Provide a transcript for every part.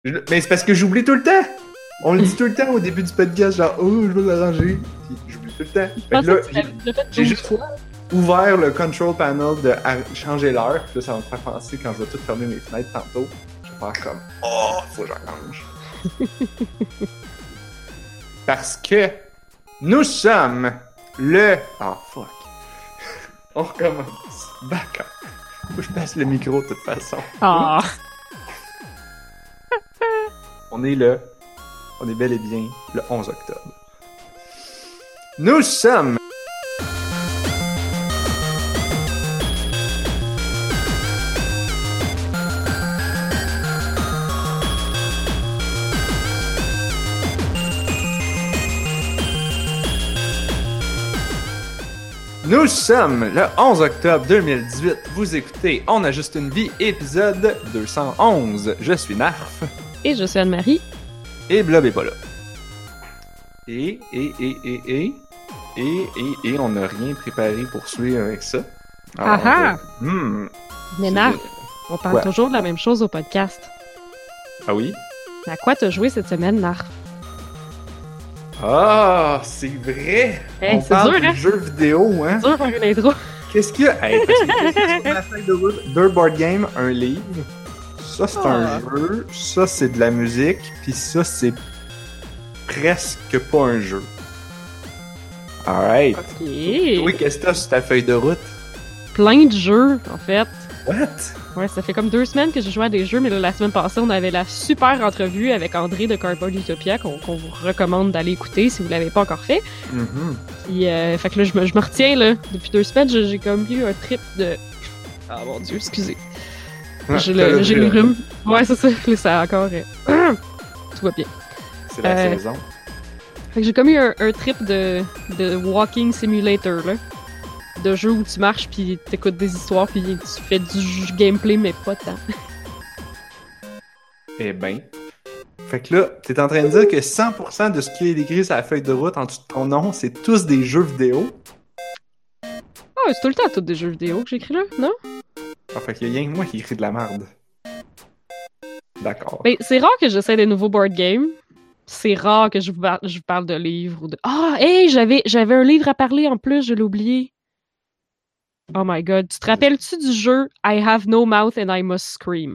Mais c'est parce que j'oublie tout le temps! On le dit tout le temps au début du podcast, genre, oh, je veux l'arranger. Puis j'oublie tout le temps. Je Fait que pensais là, que tu l'avais déjà fait j'ai 12 juste fois. ouvert le control panel de changer l'heure. Puis là, ça va me faire penser quand je vais tout fermer mes fenêtres tantôt. Je vais faire comme, oh, faut que j'arrange. Parce que nous sommes le. Oh fuck. On recommence. Back up. Faut que je passe le micro de toute façon. Ah! On est bel et bien le 11 octobre. Nous sommes. Nous sommes le 11 octobre 2018. Vous écoutez On a juste une vie, épisode 211. Je suis Narf. Et je suis Anne-Marie. Et Blob est pas là. Et on n'a rien préparé pour suivre avec ça. Ah ah! Mais C'est Narf, bien. on parle Ouais. toujours de la même chose au podcast. Ah oui? À quoi t'as joué cette semaine, Narf? Ah, c'est vrai! Hey, On c'est parle dur, de hein? jeux vidéo, hein? C'est dur de faire une intro. Qu'est-ce qu'il y a? Hey, parce que sur ma feuille de route, deux board games, un livre. Ça, c'est un jeu. Ça, c'est de la musique. Puis ça, c'est presque pas un jeu. Alright. Ok. Oui, qu'est-ce que t'as sur ta feuille de route? Plein de jeux, en fait. What? Ouais, ça fait comme 2 semaines que j'ai joué à des jeux, mais là, la semaine passée, on avait la super entrevue avec André de Cardboard Utopia qu'on vous recommande d'aller écouter si vous l'avez pas encore fait. Mhm. Puis, fait que là, je me retiens, là. Depuis 2 semaines, j'ai comme eu un trip de... Ah, mon Dieu, excusez. Ouais, J'ai t'as le rhume. Ouais, c'est ça. Là, ça a encore... Tout va bien. C'est la saison. Fait que j'ai comme eu un trip de walking simulator, là. De jeu où tu marches, puis t'écoutes des histoires, puis tu fais du gameplay, mais pas tant. Eh ben. Fait que là, t'es en train de dire que 100% de ce qui est écrit sur la feuille de route en dessous de ton nom, c'est tous des jeux vidéo. Ah, c'est tout le temps tous des jeux vidéo que j'écris là, non? Ah, fait qu'il y a rien que moi qui écrit de la merde. D'accord. Ben, c'est rare que j'essaie des nouveaux board games. C'est rare que je vous parle de livres ou de... Ah, hey, j'avais un livre à parler en plus, je l'ai oublié. Oh my god. Tu te rappelles-tu du jeu I have no mouth and I must scream?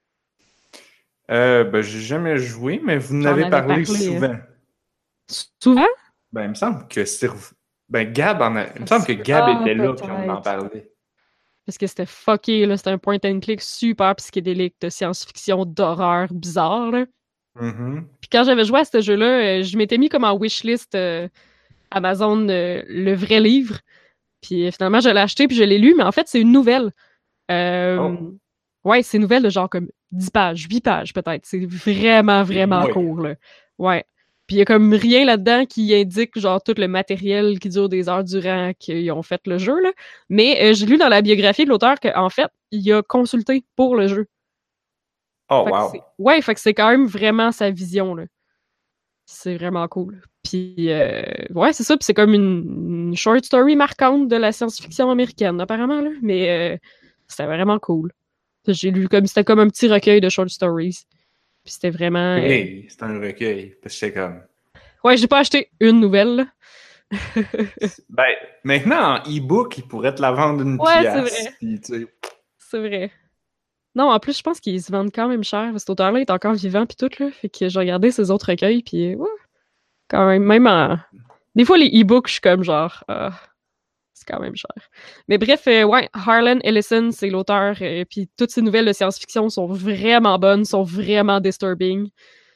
Ben, j'ai jamais joué, mais vous en avez avais parlé parlé, souvent. Souvent? Ben, il me semble que c'est. Ben, Gab en a. Il me semble que Gab Ah, était là peut-être. quand on en parlait. Parce que c'était fucké, là. C'était un point and click super psychédélique de science-fiction d'horreur bizarre, là. Mhm. Puis quand j'avais joué à ce jeu-là, je m'étais mis comme en wishlist Amazon le vrai livre. Puis finalement, je l'ai acheté puis je l'ai lu, mais en fait, c'est une nouvelle. Oh. Ouais, c'est une nouvelle de genre comme 10 pages, 8 pages peut-être. C'est vraiment Ouais. court, là. Ouais. Puis il y a comme rien là-dedans qui indique genre tout le matériel qui dure des heures durant qu'ils ont fait le jeu, là. Mais j'ai lu dans la biographie de l'auteur qu'en fait, il a consulté pour le jeu. Oh, Fait que wow. ouais, fait que c'est quand même vraiment sa vision, là. C'est vraiment cool. Puis, ouais, c'est ça. Puis c'est comme une short story marquante de la science-fiction américaine, apparemment, là. Mais c'était vraiment cool. J'ai lu comme... C'était comme un petit recueil de short stories. Puis c'était vraiment... Hey, c'est un recueil. Parce que c'est comme. Ouais, j'ai pas acheté une nouvelle, là. Ben, maintenant, en e-book, il pourrait te la vendre une Ouais, pièce. c'est vrai. Puis, tu sais. C'est vrai. Non, en plus, je pense qu'ils se vendent quand même cher. Cet auteur-là est encore vivant, puis tout, là. Fait que j'ai regardé ses autres recueils, puis ouais, quand même en... Des fois, les e-books, je suis comme genre... c'est quand même cher. Mais bref, ouais, Harlan Ellison, c'est l'auteur, puis toutes ces nouvelles de science-fiction sont vraiment bonnes, sont vraiment disturbing.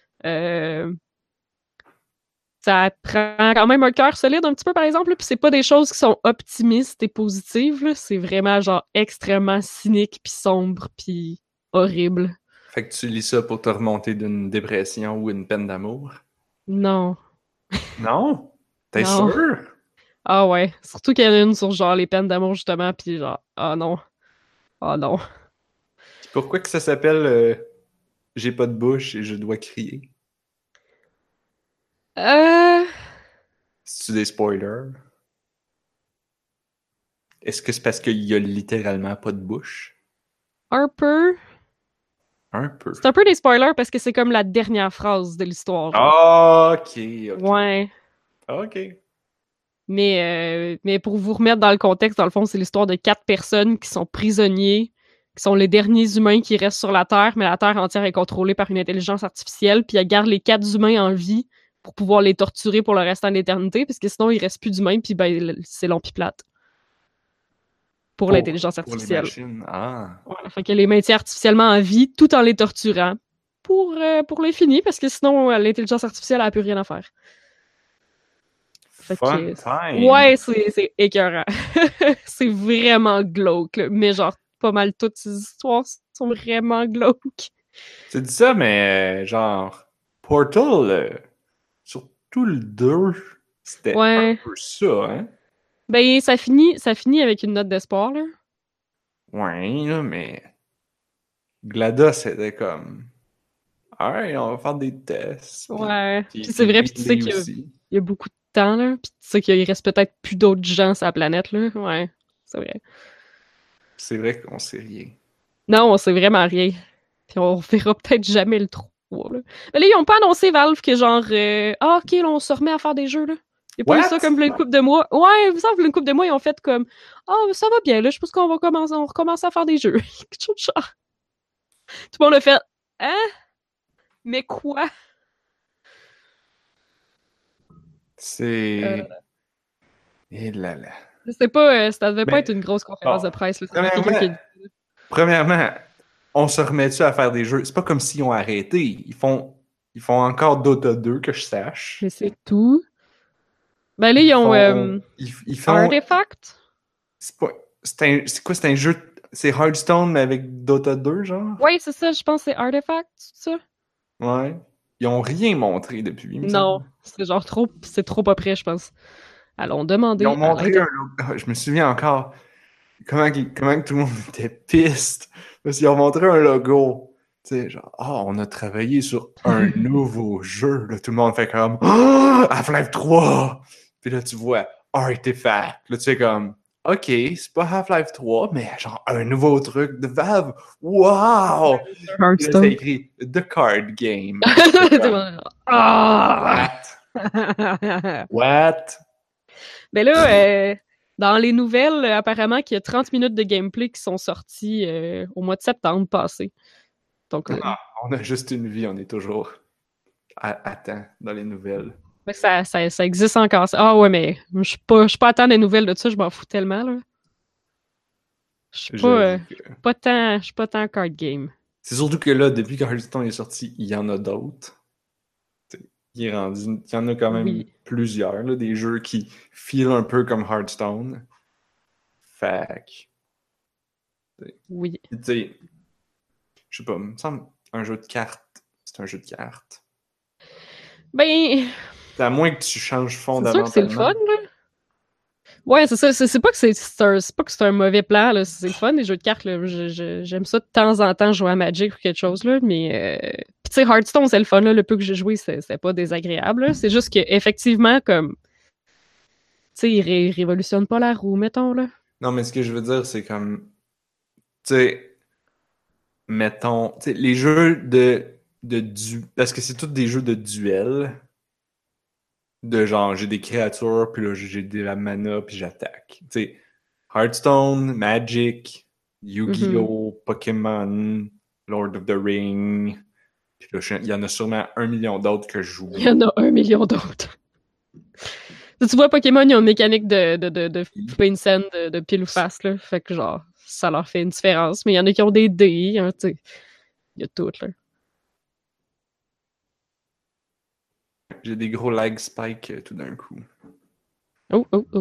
Ça prend quand même un cœur solide un petit peu, par exemple, puis c'est pas des choses qui sont optimistes et positives, là. C'est vraiment genre extrêmement cynique, puis sombre, puis horrible. Fait que tu lis ça pour te remonter d'une dépression ou une peine d'amour. Non. Non? T'es Non. sûr? Ah ouais. Surtout qu'il y en a une sur genre les peines d'amour, justement, puis genre, ah non. Ah non. Puis pourquoi que ça s'appelle J'ai pas de bouche et je dois crier? Euh... C'est-tu des spoilers? Est-ce que c'est parce qu'il y a littéralement pas de bouche? Un peu. Un peu. C'est un peu des spoilers parce que c'est comme la dernière phrase de l'histoire. Ok. Ouais. Ok. Mais pour vous remettre dans le contexte, dans le fond, c'est l'histoire de 4 personnes qui sont prisonniers, qui sont les derniers humains qui restent sur la Terre, mais la Terre entière est contrôlée par une intelligence artificielle, puis elle garde les 4 humains en vie pour pouvoir les torturer pour le restant de l'éternité, parce que sinon, il reste plus d'humains, puis ben, c'est long pis plate. Pour l'intelligence Pour les artificielle. machines. Ah. Ouais, fait qu'elle les maintient artificiellement en vie, tout en les torturant. Pour l'infini, parce que sinon, l'intelligence artificielle n'a plus rien à faire. Fait Fun que, time. ouais, c'est écœurant. C'est vraiment glauque, là. Mais genre, pas mal toutes ces histoires sont vraiment glauques. Tu dis ça, mais genre, Portal, surtout le 2, c'était un Ouais. peu ça, hein? Ben, ça finit avec une note d'espoir, là. Ouais, là, mais GLaDOS, c'était comme, alright, on va faire des tests. Ouais. Puis Puis c'est vrai, puis tu sais Wheatley qu'il aussi. y a beaucoup de temps, là. Puis tu sais qu'il reste peut-être plus d'autres gens sur la planète, là. Ouais, c'est vrai. C'est vrai qu'on sait rien. Non, on sait vraiment rien. Puis on verra peut-être jamais le 3, là. Mais là, ils ont pas annoncé, Valve, que genre, ah, ok, là, on se remet à faire des jeux, là. Il y a pas eu ça What? comme une couple de mois. Ouais, vous savez, une couple de mois, ils ont fait comme, ah, ça va bien, là, je pense qu'on va recommencer à faire des jeux. Quelque chose de genre. Tout le monde a fait, hein? Mais quoi? C'est... Et là là. Je sais pas, ça devait pas Mais, être une grosse conférence bon, de presse, là. Ça devait être quelqu'un qui premièrement, on se remet-tu à faire des jeux? C'est pas comme s'ils ont arrêté. Ils font encore Dota 2, que je sache. Mais c'est tout. Ben là, Ils ils ont font... Ils font... Artifact. C'est quoi, c'est un jeu... C'est Hearthstone, mais avec Dota 2, genre? Ouais, c'est ça, je pense que c'est Artifact, c'est ça? Ouais. Ils ont rien montré depuis, il me Non, semble. c'est genre c'est trop pas près, je pense. Allons Ils ont demander à montré un l'Internet. logo. Je me souviens encore comment que tout le monde était piste. Parce qu'ils ont montré un logo. Tu sais, genre, on a travaillé sur un nouveau jeu. Là, tout le monde fait comme, Half-Life 3! Puis là, tu vois Artifact. Là, tu fais comme, OK, c'est pas Half-Life 3, mais genre un nouveau truc de Valve. Wow! Puis là, c'est Hearthstone. écrit The Card Game. Ah! What? Ben là, dans les nouvelles, apparemment qu'il y a 30 minutes de gameplay qui sont sorties au mois de septembre passé. Donc, On a juste une vie, on est toujours à temps dans les nouvelles. ça existe encore. Ah ouais, mais je suis pas à temps des nouvelles de ça, je m'en fous tellement, là. Je suis J'avoue que... je suis pas tant card game. C'est surtout que là, depuis que Hearthstone est sorti, il y en a d'autres. Il y en a quand même Oui. plusieurs, là, des jeux qui filent un peu comme Hearthstone. Fait Oui. tu sais, je sais pas, il me semble un jeu de cartes, c'est un jeu de cartes. Ben, À moins que tu changes c'est sûr que c'est le fun, fondamentalement. là. Ouais, c'est ça. C'est pas que c'est pas que c'est un mauvais plan, là. C'est le fun, les jeux de cartes, là. J'aime ça de temps en temps jouer à Magic ou quelque chose, là. Mais, puis tu sais, Hearthstone, c'est le fun, là. Le peu que j'ai joué, c'est pas désagréable, là. C'est juste que, effectivement, comme, tu sais, il révolutionne pas la roue, mettons, là. Non, mais ce que je veux dire, c'est comme, tu sais, mettons, tu sais, les jeux parce que c'est tous des jeux de duel, de genre, j'ai des créatures, puis là, j'ai de la mana, puis j'attaque. Tu sais, Hearthstone, Magic, Yu-Gi-Oh!, Pokémon, Lord of the Ring, puis là, il y en a sûrement 1 million d'autres que je joue. Il y en a 1 million d'autres. Tu vois, Pokémon, ils ont une mécanique de flipper une scène de pile ou face, là. Fait que, genre, ça leur fait une différence. Mais il y en a qui ont des dés, hein, tu sais. Il y a tout, là. J'ai des gros lag spikes tout d'un coup. Oh, oh, oh.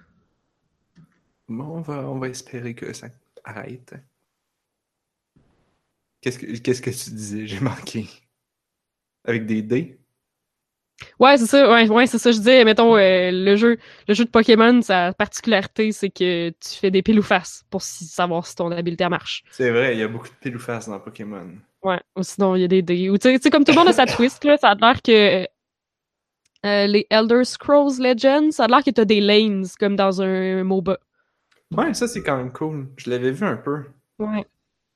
Bon, on va espérer que ça arrête. Qu'est-ce que tu disais? J'ai manqué. Avec des dés? Ouais, c'est ça, ouais, c'est ça, je disais, mettons, le jeu de Pokémon, sa particularité, c'est que tu fais des piles ou face pour savoir si ton habileté marche. C'est vrai, il y a beaucoup de pile ou face dans Pokémon. Ouais, ou sinon, il y a des dés. Ou tu sais, comme tout le monde a sa twist, là, ça a l'air que les Elder Scrolls Legends, ça a l'air que t'as des lanes, comme dans un MOBA. Ouais, ça c'est quand même cool. Je l'avais vu un peu. Ouais.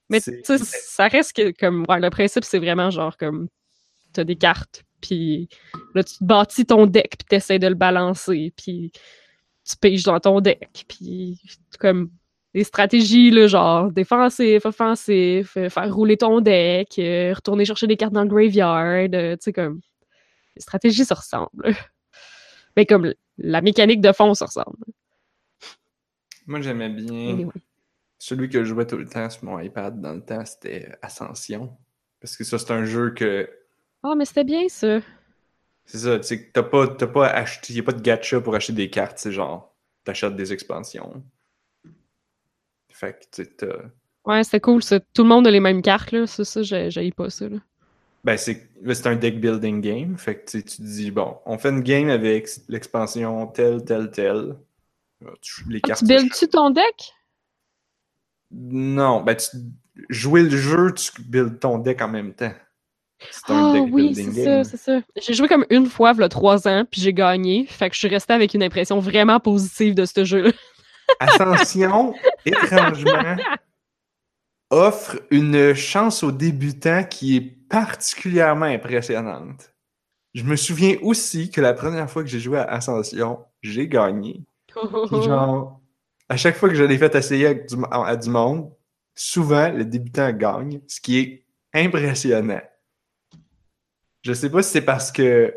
Mais C'est... tu sais, ça reste que comme ouais, le principe, c'est vraiment genre comme t'as des cartes, puis là, tu te bâtis ton deck, puis t'essaies de le balancer, puis tu piges dans ton deck, puis comme des stratégies, là, genre défensif, offensif, faire rouler ton deck, retourner chercher des cartes dans le graveyard, tu sais, comme les stratégies se ressemblent. Mais comme la mécanique de fond se ressemble. Moi, j'aimais bien... Anyway. Celui que je jouais tout le temps sur mon iPad dans le temps, c'était Ascension. Parce que ça, c'est un jeu que... Ah, mais c'était bien, ça. C'est ça, tu sais, t'as pas acheté... Y a pas de gacha pour acheter des cartes, c'est genre... T'achètes des expansions. Fait que, tu sais, t'as... Ouais, c'était cool, ça. Tout le monde a les mêmes cartes, là. Ça, j'haïs pas ça, là. Ben, c'est un deck building game. Fait que, tu sais, tu te dis, bon, on fait une game avec l'expansion telle, telle, telle. Les Ah, tu cartes builds-tu s'achètent. ton deck? Non, ben, jouer le jeu, tu builds ton deck en même temps. C'est un Ah deck oui, c'est building ça, game. c'est ça. J'ai joué comme une fois, il y a 3 ans, puis j'ai gagné. Fait que je suis restée avec une impression vraiment positive de ce jeu-là. Ascension, étrangement, offre une chance aux débutants qui est particulièrement impressionnante. Je me souviens aussi que la première fois que j'ai joué à Ascension, j'ai gagné. Puis genre, à chaque fois que je l'ai fait essayer à du monde, souvent le débutant gagne, ce qui est impressionnant. Je sais pas si c'est parce que...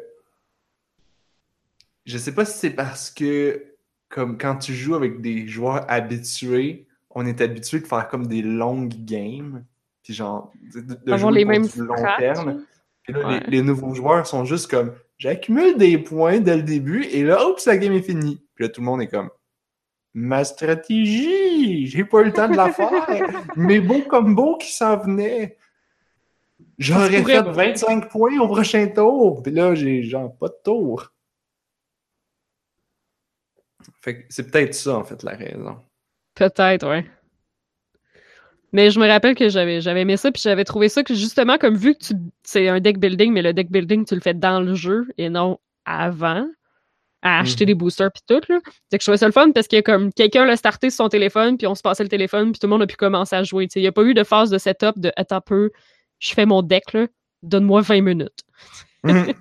Je sais pas si c'est parce que, comme quand tu joues avec des joueurs habitués, on est habitué de faire comme des longues games, puis genre, de Avoir jouer les pour mêmes du long strats, terme. genre. Et là, Ouais. les nouveaux joueurs sont juste comme, j'accumule des points dès le début, et là, oups, la game est finie. Puis là, tout le monde est comme, ma stratégie, j'ai pas eu le temps de la faire, mes beaux combos qui s'en venaient. Ça se J'aurais pourrait, fait pour vrai. 25 points au prochain tour, puis là, j'ai genre pas de tour. Fait que c'est peut-être ça, en fait, la raison. Peut-être, ouais. Mais je me rappelle que j'avais aimé ça, puis j'avais trouvé ça que justement, comme vu que c'est un deck building, mais le deck building, tu le fais dans le jeu et non avant, à acheter des Mhm. boosters puis tout, là. C'est que je trouvais ça le fun parce que comme quelqu'un l'a starté sur son téléphone, puis on se passait le téléphone, puis tout le monde a pu commencer à jouer. Il n'y a pas eu de phase de setup de attends un peu, je fais mon deck, là, donne-moi 20 minutes. Mhm.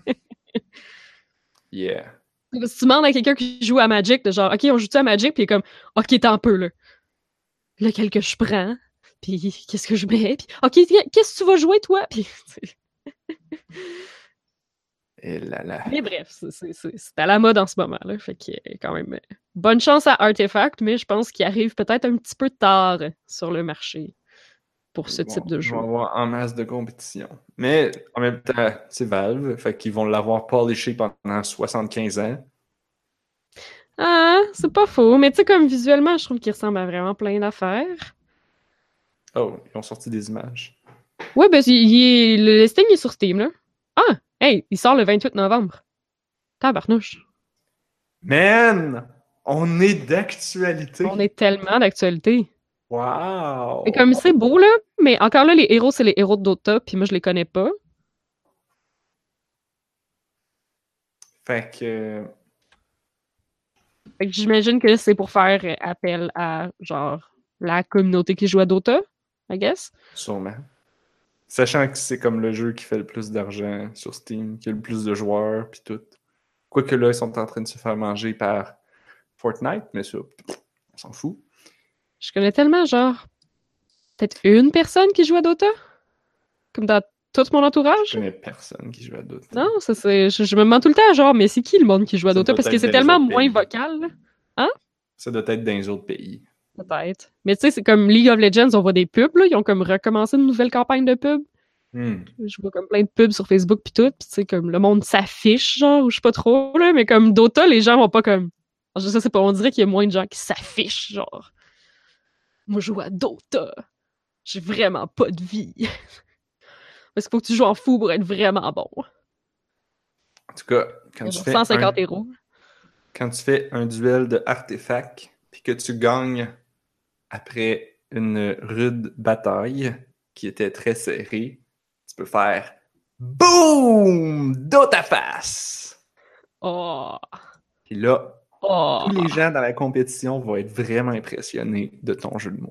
Yeah. Si tu demandes à quelqu'un qui joue à Magic, de genre, OK, on joue-tu à Magic, puis comme, OK, t'en peu, là. Lequel que je prends, puis qu'est-ce que je mets, puis OK, qu'est-ce que tu vas jouer, toi? Puis, Et là là. mais bref, c'est à la mode en ce moment, là. Fait que quand même, bonne chance à Artefact, mais je pense qu'il arrive peut-être un petit peu tard sur le marché pour ce type de Ils vont jeu. avoir en masse de compétition. Mais en même temps, c'est Valve, fait qu'ils vont l'avoir polishé pendant 75 ans. Ah, c'est pas faux, mais tu sais, comme visuellement, je trouve qu'il ressemble à vraiment plein d'affaires. Oh, ils ont sorti des images. Ouais, ben, le listing est sur Steam, là. Ah, hey, il sort le 28 novembre. Tabarnouche. Man! On est On d'actualité. est tellement d'actualité. Et Wow! comme c'est beau, là, mais encore là, les héros, c'est les héros de Dota, puis moi, je les connais pas. Fait que, Fait que j'imagine que c'est pour faire appel à, genre, la communauté qui joue à Dota, I guess. sûrement. Sachant que c'est comme le jeu qui fait le plus d'argent sur Steam, qui a le plus de joueurs, puis tout. Quoique là, ils sont en train de se faire manger par Fortnite, mais ça, on s'en fout. Je connais tellement, genre, peut-être une personne qui joue à Dota, comme dans tout mon Je entourage. connais personne qui joue à Dota. Non, ça c'est. Je me demande tout le temps, genre, mais c'est qui le monde qui joue à Ça Dota? doit Parce que être c'est dans les tellement autres moins pays. vocal, là. Hein? Ça doit être dans les autres pays. Peut-être. Mais tu sais, c'est comme League of Legends, on voit des pubs, là. Ils ont comme recommencé une nouvelle campagne de pubs. Hmm. Je vois comme plein de pubs sur Facebook pis tout, pis tu sais, comme le monde s'affiche, genre, ou je sais pas trop, là, mais comme Dota, les gens vont pas comme. Je sais pas, on dirait qu'il y a moins de gens qui s'affichent, genre. Moi, je joue à Dota. J'ai vraiment pas de vie. Parce qu'il faut que tu joues en fou pour être vraiment bon. En tout cas, Mais bon, 150 héros. quand tu fais un duel de artefacts, puis que tu gagnes après une rude bataille qui était très serrée, tu peux faire BOOM! Dans ta face! Oh. Et là, tous Oh. les gens dans la compétition vont être vraiment impressionnés de ton jeu de mots.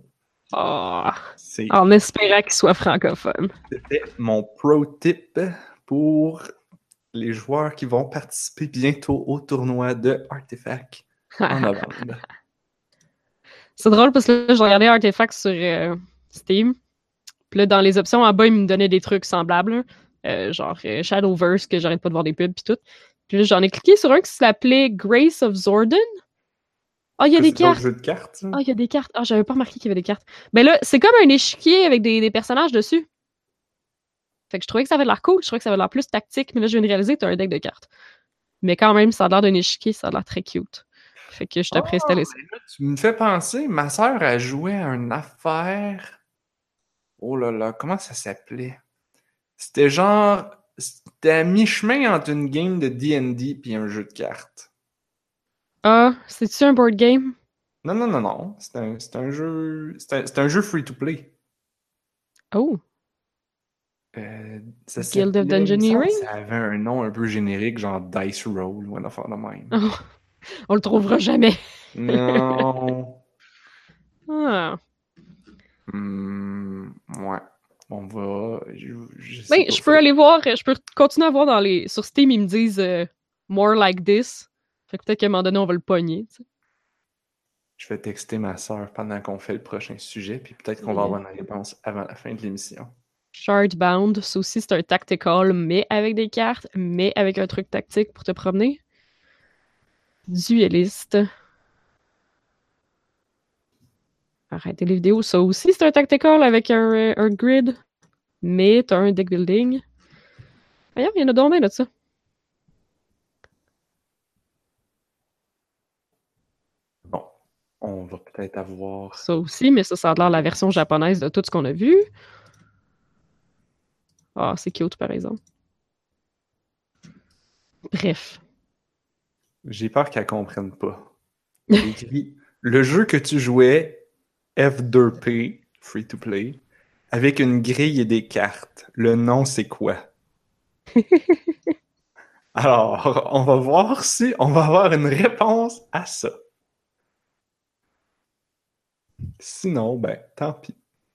Ah, C'est en espérant qu'il soit francophone. C'était mon pro tip pour les joueurs qui vont participer bientôt au tournoi de Artefact en novembre. C'est drôle parce que là, je regardais Artefact sur Steam. Puis là, dans les options en bas, il me donnait des trucs semblables. Genre Shadowverse, que j'arrête pas de voir des pubs, puis tout. Puis là, j'en ai cliqué sur un qui s'appelait Grace of Zordon. Ah, il y a Ça, des c'est d'autres cartes. jeux de cartes, ça? Ah, il y a des cartes. Ah, j'avais pas remarqué qu'il y avait des cartes. Ben là, c'est comme un échiquier avec des personnages dessus. Fait que je trouvais que ça avait l'air cool. Je trouvais que ça avait l'air plus tactique. Mais là, je viens de réaliser que t'as un deck de cartes. Mais quand même, ça a l'air d'un échiquier. Ça a l'air très cute. Fait que je te Ah, préinstallé ça. mais là, tu me fais penser, ma sœur a joué à une affaire. Oh là là, comment ça s'appelait? C'était à mi-chemin entre une game de D&D puis un jeu de cartes. Ah, c'est-tu un board game? Non, non, non, non. C'est un jeu free-to-play. Oh, Ça Guild of s'appelait, il me semble que Dungeoneering? ça avait un nom un peu générique, genre Dice Roll ou un affaire de même. Oh, on le trouvera jamais. Non. Ah. Ouais. On va. Je sais Ben, pas. je peux aller voir, je peux continuer à voir sur Steam, ils me disent more like this. Fait que peut-être qu'à un moment donné, on va le pogner. Tu sais. Je vais texter ma soeur pendant qu'on fait le prochain sujet, puis peut-être qu'on va Yeah. avoir une réponse avant la fin de l'émission. Shardbound, ça aussi, c'est un tactical, mais avec des cartes, mais avec un truc tactique pour te promener. Dueliste. Arrêtez les vidéos. Ça aussi, c'est un tactical avec un grid, mais t'as un deck building. Regarde, il y en a donc bien de ça. Bon, on va peut-être avoir. Ça aussi, mais ça a l'air la version japonaise de tout ce qu'on a vu. Ah, c'est cute, par exemple. Bref. J'ai peur qu'elle comprenne pas. Il écrit le jeu que tu jouais, F2P, free to play, avec une grille et des cartes. Le nom, c'est quoi? Alors, on va voir si on va avoir une réponse à ça. Sinon, ben, tant pis.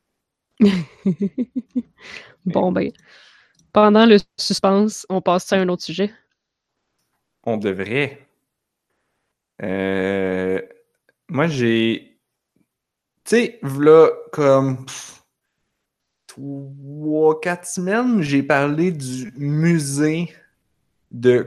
Bon, ben, pendant le suspense, on passe à un autre sujet. On devrait. Euh, Moi, j'ai. Tu sais, v'là comme 3, 4 semaines, j'ai parlé du musée de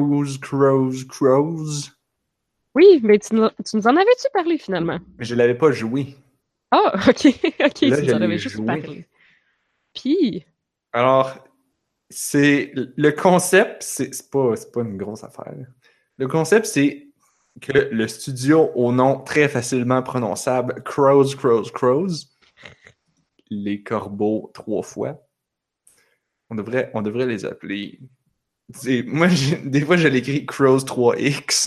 Crows. Oui, mais tu nous en avais-tu parlé finalement? Mais je l'avais pas joué. Ah, ok, ok, Là, tu je nous en l'ai avais juste joué. parlé. Puis, Alors, c'est le concept, c'est pas une grosse affaire. Le concept, c'est que le studio au nom très facilement prononçable, Crows, les corbeaux 3 fois, on devrait les appeler. Moi, des fois, je l'écris Crows 3X.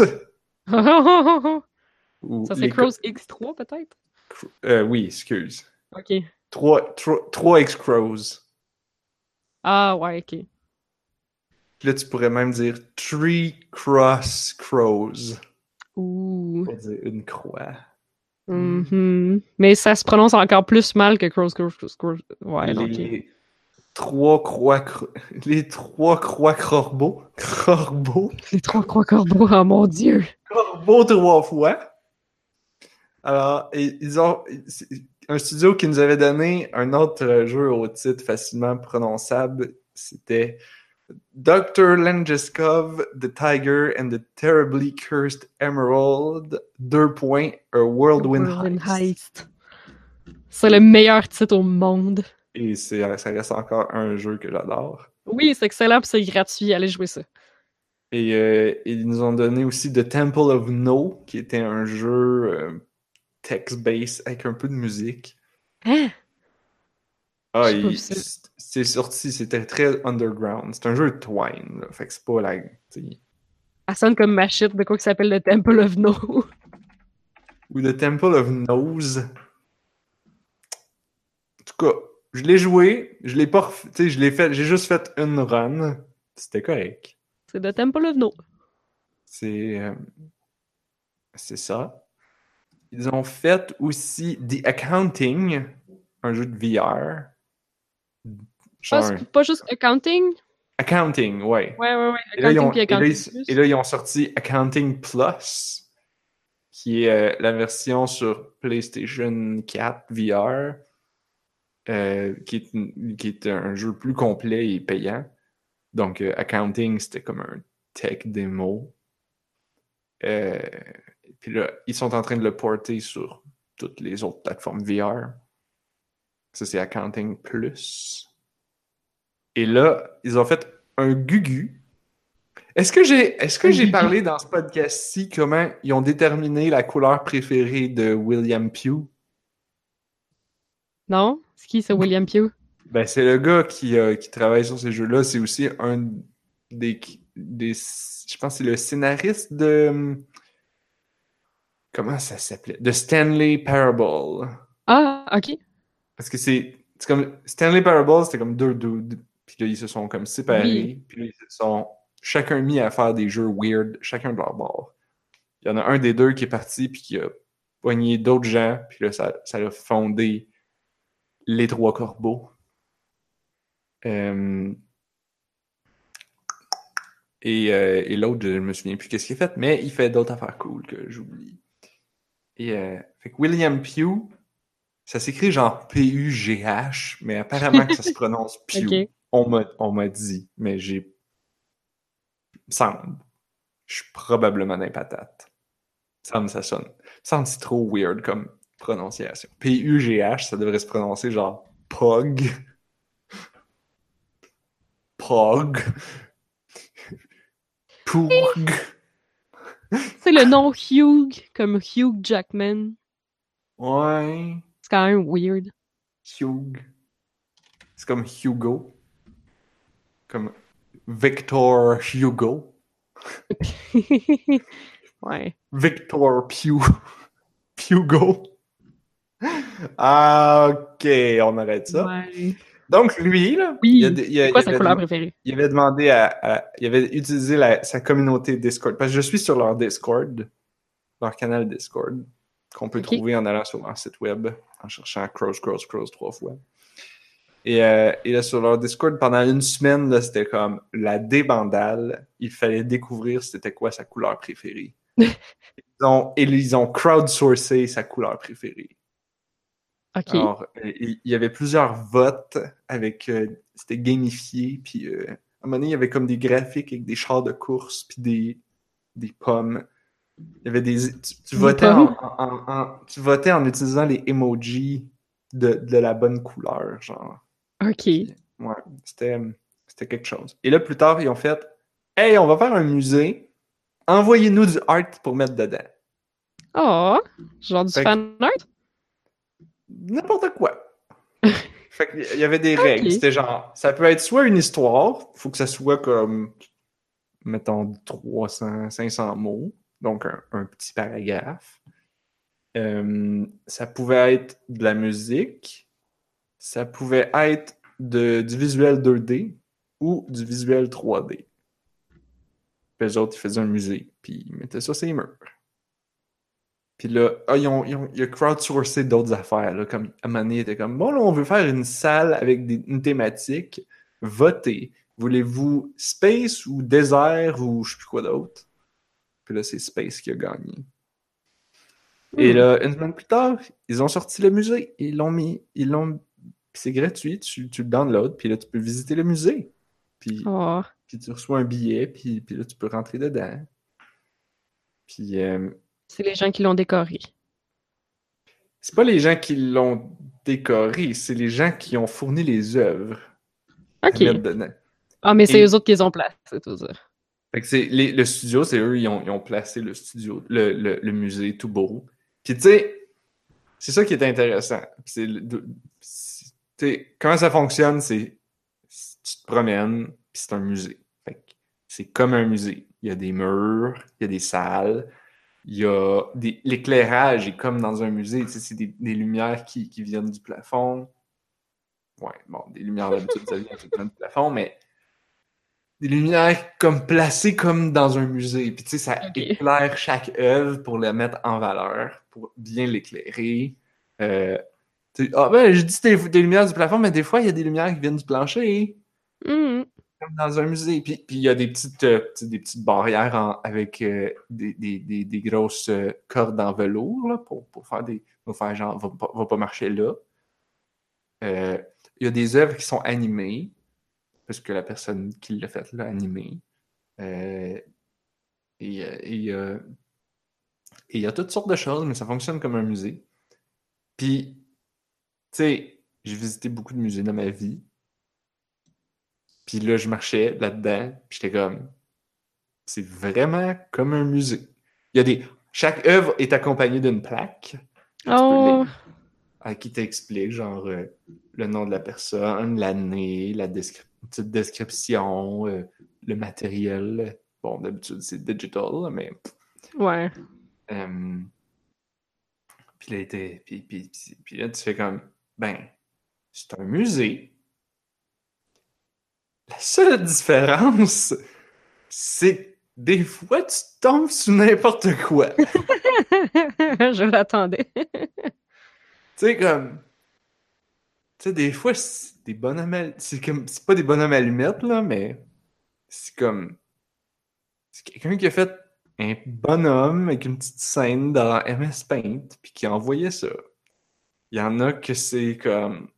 Ou ça serait Crows X3 peut-être? oui, excuse. Ok. 3X Crows. Ah, ouais, ok. Puis là, tu pourrais même dire Three Cross Crows. Ouh. Pour dire une croix. Mhm. Mais ça se prononce encore plus mal que Crows. Ouais, non, ok. Les 3 croix, les 3 croix corbeaux. Corbeaux. Les trois croix corbeaux, oh mon dieu. Corbeaux 3 fois. Alors, ils ont un studio qui nous avait donné un autre jeu au titre facilement prononçable. C'était Dr. Langeskov, The Tiger and the Terribly Cursed Emerald, 2 points, A Whirlwind Heist. C'est le meilleur titre au monde. Et ça reste encore un jeu que j'adore. Oui, c'est excellent, puis c'est gratuit. Allez jouer ça. Et ils nous ont donné aussi The Temple of No, qui était un jeu text-based avec un peu de musique. Hein? Ah, Je sais pas ça. c'est sorti, c'était très underground. C'est un jeu de Twine, là, fait que c'est pas la. Ça sonne comme ma shit de quoi qui s'appelle le Temple of No. Ou The Temple of Nose. En tout cas, je l'ai joué, je l'ai pas tu sais, je l'ai fait, j'ai juste fait une run. C'était correct. C'est le Temple of No. C'est c'est ça. Ils ont fait aussi The Accounting, un jeu de VR. Ah, Genre, c'est pas juste accounting? accounting, ouais. Ouais. Et là, Accounting puis accounting et plus. là, ils ont sorti Accounting Plus, qui est la version sur PlayStation 4 VR, qui est un jeu plus complet et payant. Donc, Accounting, c'était comme un tech démo. Euh, Puis là, ils sont en train de le porter sur toutes les autres plateformes VR. Ça, c'est Accounting Plus. Et là, ils ont fait un Gugu. Est-ce que Un j'ai gugu. parlé dans ce podcast-ci comment ils ont déterminé la couleur préférée de William Pugh? Non? C'est qui, ça, William Pugh? Ben, c'est le gars qui travaille sur ces jeux-là. C'est aussi un je pense que c'est le scénariste de, comment ça s'appelait? De Stanley Parable. Ah, ok. Parce que c'est comme, Stanley Parable, c'était comme deux dudes. Puis là, ils se sont comme Oui. séparés. Puis là, ils se sont chacun mis à faire des jeux weird, chacun de leur bord. Il y en a un des deux qui est parti puis qui a pogné d'autres gens. Puis là, ça a fondé Les Trois Corbeaux. Euh, et l'autre, je me souviens plus qu'est-ce qu'il a fait, mais il fait d'autres affaires cool que j'oublie. Et fait que William Pugh, ça s'écrit genre P-U-G-H, mais apparemment que ça se prononce Pugh. Ok. On m'a dit, mais semble. Je suis probablement dans les patates. Semble, ça sonne. Semble, c'est trop weird comme prononciation. P-U-G-H, ça devrait se prononcer genre Pog. Pog. Poug. C'est le nom Hugh, comme Hugh Jackman. Ouais. C'est quand même weird. Hugh. C'est comme Hugo. Comme Victor Hugo. Ouais. Victor Pugh. Hugo. Ah, ok, on arrête ça. Ouais. Donc, lui, là, Oui. C'est quoi sa couleur préférée? il avait demandé il avait utilisé sa communauté Discord. Parce que je suis sur leur Discord, leur canal Discord, qu'on peut Ok. trouver en allant sur leur site web, en cherchant Crows 3 fois. Et là, sur leur Discord, pendant une semaine, là, c'était comme la débandale. Il fallait découvrir c'était quoi sa couleur préférée. Ils ont crowdsourcé sa couleur préférée. Ok. Alors, il y avait plusieurs votes avec, c'était gamifié, puis à un moment donné, il y avait comme des graphiques avec des chars de course, puis des pommes. Il y avait tu Des votais pommes. tu votais en utilisant les emojis de la bonne couleur, genre. Ok. Puis, ouais, c'était quelque chose. Et là, plus tard, ils ont fait, hey, on va faire un musée, envoyez-nous du art pour mettre dedans. Oh, genre du Fait que, fan art? n'importe quoi. Fait qu'il y avait des règles. Ok. C'était genre, ça peut être soit une histoire, faut que ça soit comme, mettons, 300, 500 mots, donc un petit paragraphe. Ça pouvait être de la musique, ça pouvait être du visuel 2D ou du visuel 3D. Puis eux autres, ils faisaient un musée, puis ils mettaient ça sur les murs. Puis là, il a crowdsourcé d'autres affaires. Là, comme à un moment donné, il était comme, bon, là, on veut faire une salle avec une thématique. Votez. Voulez-vous Space ou Désert ou je sais plus quoi d'autre? Puis là, c'est Space qui a gagné. Et Hmm. là, une semaine plus tard, ils ont sorti le musée. Puis c'est gratuit, tu le downloads, puis là, tu peux visiter le musée. Puis, Oh. puis tu reçois un billet, puis là, tu peux rentrer dedans. Puis C'est les gens qui l'ont décoré. c'est pas les gens qui l'ont décoré, c'est les gens qui ont fourni les œuvres à mettre Ok. dedans. Ah, mais c'est eux Et autres qui les ont placés, c'est tout dire. fait que le studio, c'est eux, ils ont placé le studio, le musée tout beau. Puis tu sais, c'est ça qui est intéressant. Comment ça fonctionne, c'est tu te promènes, puis c'est un musée. Fait que c'est comme un musée. Il y a des murs, il y a des salles, l'éclairage est comme dans un musée, tu sais, c'est des lumières qui viennent du plafond. Ouais, bon, des lumières d'habitude, ça vient tout le temps du plafond, mais des lumières comme placées comme dans un musée. Puis tu sais, ça Ok. éclaire chaque œuvre pour la mettre en valeur, pour bien l'éclairer. Tu Ah ben, je dis des lumières du plafond, mais des fois, il y a des lumières qui viennent du plancher, Mhm. comme dans un musée. Puis il y a des petites barrières avec des grosses cordes en velours là, pour faire genre, va pas marcher là. Euh, il y a des œuvres qui sont animées, parce que la personne qui l'a fait l'a animée. Euh, et il y a toutes sortes de choses, mais ça fonctionne comme un musée. Puis, tu sais, j'ai visité beaucoup de musées dans ma vie. Puis là, je marchais là-dedans, puis j'étais comme, c'est vraiment comme un musée. Il y a des... Chaque œuvre est accompagnée d'une plaque que tu peux lire, Oh, qui t'explique, genre, le nom de la personne, l'année, petite description, le matériel. Bon, d'habitude, c'est digital, là, mais... ouais. euh, puis là, puis là, tu fais comme, ben, c'est un musée. La seule différence, c'est que des fois, tu tombes sur n'importe quoi. Tu Je l'attendais. sais, comme, tu sais, des fois, c'est des bonhommes, c'est comme, c'est pas des bonhommes allumettes, là, mais c'est comme, c'est quelqu'un qui a fait un bonhomme avec une petite scène dans MS Paint, puis qui a envoyé ça. Il y en a que c'est comme,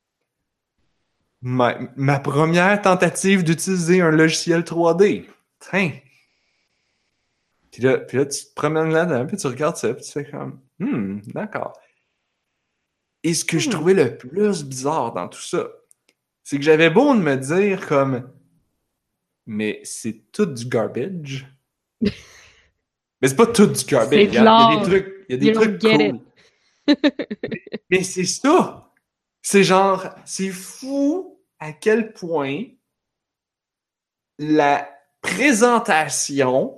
ma première tentative d'utiliser un logiciel 3D. Tiens. Puis là, tu te promènes là-dedans, puis tu regardes ça, puis tu fais comme, d'accord. Et ce que je Hmm. trouvais le plus bizarre dans tout ça, c'est que j'avais beau de me dire comme, mais c'est tout du garbage. Mais c'est pas tout du C'est garbage. de Il y a des l'art. trucs, il y a des You don't trucs get it. cool. Mais c'est ça. C'est genre, c'est fou à quel point la présentation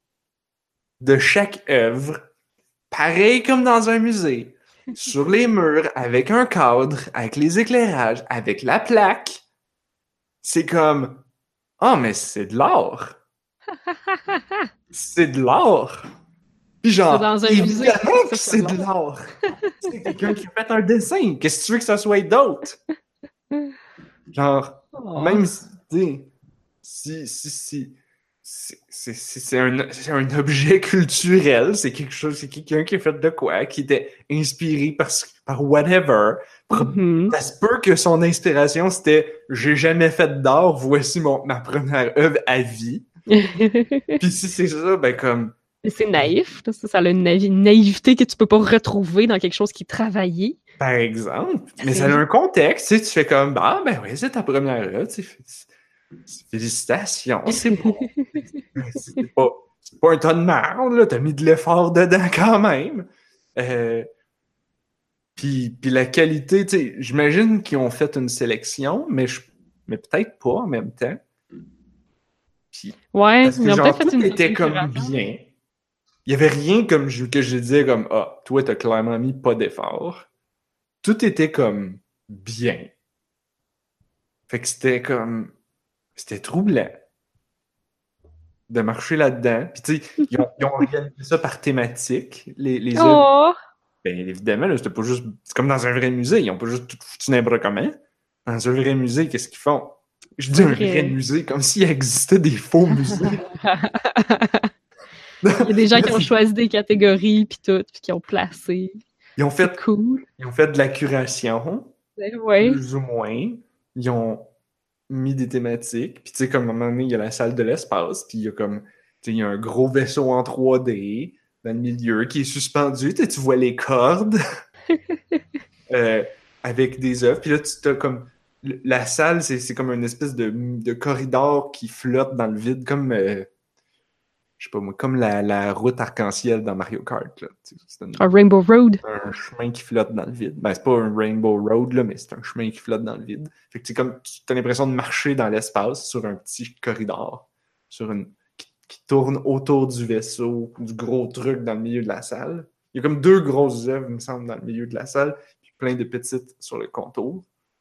de chaque œuvre, pareil comme dans un musée, sur les murs, avec un cadre, avec les éclairages, avec la plaque, c'est comme, ah, mais c'est de l'art. C'est de l'art. Puis C'est genre, dans un musée. évidemment que Ça soit de c'est de l'art. l'art. C'est quelqu'un qui a fait un dessin. Qu'est-ce que tu veux que ça soit d'autre? Genre, Oh. même si, tu sais, si, c'est un objet culturel, c'est quelque chose, c'est quelqu'un qui a fait de quoi, qui était inspiré par whatever. Mhm. Ça se peut que son inspiration, c'était j'ai jamais fait d'art, voici ma première œuvre à vie. Puis si c'est ça, ben comme, Mais c'est naïf, parce que ça a une naïveté que tu peux pas retrouver dans quelque chose qui est travaillé. par exemple, Ça mais ça a fait un contexte, tu sais, tu fais comme, bah, ben oui, c'est ta première œuvre, tu sais, félicitations, c'est beau. C'est pas un tas de merde, là, t'as mis de l'effort dedans quand même. Euh, puis la qualité, tu sais, j'imagine qu'ils ont fait une sélection, mais peut-être pas en même temps. Puis, Ouais, parce que ils ont peut-être genre, fait tout une était certaine comme curation. bien. Il y avait rien comme que je disais comme, ah, toi, t'as clairement mis pas d'effort. Tout était comme bien. Fait que c'était troublant de marcher là-dedans. Puis tu sais, ils ont organisé ça par thématique, les œuvres. Oh! Ben évidemment, là, c'était pas juste. C'est comme dans un vrai musée, ils ont pas juste tout foutu n'importe comment. Dans un vrai musée, qu'est-ce qu'ils font? Je dis Un un vrai vrai. musée, comme s'il existait des faux musées. Il y a des gens qui ont choisi des catégories puis tout, puis qui ont placé. Ils ont C'est fait, cool. ils ont fait de la curation, Ben ouais. plus ou moins. Ils ont mis des thématiques. Puis tu sais, comme à un moment donné, il y a la salle de l'espace, puis il y a comme, tu sais, il y a un gros vaisseau en 3D dans le milieu qui est suspendu. Tu vois les cordes euh, avec des œuvres. Puis là, tu as comme, la salle, c'est comme une espèce de corridor qui flotte dans le vide, comme, je sais pas moi, comme la route arc-en-ciel dans Mario Kart, là. Tu sais, c'est Un Rainbow Road. un chemin qui flotte dans le vide. Ben, c'est pas un Rainbow Road, là, mais c'est un chemin qui flotte dans le vide. Fait que c'est comme, tu as l'impression de marcher dans l'espace sur un petit corridor, qui tourne autour du vaisseau, du gros truc dans le milieu de la salle. Il y a comme deux grosses œuvres, il me semble, dans le milieu de la salle, puis plein de petites sur le contour.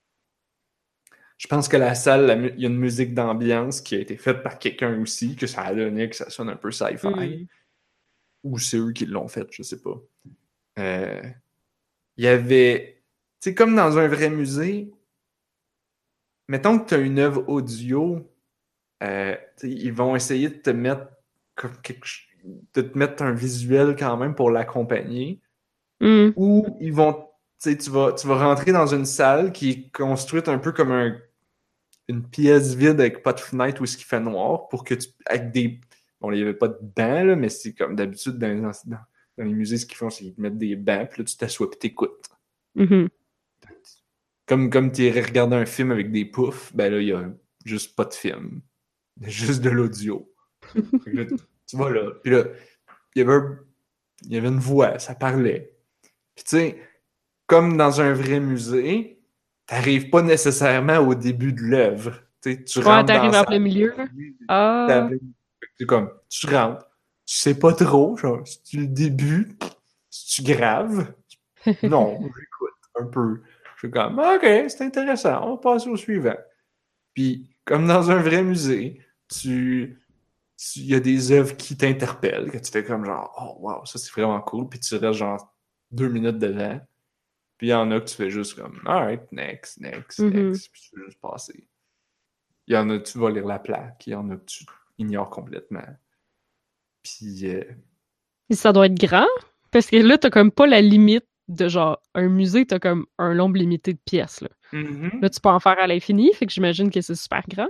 Je pense que la salle, il y a une musique d'ambiance qui a été faite par quelqu'un aussi, que ça a donné que ça sonne un peu sci-fi. Mm. Ou c'est eux qui l'ont fait, je sais pas. Euh, il y avait, c'est comme dans un vrai musée. Mettons que tu as une œuvre audio, ils vont essayer de te mettre comme de te mettre un visuel quand même pour l'accompagner. Hmm. Ou ils vont, tu vas rentrer dans une salle qui est construite un peu comme une pièce vide avec pas de fenêtre où ce qui fait noir pour que tu, avec des, bon, il n'y avait pas de bancs, là, mais c'est comme d'habitude dans les musées, ce qu'ils font, c'est qu'ils te mettent des bancs, puis là, tu t'assois puis t'écoutes. Mhm. Comme tu irais regarder un film avec des poufs, ben là, il y a juste pas de film. Il y a juste de l'audio. Fait que là, tu vas là, puis là, il y avait, il y avait une voix, ça parlait. Puis tu sais, comme dans un vrai musée, t'arrives pas nécessairement au début de l'œuvre. Tu Ouais, rentres dans t'arrives la en plein salle, milieu, là. Ah. c'est comme, tu rentres, tu sais pas trop, genre, si tu le début, si tu graves, non, j'écoute un peu. Je suis comme, ok, c'est intéressant, on va passer au suivant. Puis, comme dans un vrai musée, il y a des œuvres qui t'interpellent, que tu fais comme genre, oh wow, ça c'est vraiment cool, puis tu restes genre 2 minutes dedans. Puis il y en a que tu fais juste comme, alright, next, next, Mhm. next, puis tu fais juste passer. Il y en a que tu vas lire la plaque, il y en a que tu ignores complètement. Puis, Et ça doit être grand, parce que là, t'as comme pas la limite de genre un musée, t'as comme un nombre limité de pièces, là. Là, mhm. tu peux en faire à l'infini, fait que j'imagine que c'est super grand.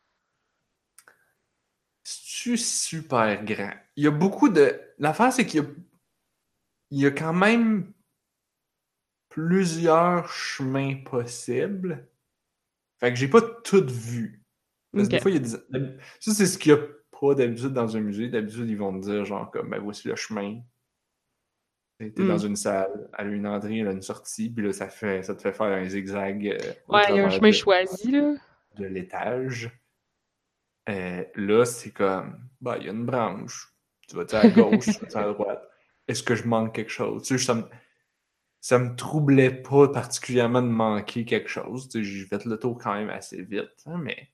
C'est super grand. Il y a beaucoup de. L'affaire, c'est il y a quand même plusieurs chemins possibles. Fait que j'ai pas tout vu. Parce que des OK. fois, il y a des. Ça, c'est ce qu'il y a pas d'habitude dans un musée. D'habitude, ils vont te dire, genre, comme, ben voici le chemin. T'es dans Hmm. une salle, elle a une entrée, elle a une sortie, puis là, ça te fait faire un zigzag au Ouais, il y a un travers chemin choisi, là. de l'étage. Là, c'est comme, bah, il y a une branche. Tu vas-tu à gauche, tu vas-tu à droite? Est-ce que je manque quelque chose? Tu sais, ça me troublait pas particulièrement de manquer quelque chose. Tu sais, j'ai fait le tour quand même assez vite, hein, mais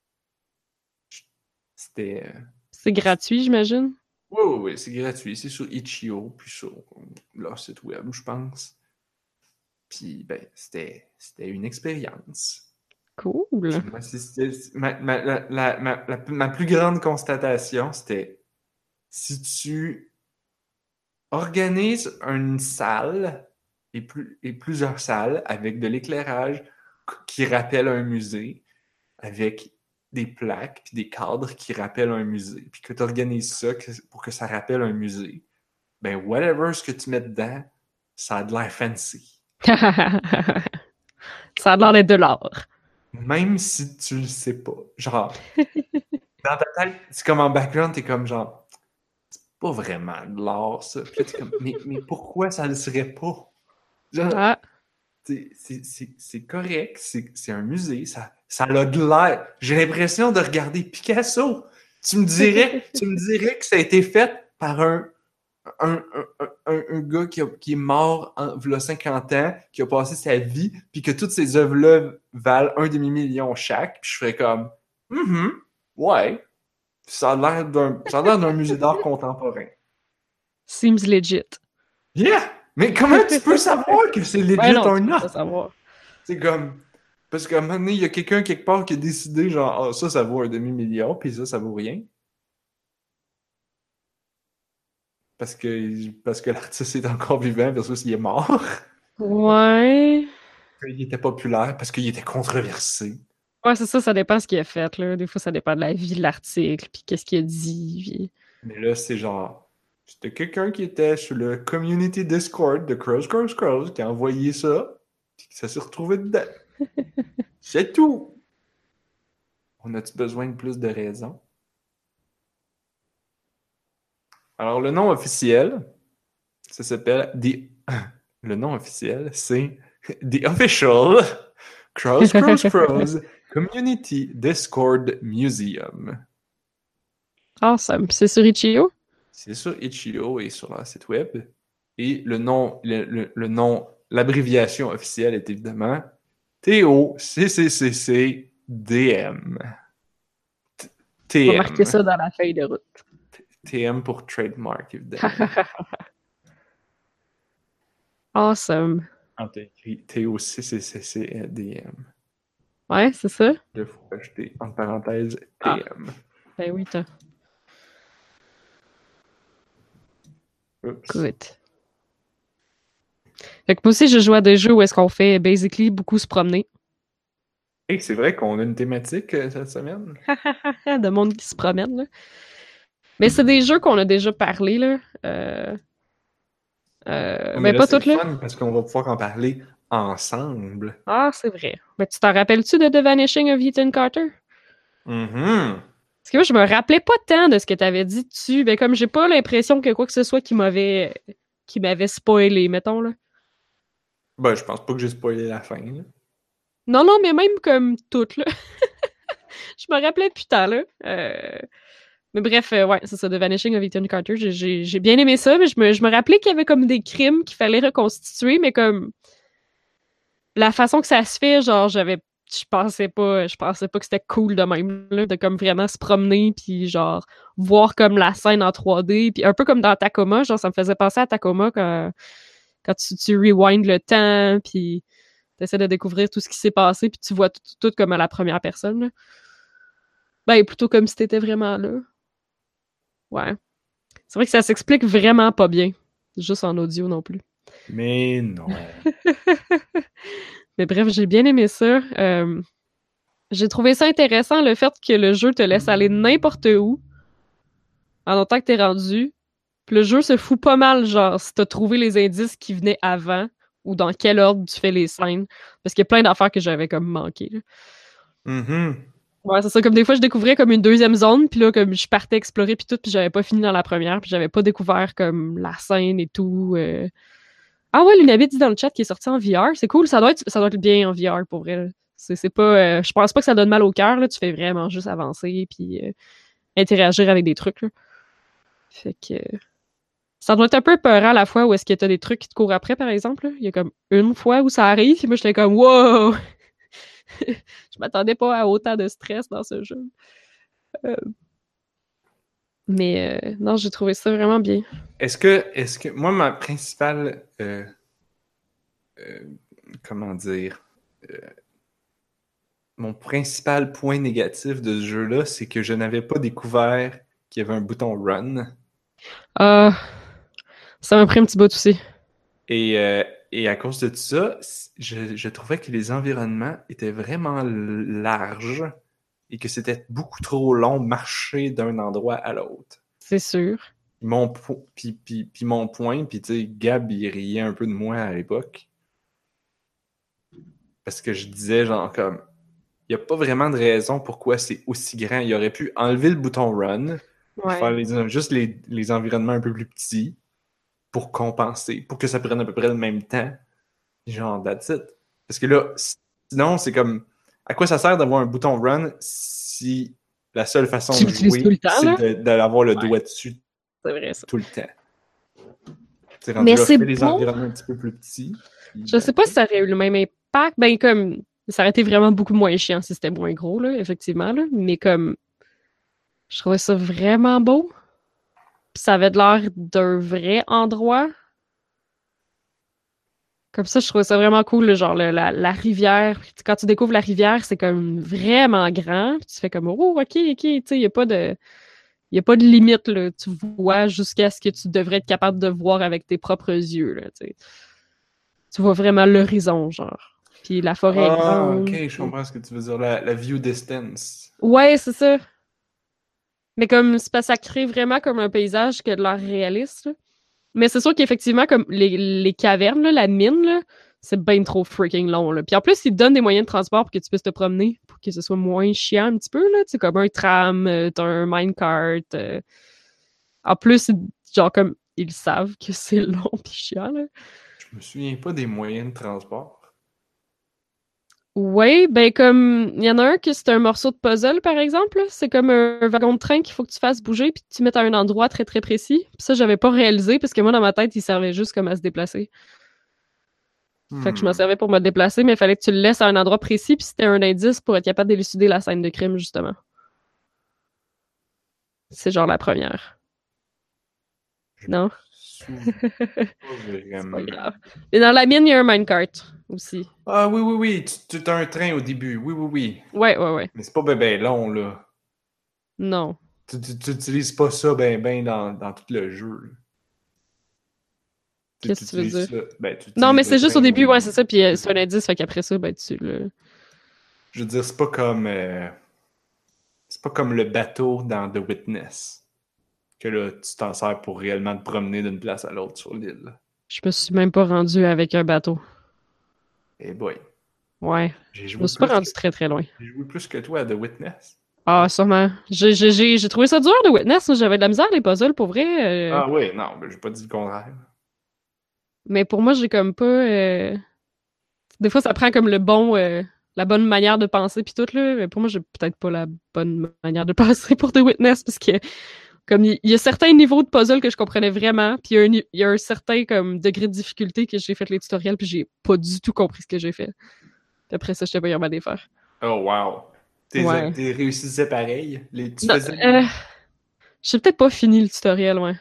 c'était. C'est gratuit, j'imagine. Oui, oui, oui, c'est gratuit. C'est sur Itch.io, puis sur leur site web, je pense. Puis, ben, c'était une expérience. Cool. Puis moi, ma plus grande constatation, c'était si tu organises une salle et plusieurs salles avec de l'éclairage qui rappelle un musée, avec des plaques puis des cadres qui rappellent un musée, puis que tu organises ça pour que ça rappelle un musée, ben whatever ce que tu mets dedans, ça a de l'air fancy. Ça a l'air d'être de l'art. Même si tu le sais pas. Genre, dans ta tête, c'est comme en background, t'es comme genre, pas vraiment de l'art, ça. Puis là, t'es comme, mais pourquoi ça le serait pas? Genre, Ah. c'est correct, c'est un musée, ça a de l'air. J'ai l'impression de regarder Picasso. Tu me dirais que ça a été fait par un, un gars qui est mort il y a 50 ans, qui a passé sa vie, puis que toutes ces œuvres-là valent un demi-million chaque, puis je ferais comme, mm ouais, ça a l'air d'un musée d'art contemporain. Seems legit. Yeah! Mais comment tu peux savoir que c'est Ouais, legit non, tu un peux pas art? savoir. C'est comme, parce qu'à un moment donné, il y a quelqu'un quelque part qui a décidé, genre, ah, ça vaut un demi-million, puis ça vaut rien. Parce que l'artiste est encore vivant versus il est mort. Ouais. Il était populaire parce qu'il était controversé. Ouais, c'est ça, ça dépend ce qu'il a fait, là. Des fois, ça dépend de la vie de l'article, puis qu'est-ce qu'il a dit. Mais là, c'est genre, c'était quelqu'un qui était sur le community Discord de Crows qui a envoyé ça, puis ça s'est retrouvé dedans. C'est tout. On a-tu besoin de plus de raisons? Alors, le nom officiel, ça s'appelle Le nom officiel, c'est The Official Crows Community Discord Museum. Awesome. Puis c'est sur Itch.io? C'est sur Itch.io et sur leur site web. Et le nom, le nom, l'abréviation officielle est évidemment TOCCCCDM. On va marquer TM. ça dans la feuille de route. TM pour trademark, évidemment. Awesome. Quand t'as écrit TOCCCCDM. Ouais, c'est ça. Là, faut ajouter entre parenthèses Ah, TM. ben oui, t'as. Oups. Good. Fait que moi aussi, je joue à des jeux où est-ce qu'on fait basically beaucoup se promener. Hey, c'est vrai qu'on a une thématique cette semaine? De monde qui se promène, là. Mais c'est des jeux qu'on a déjà parlé, là. Oh, mais Ben là, pas c'est le toutes, là. fun parce qu'on va pouvoir en parler ensemble. Ah, c'est vrai. Ben tu t'en rappelles-tu de The Vanishing of Ethan Carter? Mhm. Parce que moi, je me rappelais pas tant de ce que t'avais dit dessus. Ben comme j'ai pas l'impression que quoi que ce soit qui m'avait spoilé, mettons, là. Ben, je pense pas que j'ai spoilé la fin, là. Non, non, mais même comme toutes, là. Je me rappelais plus tard, là. Mais bref, ouais, c'est ça, The Vanishing of Ethan Carter. J'ai bien aimé ça, mais je me rappelais qu'il y avait comme des crimes qu'il fallait reconstituer, mais comme la façon que ça se fait, genre, je pensais pas que c'était cool de même, là, de comme vraiment se promener, puis genre, voir comme la scène en 3D, puis un peu comme dans Tacoma, genre, ça me faisait penser à Tacoma quand tu rewinds le temps, puis t'essaies de découvrir tout ce qui s'est passé, puis tu vois tout comme à la première personne, là. Ben, plutôt comme si t'étais vraiment là. Ouais. C'est vrai que ça s'explique vraiment pas bien. Juste en audio non plus. Mais non. Mais bref, j'ai bien aimé ça. J'ai trouvé ça intéressant, le fait que le jeu te laisse aller n'importe où, en autant que t'es rendu. Puis le jeu se fout pas mal, genre, si t'as trouvé les indices qui venaient avant, ou dans quel ordre tu fais les scènes. Parce qu'il y a plein d'affaires que j'avais comme manqué, là. Mhm. Ouais, c'est ça. Comme des fois, je découvrais comme une deuxième zone, puis là, comme je partais explorer, puis tout, puis j'avais pas fini dans la première, puis j'avais pas découvert comme la scène et tout. Ah ouais, Lunabit dit dans le chat qu'il est sorti en VR. C'est cool, ça doit être bien en VR pour vrai, là. C'est pas. Je pense pas que ça donne mal au cœur, là. Tu fais vraiment juste avancer puis interagir avec des trucs, là. Fait que. Ça doit être un peu peurant à la fois où est-ce que t'as des trucs qui te courent après, par exemple, là. Il y a comme une fois où ça arrive, puis moi j'étais comme wow! Je m'attendais pas à autant de stress dans ce jeu. Euh, mais non, j'ai trouvé ça vraiment bien. Est-ce que, moi, ma principale, euh, comment dire, euh, mon principal point négatif de ce jeu-là, c'est que je n'avais pas découvert qu'il y avait un bouton run. Ah, ça m'a pris un petit bout aussi. Et, euh, et à cause de tout ça, je trouvais que les environnements étaient vraiment larges et que c'était beaucoup trop long de marcher d'un endroit à l'autre. C'est sûr. Puis mon point, puis tu sais, Gab, il riait un peu de moi à l'époque, parce que je disais genre comme, il n'y a pas vraiment de raison pourquoi c'est aussi grand. Il aurait pu enlever le bouton run, puis faire Ouais. juste les environnements un peu plus petits pour compenser, pour que ça prenne à peu près le même temps. Genre, that's it. Parce que là, sinon, c'est comme, à quoi ça sert d'avoir un bouton run si la seule façon Tu de l'utilises tout le jouer, temps, c'est là? d'avoir le Ouais, doigt dessus c'est vrai ça. tout le temps? C'est rendu Mais là, c'est fais les bon. environnements un petit peu plus petits, puis Je sais that's pas si it. ça aurait eu le même impact. Ben, comme, ça aurait été vraiment beaucoup moins chiant si c'était moins gros, là, effectivement, là. Mais comme, je trouvais ça vraiment beau. Puis ça avait de l'air d'un vrai endroit. Comme ça, je trouvais ça vraiment cool, là, genre la rivière. Puis quand tu découvres la rivière, c'est comme vraiment grand. Puis tu fais comme, oh, ok, ok, tu sais, il y a pas de limite, là. Tu vois jusqu'à ce que tu devrais être capable de voir avec tes propres yeux, là, tu sais. Tu vois vraiment l'horizon, genre. Puis la forêt est Ah, ok, grande. je comprends ce que tu veux dire, la view distance. Ouais, c'est ça. Mais comme c'est parce que ça crée vraiment comme un paysage qui a de l'air réaliste, là. Mais c'est sûr qu'effectivement, comme les cavernes, là, la mine, là, c'est bien trop freaking long, là. Puis en plus, ils te donnent des moyens de transport pour que tu puisses te promener, pour que ce soit moins chiant un petit peu, là. Tu sais, comme un tram, t'as un minecart. En plus, genre comme ils savent que c'est long pis chiant, là. Je me souviens pas des moyens de transport. Ouais, ben comme il y en a un que c'est un morceau de puzzle par exemple, là. C'est comme un wagon de train qu'il faut que tu fasses bouger puis que tu mettes à un endroit très très précis. Puis ça j'avais pas réalisé parce que moi dans ma tête il servait juste comme à se déplacer. Fait que je m'en Hmm. servais pour me déplacer mais il fallait que tu le laisses à un endroit précis puis c'était un indice pour être capable d'élucider la scène de crime justement. C'est genre la première. Je me Non? Pas C'est pas vraiment. grave. Et dans la mienne, il y a un minecart aussi. Ah oui, oui, oui, tu as un train au début. Oui, oui, oui. Ouais, ouais, ouais. Mais c'est pas ben, ben long, là. Non. Tu utilises pas ça ben dans tout le jeu, là. Tu Qu'est-ce que tu veux utilises dire? ça. Ben, tu Non, mais utilises le c'est juste au train au début, ouais, c'est début. ça, puis c'est un indice, fait qu'après ça, ben, tu le... Je veux dire, c'est pas comme le bateau dans The Witness. Que là, tu t'en sers pour réellement te promener d'une place à l'autre sur l'île. Je me suis même pas rendue avec un bateau. Eh boy. Ouais. J'ai Je me joué suis pas plus que rendue très, très loin. j'ai joué plus que toi à The Witness. Ah, sûrement. J'ai trouvé ça dur, le Witness. J'avais de la misère, les puzzles, pour vrai. Ah oui, non, mais j'ai pas dit le contraire. Mais pour moi, j'ai comme pas... Des fois, ça prend comme la bonne manière de penser, puis tout, là. Mais pour moi, j'ai peut-être pas la bonne manière de penser pour The Witness, parce que comme il y a certains niveaux de puzzle que je comprenais vraiment, puis il y a un certain comme degré de difficulté que j'ai fait les tutoriels, puis j'ai pas du tout compris ce que j'ai fait. Puis après ça, j'étais pas capable de les faire. Oh wow. Ouais. T'es réussissais pareil. Tu Non, faisais j'ai peut-être pas fini le tutoriel, ouais.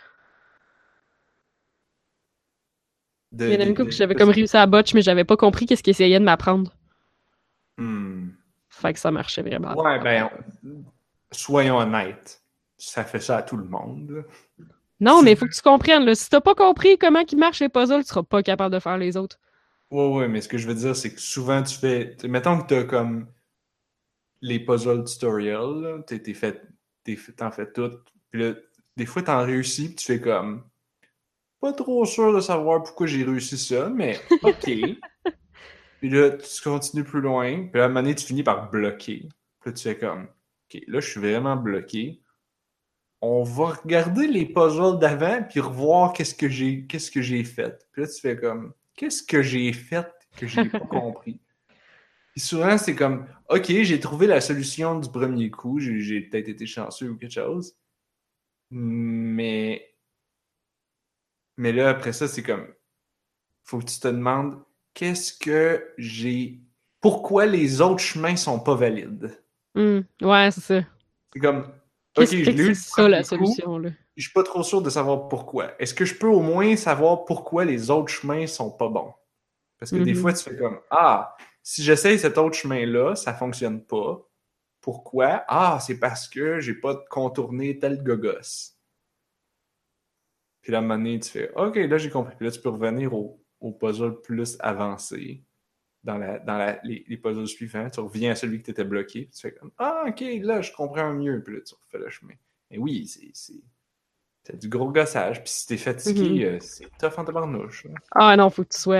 Il y en a une couple que j'avais comme réussi à botch, mais j'avais pas compris qu'est-ce qu'il essayait de m'apprendre. Hmm. Fait que ça marchait vraiment Ouais, pas. ben, soyons honnêtes. Ça fait ça à tout le monde, là. Non, mais il faut que tu comprennes, là. Si t'as pas compris comment ils marchent les puzzles, tu seras pas capable de faire les autres. Ouais, ouais, mais ce que je veux dire, c'est que souvent tu fais. Mettons que t'as comme les puzzle tutorials, là, t'en fais toutes. Puis là, des fois, t'en réussis, puis tu fais comme. Pas trop sûr de savoir pourquoi j'ai réussi ça, mais OK. Puis là, tu continues plus loin. Puis là, à un moment donné, tu finis par bloquer. Puis là, tu fais comme, OK, là, je suis vraiment bloqué. On va regarder les puzzles d'avant puis revoir qu'est-ce que j'ai fait. Puis là, tu fais comme, qu'est-ce que j'ai fait que j'ai pas compris. Puis souvent, c'est comme, OK, j'ai trouvé la solution du premier coup. J'ai peut-être été chanceux ou quelque chose. Mais, mais là, après ça, c'est comme, faut que tu te demandes qu'est-ce que j'ai. Pourquoi les autres chemins sont pas valides? Ouais, c'est ça. C'est comme, OK, je Fait que l'ai eu c'est le ça la premier coup, solution, là. je suis pas trop sûr de savoir pourquoi. Est-ce que je peux au moins savoir pourquoi les autres chemins sont pas bons? Parce que des fois, Mhm. tu fais comme, ah, si j'essaye cet autre chemin-là, ça fonctionne pas. Pourquoi? Ah, c'est parce que j'ai pas contourné tel gogos. Puis là, à un moment donné, tu fais, OK, là, j'ai compris. Puis là, tu peux revenir au puzzle plus avancé. Les puzzles suivants, tu reviens à celui que tu étais bloqué, puis tu fais comme ah, ok, là, je comprends mieux, puis là, tu refais le chemin. Mais oui, c'est du gros gossage, puis si t'es Mhm. fatigué, c'est tough en tabarnouche, là. Ah non,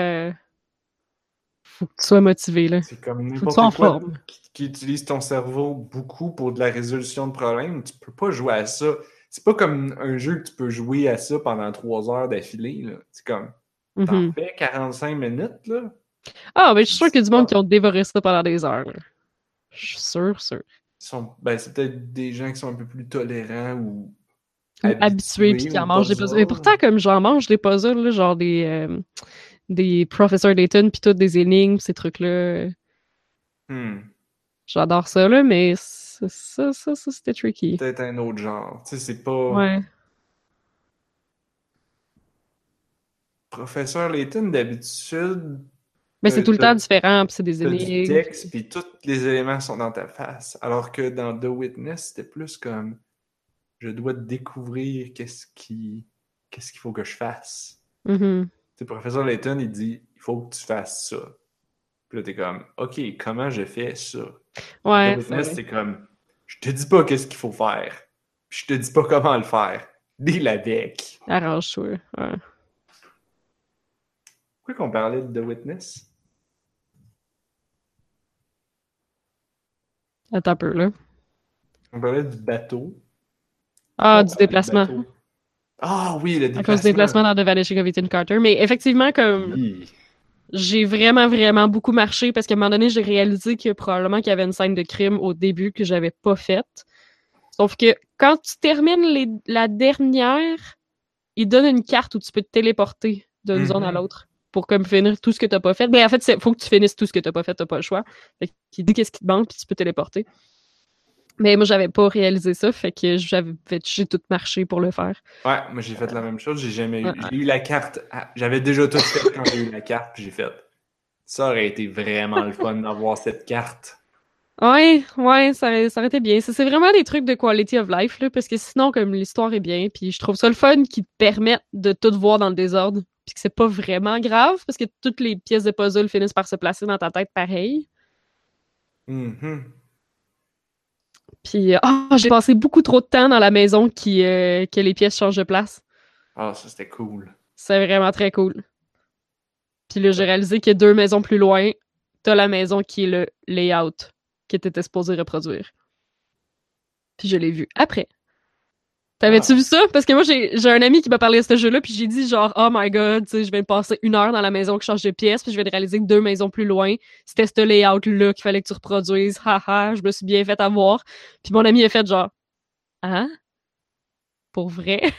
faut que tu sois motivé, là. C'est comme Faut que tu sois en n'importe quoi forme. qui utilise ton cerveau beaucoup pour de la résolution de problèmes. Tu peux pas jouer à ça. C'est pas comme un jeu que tu peux jouer à ça pendant 3 heures d'affilée, là. C'est comme, t'en Mhm. fais 45 minutes, là. Ah, ben, je suis sûre qu'il y a du monde qui Stop. ont dévoré ça pendant des heures, là. Je suis sûre. Ben, c'est peut-être des gens qui sont un peu plus tolérants ou Ou habitués puis habitué qui en au mangent des puzzles. Et puzzle. pourtant, comme j'en mange des puzzles, là, genre des Professor Layton puis toutes des énigmes, ces trucs-là. Hmm. J'adore ça, là, mais c'était C'est tricky. peut-être un autre genre. Tu sais, c'est pas. Ouais. Professeur Layton, d'habitude, Mais c'est t'as, tout le t'as- temps différent, puis c'est des t'as du énigmes. texte, puis tous les éléments sont dans ta face. Alors que dans The Witness, c'était plus comme je dois découvrir qu'est-ce qu'il faut que je fasse. Mhm. Tu sais, Professeur Layton, il dit il faut que tu fasses ça. Puis là, t'es comme OK, comment je fais ça? Dans The Ouais, c'est Witness, vrai. c'est comme je te dis pas qu'est-ce qu'il faut faire. Puis je te dis pas comment le faire. Deal avec. Arrange-toi. Ouais. Pourquoi qu'on parlait de The Witness? Attends un peu, là. On parlait du bateau. Pourquoi Ah, on du parlait du déplacement. bateau? Ah oui, le À cause du déplacement. déplacement dans The Vanishing of Ethan Carter. Mais effectivement, comme Oui. j'ai vraiment, vraiment beaucoup marché parce qu'à un moment donné, j'ai réalisé que probablement qu'il y avait une scène de crime au début que j'avais pas faite. Sauf que quand tu termines la dernière, il donne une carte où tu peux te téléporter d'une zone à Mhm. l'autre pour comme finir tout ce que t'as pas fait. Mais en fait, il faut que tu finisses tout ce que t'as pas fait, t'as pas le choix. Fait qu'il dit qu'est-ce qui te manque, puis tu peux téléporter. Mais moi, j'avais pas réalisé ça, fait que j'ai tout marché pour le faire. Ouais, moi j'ai fait la même chose. J'ai jamais Ouais, eu. J'ai eu la carte. J'avais déjà tout fait quand j'ai eu la carte, puis j'ai fait. Ça aurait été vraiment le fun d'avoir cette carte. ouais, ça aurait été bien. C'est vraiment des trucs de quality of life, là, parce que sinon, comme l'histoire est bien, puis je trouve ça le fun qui te permettent de tout voir dans le désordre, puis que c'est pas vraiment grave, parce que toutes les pièces de puzzle finissent par se placer dans ta tête pareil. Mhm. Puis, j'ai passé beaucoup trop de temps dans la maison que les pièces changent de place. Ah, ça c'était cool. C'est vraiment très cool. Puis là, j'ai réalisé que 2 maisons plus loin, t'as la maison qui est le layout que t'étais supposé reproduire. Puis je l'ai vu après. T'avais-tu vu Ah. ça? Parce que moi, j'ai un ami qui m'a parlé de ce jeu-là, puis j'ai dit genre, oh my god, tu sais, je viens de passer 1 heure dans la maison qui change de pièce, puis je viens de réaliser que 2 maisons plus loin, c'était ce layout-là qu'il fallait que tu reproduises. Haha, je me suis bien fait avoir. Puis mon ami a fait genre, hein? Pour vrai?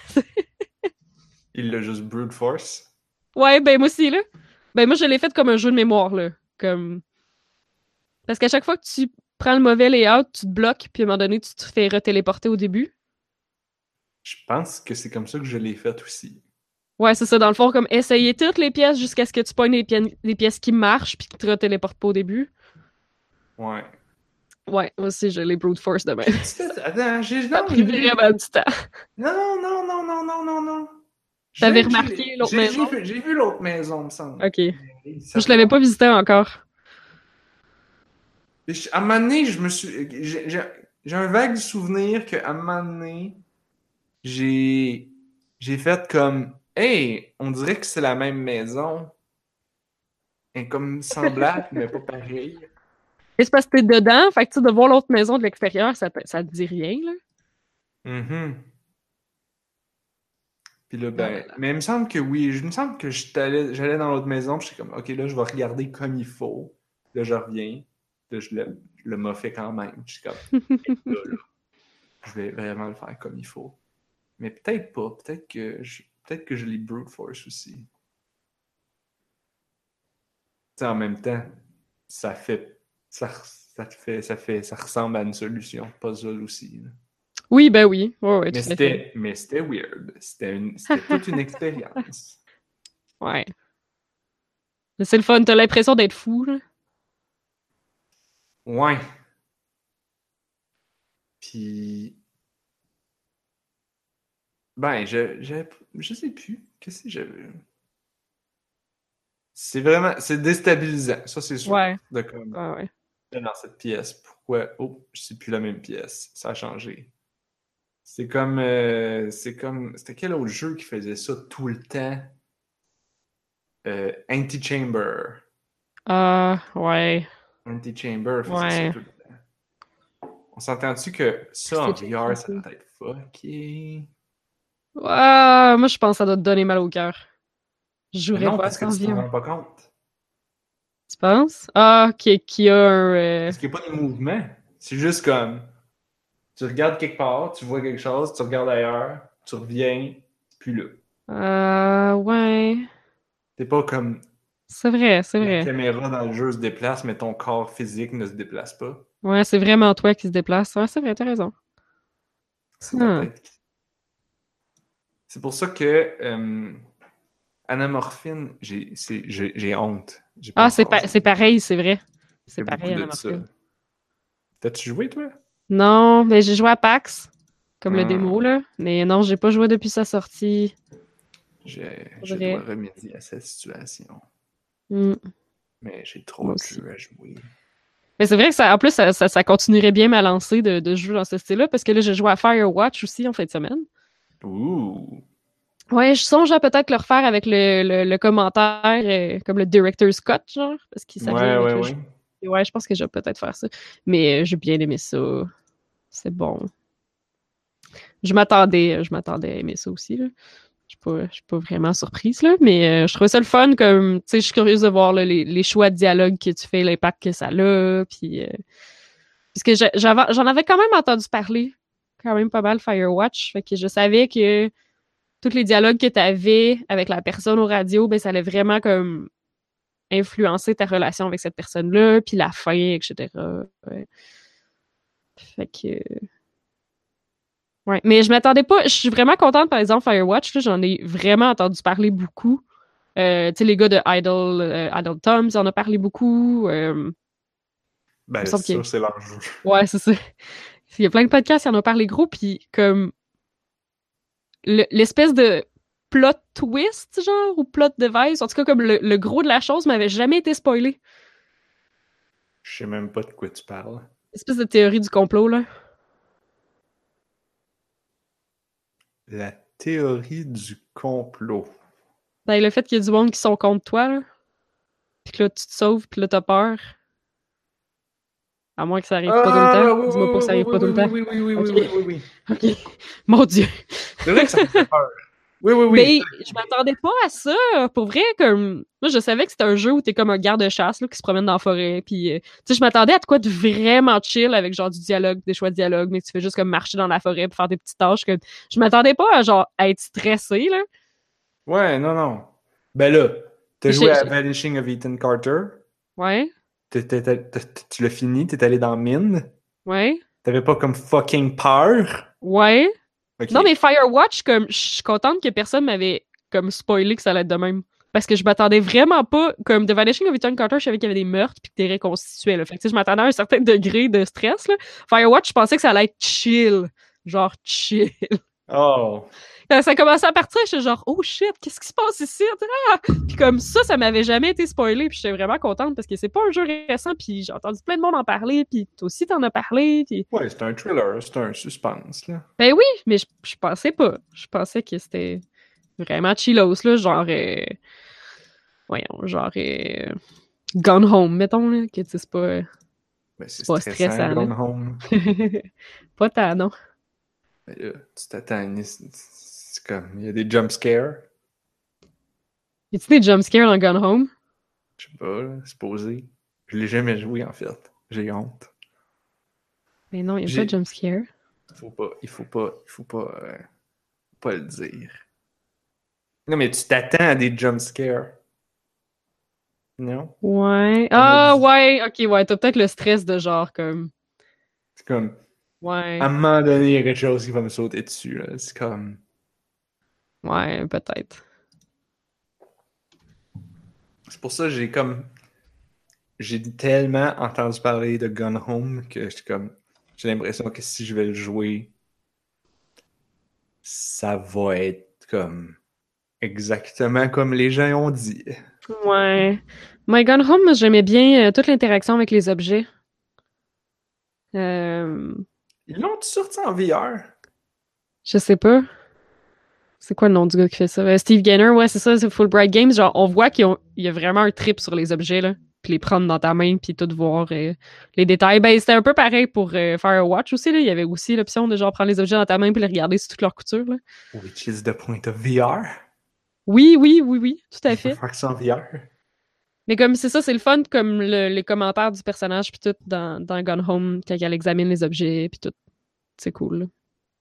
Il l'a juste brute force. Ouais, ben moi aussi, là. Ben moi, je l'ai fait comme un jeu de mémoire, là. Comme... Parce qu'à chaque fois que tu prends le mauvais layout, tu te bloques, puis à un moment donné, tu te fais retéléporter au début. Je pense que c'est comme ça que je l'ai fait aussi. Ouais, c'est ça, dans le fond, comme essayer toutes les pièces jusqu'à ce que tu pognes les pièces qui marchent, puis qui te retéléportent pas au début. Ouais. Ouais, moi aussi, je l'ai brute force de même. J'ai-tu fait. Attends, Ça a pris vraiment du temps. Non, non, non, non, non, non, non. T'avais remarqué l'autre maison? J'ai vu l'autre maison, me semble. Ok. Mais ça Je fait l'avais pas longtemps. visité encore. À un moment donné, je me suis. J'ai un vague souvenir qu'à un moment donné, j'ai j'ai fait comme Hey, on dirait que c'est la même maison. Et comme semblable, mais pas pareil. Et c'est parce que t'es dedans, fait que tu sais, de voir l'autre maison de l'extérieur, ça te dit rien, là. Mhm. Puis là, Ah là ben. là. Mais il me semble que oui. Il me semble que j'allais dans l'autre maison, puis j'étais comme OK, là, je vais regarder comme il faut. Là, je reviens. Là, je le m'a fait quand même. Je suis comme là, je vais vraiment le faire comme il faut. Mais peut-être pas. Peut-être que je l'ai brute force aussi. Tu sais, en même temps, ça fait. Ça ressemble à une solution puzzle aussi, là. Oui, ben oui. Ouais, ouais, tout à fait. Mais c'était weird. C'était toute une expérience. Ouais. Mais c'est le fun, t'as l'impression d'être fou, là. Ouais. Puis, ben, je sais plus. Qu'est-ce que j'avais. C'est déstabilisant. Ça, c'est sûr. Ouais. De comme, Ouais, ouais. dans cette pièce, pourquoi, oh, c'est plus la même pièce. Ça a changé. C'était quel autre jeu qui faisait ça tout le temps? Antichamber. Ouais. Antichamber faisait ça Ouais. tout le temps. On s'entend-tu que ça en C'est VR, ça Jason. doit être fucké? Moi, je pense que ça doit te donner mal au cœur. Je Mais jouerais non, pas à parce que ça en tu t'en VR. rends pas compte. Tu penses? Ah, qui a un... Parce qu'il n'y a pas de mouvement. C'est juste comme, tu regardes quelque part, tu vois quelque chose, tu regardes ailleurs, tu reviens, c'est plus là. Ouais. C'est pas comme C'est vrai, c'est la vrai. caméra dans le jeu se déplace, mais ton corps physique ne se déplace pas. Ouais, c'est vraiment toi qui se déplace. Ouais, c'est vrai, t'as raison. C'est ma Hmm. tête. C'est pour ça que Anamorphine, j'ai honte. J'ai pas Ah, encore joué. c'est pareil, c'est vrai. C'est J'ai beaucoup pareil, de Anna ça. Morphine. T'as-tu joué, toi? Non, mais j'ai joué à PAX, comme le démo, Hmm. là. Mais non, j'ai pas joué depuis sa sortie. Je dois Faudrait. remédier à cette situation. Hmm. Mais j'ai trop Moi de aussi. jeux à jouer. Mais c'est vrai que en plus, ça continuerait bien ma lancée de jouer dans ce style-là, parce que là, j'ai joué à Firewatch aussi en fin de semaine. Ouh! Ouais, je songe à peut-être le refaire avec le commentaire, comme le Director's Cut, genre, parce que ça vient Ouais, ouais, avec le jeu. ouais. Et ouais, je pense que je vais peut-être faire ça. Mais j'ai bien aimé ça. C'est bon. Je m'attendais à aimer ça aussi, là. Je suis pas vraiment surprise, là, mais je trouvais ça le fun, comme, tu sais, je suis curieuse de voir là, les choix de dialogue que tu fais, l'impact que ça a, puis... parce que j'en avais quand même entendu parler, quand même pas mal, Firewatch, fait que je savais que tous les dialogues que tu avais avec la personne au radio, ben ça allait vraiment comme influencer ta relation avec cette personne-là, puis la fin, etc. Ouais. Fait que... Ouais, mais je m'attendais pas... Je suis vraiment contente, par exemple, Firewatch, là, j'en ai vraiment entendu parler beaucoup. Tu sais, les gars de Idle Toms en ont parlé beaucoup. Il me Ben, semble c'est que... sûr, c'est leur jeu. Ouais, c'est ça. Il y a plein de podcasts qui en ont parlé gros, puis comme l'espèce de plot twist, genre, ou plot device, en tout cas, comme le gros de la chose m'avait jamais été spoilé. Je sais même pas de quoi tu parles. Espèce de théorie du complot, là. La théorie du complot. Ben, le fait qu'il y a du monde qui sont contre toi, là. Puis que là, tu te sauves, puis là, t'as peur. À moins que ça arrive pas tout le temps. Ah, oui, Dis-moi pas que ça oui, arrive oui, pas tout oui, le oui, temps. oui, oui, oui, OK. oui, oui, oui, oui. OK. Mon Dieu. C'est vrai que ça me fait peur. Oui, oui, Mais oui. je m'attendais pas à ça. Pour vrai, comme. Moi, je savais que c'était un jeu où t'es comme un garde-chasse, là, qui se promène dans la forêt. Puis, tu sais, je m'attendais à de quoi de vraiment chill avec genre du dialogue, des choix de dialogue, mais que tu fais juste comme marcher dans la forêt pour faire des petites tâches. Que... Je m'attendais pas à genre à être stressé, là. Ouais, non, non. Ben là, t'as Puis joué à Vanishing of Ethan Carter. Ouais, Tu l'as fini, t'es allé dans Mine. ouais, T'avais pas comme fucking peur. ouais. Ok. Non, mais Firewatch, comme, je suis contente que personne m'avait comme spoilé que ça allait être de même. Parce que je m'attendais vraiment pas, comme The Vanishing of Ethan Carter, je savais qu'il y avait des meurtres puis que t'es reconstitué, là. Fait que, tu sais, je m'attendais à un certain degré de stress, là. Firewatch, je pensais que ça allait être chill. Genre chill. Oh. Quand ça commençait à partir, j'étais genre, oh shit, qu'est-ce qui se passe ici? Ah! Puis comme ça m'avait jamais été spoilé, puis j'étais vraiment contente parce que c'est pas un jeu récent, puis j'ai entendu plein de monde en parler, puis toi aussi t'en as parlé, puis... Ouais, c'est un thriller, c'est un suspense, là. Ben oui, mais je pensais pas. Je pensais que c'était vraiment chillos, là, genre... voyons, genre... Gone Home, mettons, là, que tu sais, Ben, c'est c'est pas stressant, stressant, là. Gone Home. Pas tant, non. Ben là, tu t'attends, c'est comme, il y a des jump scares. Y a-tu des jumpscares dans Gone Home? Je sais pas, là, c'est posé. Je l'ai jamais joué, en fait. J'ai honte. Mais non, y a pas de J'ai... jumpscare. Pas le dire. Non, mais tu t'attends à des jump scares. Non? Ouais. On a Ah, dit. ouais, ok, ouais, t'as peut-être le stress de genre, comme... C'est comme, à Ouais, un moment donné, il y a quelque chose qui va me sauter dessus, là. C'est comme. ouais, peut-être. C'est pour ça que j'ai comme. J'ai tellement entendu parler de Gone Home que je suis comme. J'ai l'impression que si je vais le jouer, ça va être comme. Exactement comme les gens ont dit. Ouais. My Gone Home, moi, j'aimais bien toute l'interaction avec les objets. Euh, Ils l'ont sorti en VR? je sais pas. C'est quoi le nom du gars qui fait ça? Steve Gaynor, ouais, c'est ça, c'est Fulbright Games. Genre, on voit qu'il y a vraiment un trip sur les objets, là. Puis les prendre dans ta main, puis tout voir les détails. Ben, c'était un peu pareil pour Firewatch aussi, là. Il y avait aussi l'option de genre prendre les objets dans ta main puis les regarder sur toute leur couture, là. Which is the point of VR? Oui, oui, oui, oui, tout à Je veux fait. faire ça en VR. Mais comme c'est ça, c'est le fun, comme les commentaires du personnage, puis tout, dans Gone Home, quand elle examine les objets, puis tout. C'est cool, là.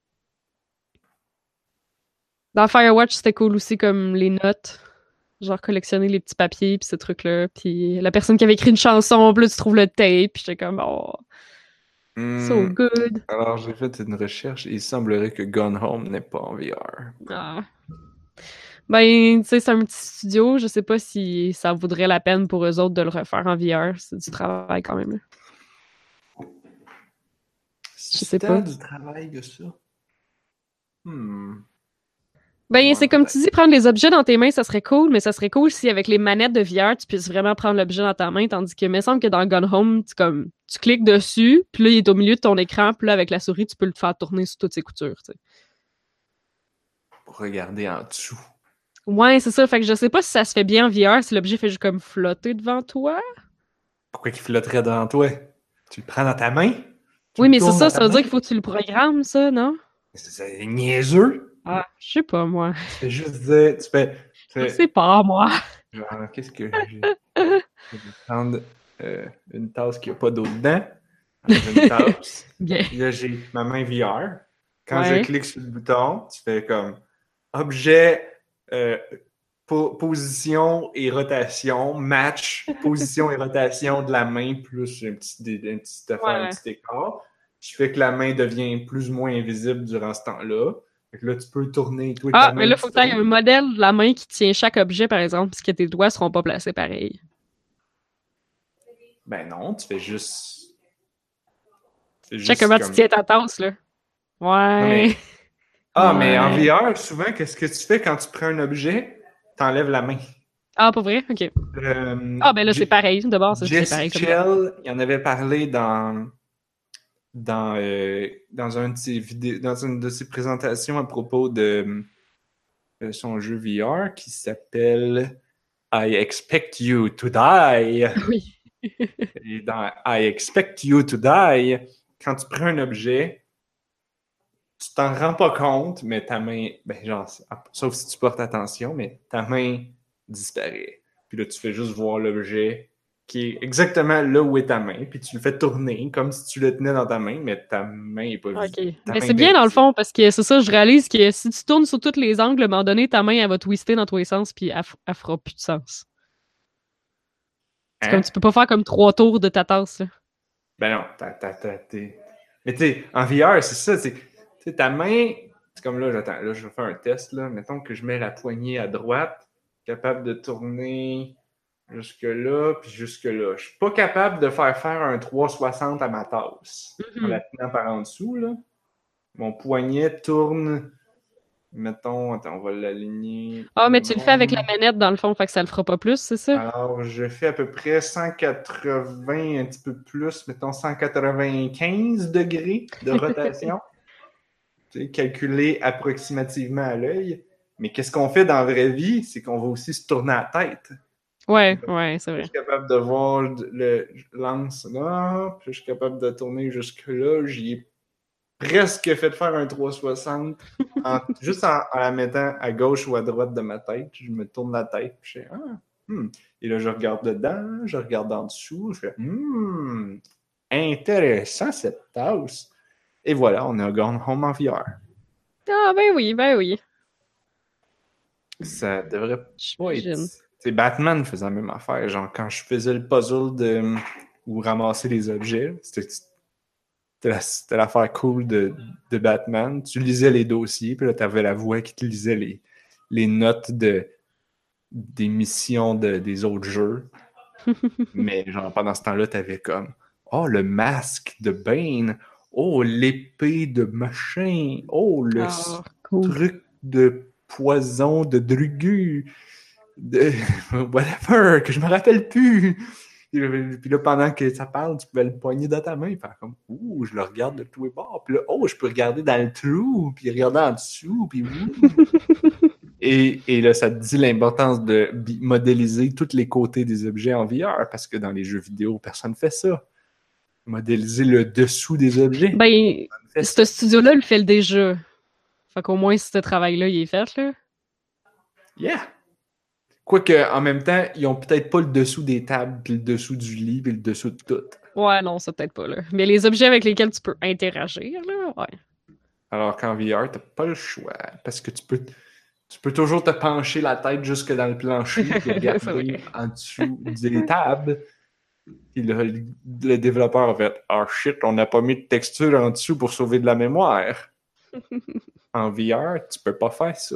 Dans Firewatch, c'était cool aussi, comme les notes. Genre collectionner les petits papiers, puis ces trucs-là. Puis la personne qui avait écrit une chanson, puis là, tu trouves le tape, puis j'étais comme, oh, so Hmm, good. alors, j'ai fait une recherche et il semblerait que Gone Home n'est pas en VR. Ah. Ben, tu sais, c'est un petit studio. Je sais pas si ça vaudrait la peine pour eux autres de le refaire en VR. C'est du travail quand même, là. Je C'est sais pas. tant du travail que ça. Hmm. Ben, Ouais, c'est comme tu peut-être. dis, prendre les objets dans tes mains, ça serait cool, mais ça serait cool si avec les manettes de VR, tu puisses vraiment prendre l'objet dans ta main, tandis que, il me semble que dans Gone Home, tu cliques dessus, puis là, il est au milieu de ton écran, puis là, avec la souris, tu peux le faire tourner sur toutes ses coutures, tu sais. Pour regarder en dessous. Ouais, c'est ça. Fait que je sais pas si ça se fait bien en VR, si l'objet fait juste comme flotter devant toi. Pourquoi qu'il flotterait devant toi? Tu le prends dans ta main? Tu Oui, le mais c'est tournes dans ça, ta ça veut dire main? qu'il faut que tu le programmes, ça, non? C'est niaiseux. Ah, je sais pas, moi. Tu fais juste dire, tu Je sais fais, pas, moi. genre, qu'est-ce que j'ai? Je vais prendre une tasse qui n'a pas d'eau dedans. Dans une tasse. Bien. Puis là, j'ai ma main VR. Quand je Ouais. clique sur le bouton, tu fais comme objet, euh, position et rotation, match, position et rotation de la main, plus un petit, affaire, un Ouais. petit écart. qui fait que la main devient plus ou moins invisible durant ce temps-là. Fait que là, tu peux tourner, toi, ta Ah, mais main là, qui faut que tu aies un tourne. modèle de la main qui tient chaque objet, par exemple, puisque tes doigts seront pas placés pareil. Ben non, tu fais juste. Tu fais Check juste comment tu comme. tiens ta tasse, là. Non, Ouais. mais. Ah, mais en Ouais. VR, souvent, qu'est-ce que tu fais quand tu prends un objet? T'enlèves la main. Ah, pas vrai? OK. Ah, ben là, c'est pareil. De base, c'est Jesse pareil comme ça. Chell, il en avait parlé dans un de ses vidéos, dans une de ses présentations à propos de son jeu VR qui s'appelle I Expect You to Die. Oui. Et dans I Expect You to Die, quand tu prends un objet, tu t'en rends pas compte, mais ta main, ben genre, sauf si tu portes attention, mais ta main disparaît. Puis là, tu fais juste voir l'objet qui est exactement là où est ta main, puis tu le fais tourner comme si tu le tenais dans ta main, mais ta main est pas OK. visible. Ta Mais main c'est est bien dans le invisible. fond parce que c'est ça, je réalise que si tu tournes sur tous les angles, à un moment donné, ta main, elle va twister dans tous les sens puis elle fera plus de sens. C'est comme Hein? tu peux pas faire comme 3 tours de ta tasse, là. Ben non, mais tu sais, en VR, c'est ça, c'est ta main, c'est comme là, j'attends, là, je vais faire un test, là. Mettons que je mets la poignée à droite, capable de tourner jusque-là, puis jusque-là. Je suis pas capable de faire un 360 à ma tasse en la Mhm. tenant par en dessous, là. Mon poignet tourne, mettons, attends, on va l'aligner Ah, de mais tu le fais avec la même. manette, dans le fond, fait que ça le fera pas plus, c'est ça? Alors, je fais à peu près 180, un petit peu plus, mettons 195 degrés de rotation, tu sais, calculé approximativement à l'œil. Mais qu'est-ce qu'on fait dans la vraie vie? C'est qu'on va aussi se tourner la tête. Ouais, ouais, c'est Je vrai. suis capable de voir le lance là, puis je suis capable de tourner jusque-là. J'y ai presque fait faire un 360 juste en la mettant à gauche ou à droite de ma tête. Je me tourne la tête, puis je fais Et là, je regarde dedans, je regarde en dessous, je fais intéressant cette tasse. Et voilà, on a Gone Home en VR. Ah, ben oui, ben oui. Ça devrait pas être. J'imagine. C'est Batman faisait la même affaire. Genre, quand je faisais le puzzle de ou ramasser les objets, c'était l'affaire cool de Batman. Tu lisais les dossiers, puis là, tu avais la voix qui te lisait les notes des missions des autres jeux. Mais genre, pendant ce temps-là, tu avais comme oh, le masque de Bane. Oh, l'épée de machin. Oh, le Ah, cool. truc de poison de Drugu. De whatever, que je me rappelle plus. Puis là, pendant que ça parle, tu pouvais le poigner dans ta main et faire comme ouh, je le regarde de tous les bords. Puis là, oh, je peux regarder dans le trou, puis regarder en dessous, puis ouh. Et là, ça te dit l'importance de modéliser tous les côtés des objets en VR, parce que dans les jeux vidéo, personne ne fait ça. Modéliser le dessous des objets, Ben, personne ne fait ce ça. studio-là le fait déjà. Fait qu'au moins, ce travail-là, il est fait, là. Yeah! Quoique, en même temps, ils ont peut-être pas le dessous des tables, puis le dessous du lit, puis le dessous de tout. Ouais, non, ça peut-être pas, là. Mais les objets avec lesquels tu peux interagir, là, ouais. Alors qu'en VR, t'as pas le choix, parce que tu peux toujours te pencher la tête jusque dans le plancher, puis C'est vrai. regarder en dessous des tables. Puis le développeur a fait ah shit, on n'a pas mis de texture en dessous pour sauver de la mémoire. En VR, tu peux pas faire ça.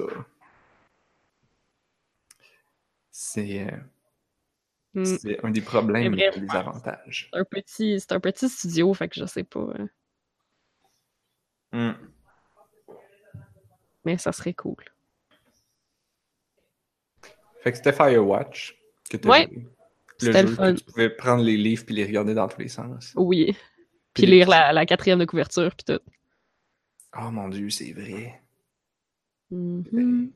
C'est Hmm. c'est un des Mais problèmes, mais bref, pas des ouais, avantages. c'est un petit studio, fait que je sais pas. Hmm. Mais ça serait cool. Fait que c'était Firewatch que tu as Ouais, joué. Le c'était le jeu que fun. tu pouvais prendre les livres puis les regarder dans tous les sens. Oui. Puis Puis les lire petits. la quatrième de couverture, puis tout. Oh mon Dieu, c'est vrai. Mhm.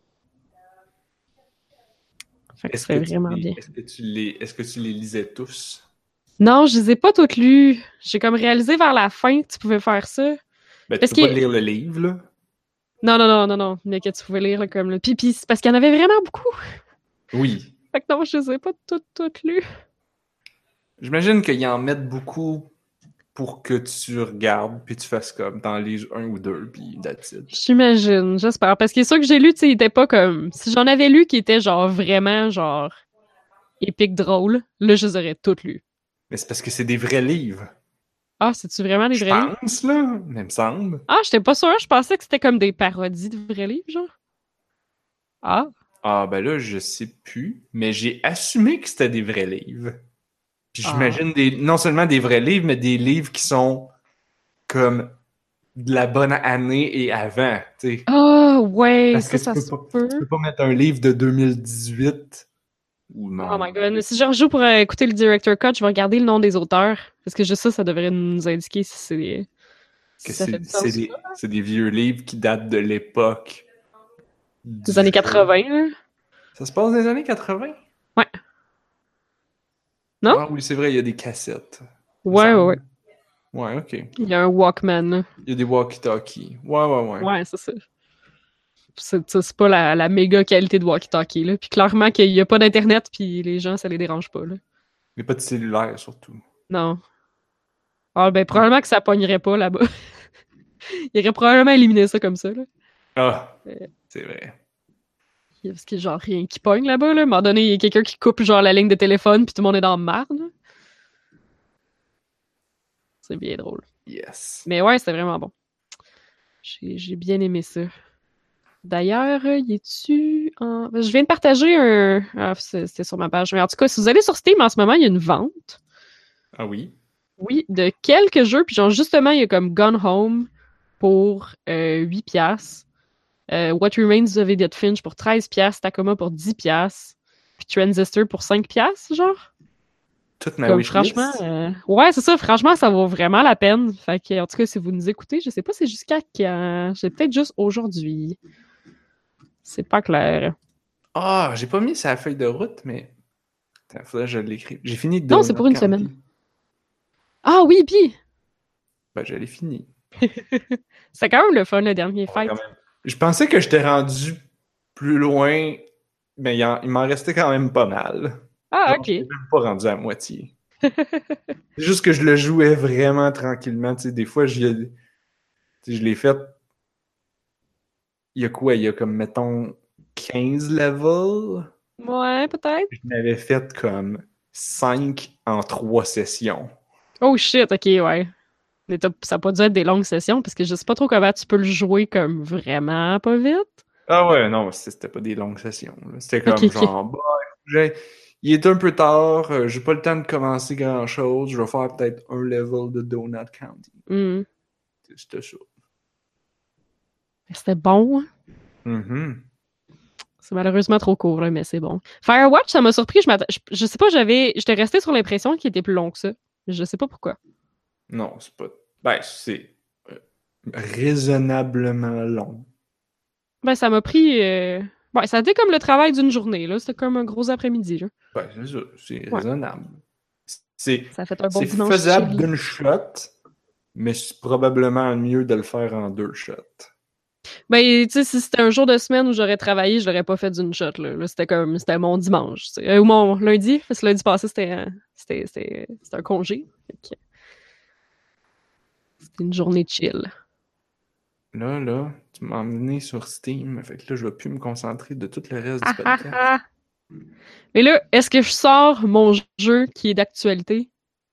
Fait que c'était vraiment bien. Est-ce que tu les lisais tous? Non, je les ai pas toutes lues. J'ai comme réalisé vers la fin que tu pouvais faire ça. Ben, tu Parce peux que... pas lire le livre, là. Non, non, non, non, non. Mais que tu pouvais lire là, comme le pipi. C'est parce qu'il y en avait vraiment beaucoup. Oui. Fait que non, je les ai pas toutes lues. J'imagine qu'ils en mettent beaucoup pour que tu regardes puis tu fasses comme t'en lises un ou deux puis that's it. J'imagine, j'espère. Parce que ceux que j'ai lus, tu sais, ils étaient pas comme... Si j'en avais lu qui étaient genre vraiment genre épique drôle, là, je les aurais toutes lues. Mais c'est parce que c'est des vrais livres. Ah, c'est-tu vraiment des Je vrais livres? pense, là, mais il me semble. Ah, j'étais pas sûre, je pensais que c'était comme des parodies de vrais livres, genre. Ah, Ah, ben là, je sais plus, mais j'ai assumé que c'était des vrais livres. Puis ah. j'imagine non seulement des vrais livres, mais des livres qui sont comme de la bonne année et avant, tu sais. Ah, ouais, Parce que ça se tu peut. peux pas mettre un livre de 2018 ou Oh non. my god, si je rejoue pour écouter le director cut, je vais regarder le nom des auteurs. Parce que juste ça devrait nous indiquer Que si ça fait du sens ou pas. c'est des vieux livres qui datent de l'époque Des du années jeu. 80, là. Ça se passe dans les années 80? Ouais. Non? Ah oui, c'est vrai, il y a des cassettes, il me Ouais, ouais, ouais. semble. Ouais, ok. Il y a un Walkman, là. Il y a des walkie-talkies. Ouais, ouais, ouais. Ouais, c'est ça. C'est pas la méga qualité de walkie-talkie, là. Puis clairement qu'il y a pas d'internet, puis les gens, ça les dérange pas, là. Mais pas de cellulaire, surtout. Non. Ah, ben, probablement que ça pognerait pas, là-bas. Il aurait probablement éliminé ça comme ça, là. Ah, Euh, c'est vrai. Parce qu'il y a genre rien qui pogne là-bas, là. À un moment donné, il y a quelqu'un qui coupe genre la ligne de téléphone, puis tout le monde est dans le marde, là. C'est bien drôle. Yes. Mais ouais, c'était vraiment bon. J'ai bien aimé ça. D'ailleurs, y es-tu en... Je viens de partager un... Ah, c'était sur ma page. Mais en tout cas, si vous allez sur Steam en ce moment, il y a une vente. Ah oui? Oui, de quelques jeux. Puis genre, justement, il y a comme Gone Home pour 8 piastres. What Remains of Edith Finch pour 13 piastres. Tacoma pour 10 piastres. Puis Transistor pour 5 piastres, genre. Toute ma Comme franchement... wishlist? Ouais, c'est ça. Franchement, ça vaut vraiment la peine. Fait que, en tout cas, si vous nous écoutez, je sais pas si c'est jusqu'à quand. C'est peut-être juste aujourd'hui. C'est pas clair. Ah, j'ai pas mis sa feuille de route, mais. Attends, faudrait que je l'écrive. J'ai fini Non, c'est Donut pour une semaine. County. Ah oui, puis Ben, je l'ai fini. c'est quand même le fun, le dernier Ouais, quand fight. même. Je pensais que j'étais rendu plus loin, mais il m'en restait quand même pas mal. Ah, Genre, je ok. suis même pas rendu à moitié. C'est juste que je le jouais vraiment tranquillement. Tu sais, des fois, tu sais, je l'ai fait. Il y a quoi? Il y a comme, mettons, 15 levels. Ouais, peut-être. Je n'avais fait comme 5 en 3 sessions. Oh shit, ok, ouais. Mais ça a pas dû être des longues sessions, parce que je sais pas trop comment tu peux le jouer comme vraiment pas vite. Ah ouais, non, c'était pas des longues sessions, là. C'était Ok, comme ok. genre, bah, il est un peu tard, j'ai pas le temps de commencer grand-chose, je vais faire peut-être un level de Donut County. Hmm. C'était ça. C'était bon, hein. Mhm. C'est malheureusement trop court, là, mais c'est bon. Firewatch, ça m'a surpris. Je sais pas, j'étais restée sur l'impression qu'il était plus long que ça. Je sais pas pourquoi. Non, c'est pas. Ben, c'est raisonnablement long. Ben, ça m'a pris. Ouais, ça a été comme le travail d'une journée, là. C'était comme un gros après-midi, là. Ben, c'est ça, c'est Ouais. raisonnable. C'est Ça a fait un bon c'est dimanche faisable chill. d'une shot, mais c'est probablement mieux de le faire en 2 shots. Ben, tu sais, si c'était un jour de semaine où j'aurais travaillé, je l'aurais pas fait d'une shot, là. Là, c'était mon dimanche, tu sais. Ou mon lundi, parce que lundi passé, c'était un congé. Fait que c'était une journée chill. Là, tu m'as emmené sur Steam, fait que là, je vais plus me concentrer de tout le reste du Ah ah podcast. ah! Mais là, est-ce que je sors mon jeu qui est d'actualité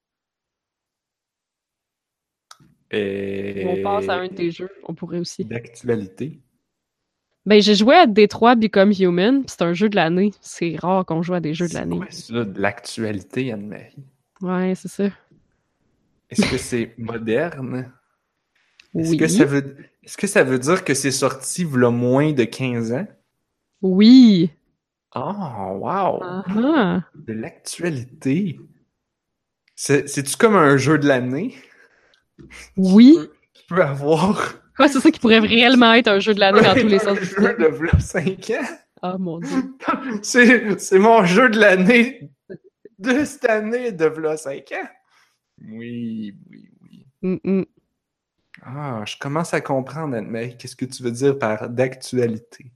ou on passe à un de Et tes jeux? On pourrait aussi. d'actualité. Ben, j'ai joué à Détroit Become Human, pis c'est un jeu de l'année. C'est rare qu'on joue à des jeux de C'est l'année. quoi ça de l'actualité, Anne-Marie? Ouais, c'est ça. Est-ce que c'est moderne? Oui. Est-ce que ça veut dire que c'est sorti v'là moins de 15 ans? Oui. Oh, wow! Ah ah. De l'actualité. C'est-tu comme un jeu de l'année? Oui. Tu peux avoir Ouais, c'est ça qui pourrait réellement être un jeu de l'année dans tous les un sens du jeu terme. de v'là 5 ans? Ah mon Dieu. C'est mon jeu de l'année de cette année de v'là 5 ans? Oui, oui, oui. Mm-mm. Ah, je commence à comprendre, Anne-Marie, qu'est-ce que tu veux dire par d'actualité.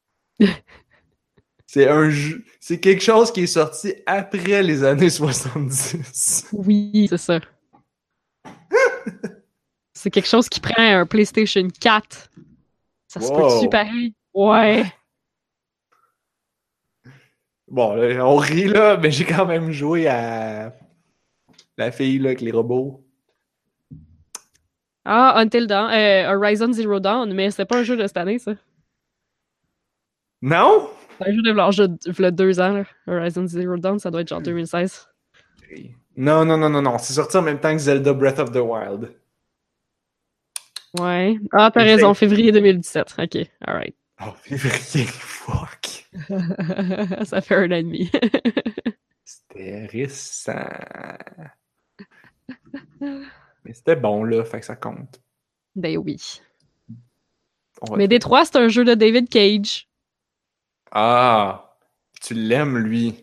C'est quelque chose qui est sorti après les années 70. Oui, c'est ça. C'est quelque chose qui prend un PlayStation 4. Ça se peut-tu Wow! pareil? Ouais. Bon, là, on rit là, mais j'ai quand même joué à la fille là, avec les robots. Ah, Until Dawn, Horizon Zero Dawn, mais c'était pas un jeu de cette année, ça. Non? C'est un jeu de v'là 2 ans, là. Horizon Zero Dawn, ça doit être genre 2016. Non, non, non, non, non. C'est sorti en même temps que Zelda Breath of the Wild. Ouais. Ah, t'as raison, Exact. février 2017. Ok, alright. Oh, février, fuck. Ça fait 1 an et demi. C'était récent. Mais c'était bon, là, fait que ça compte. Ben oui. On va Mais dire. Détroit, c'est un jeu de David Cage. Ah, tu l'aimes, lui.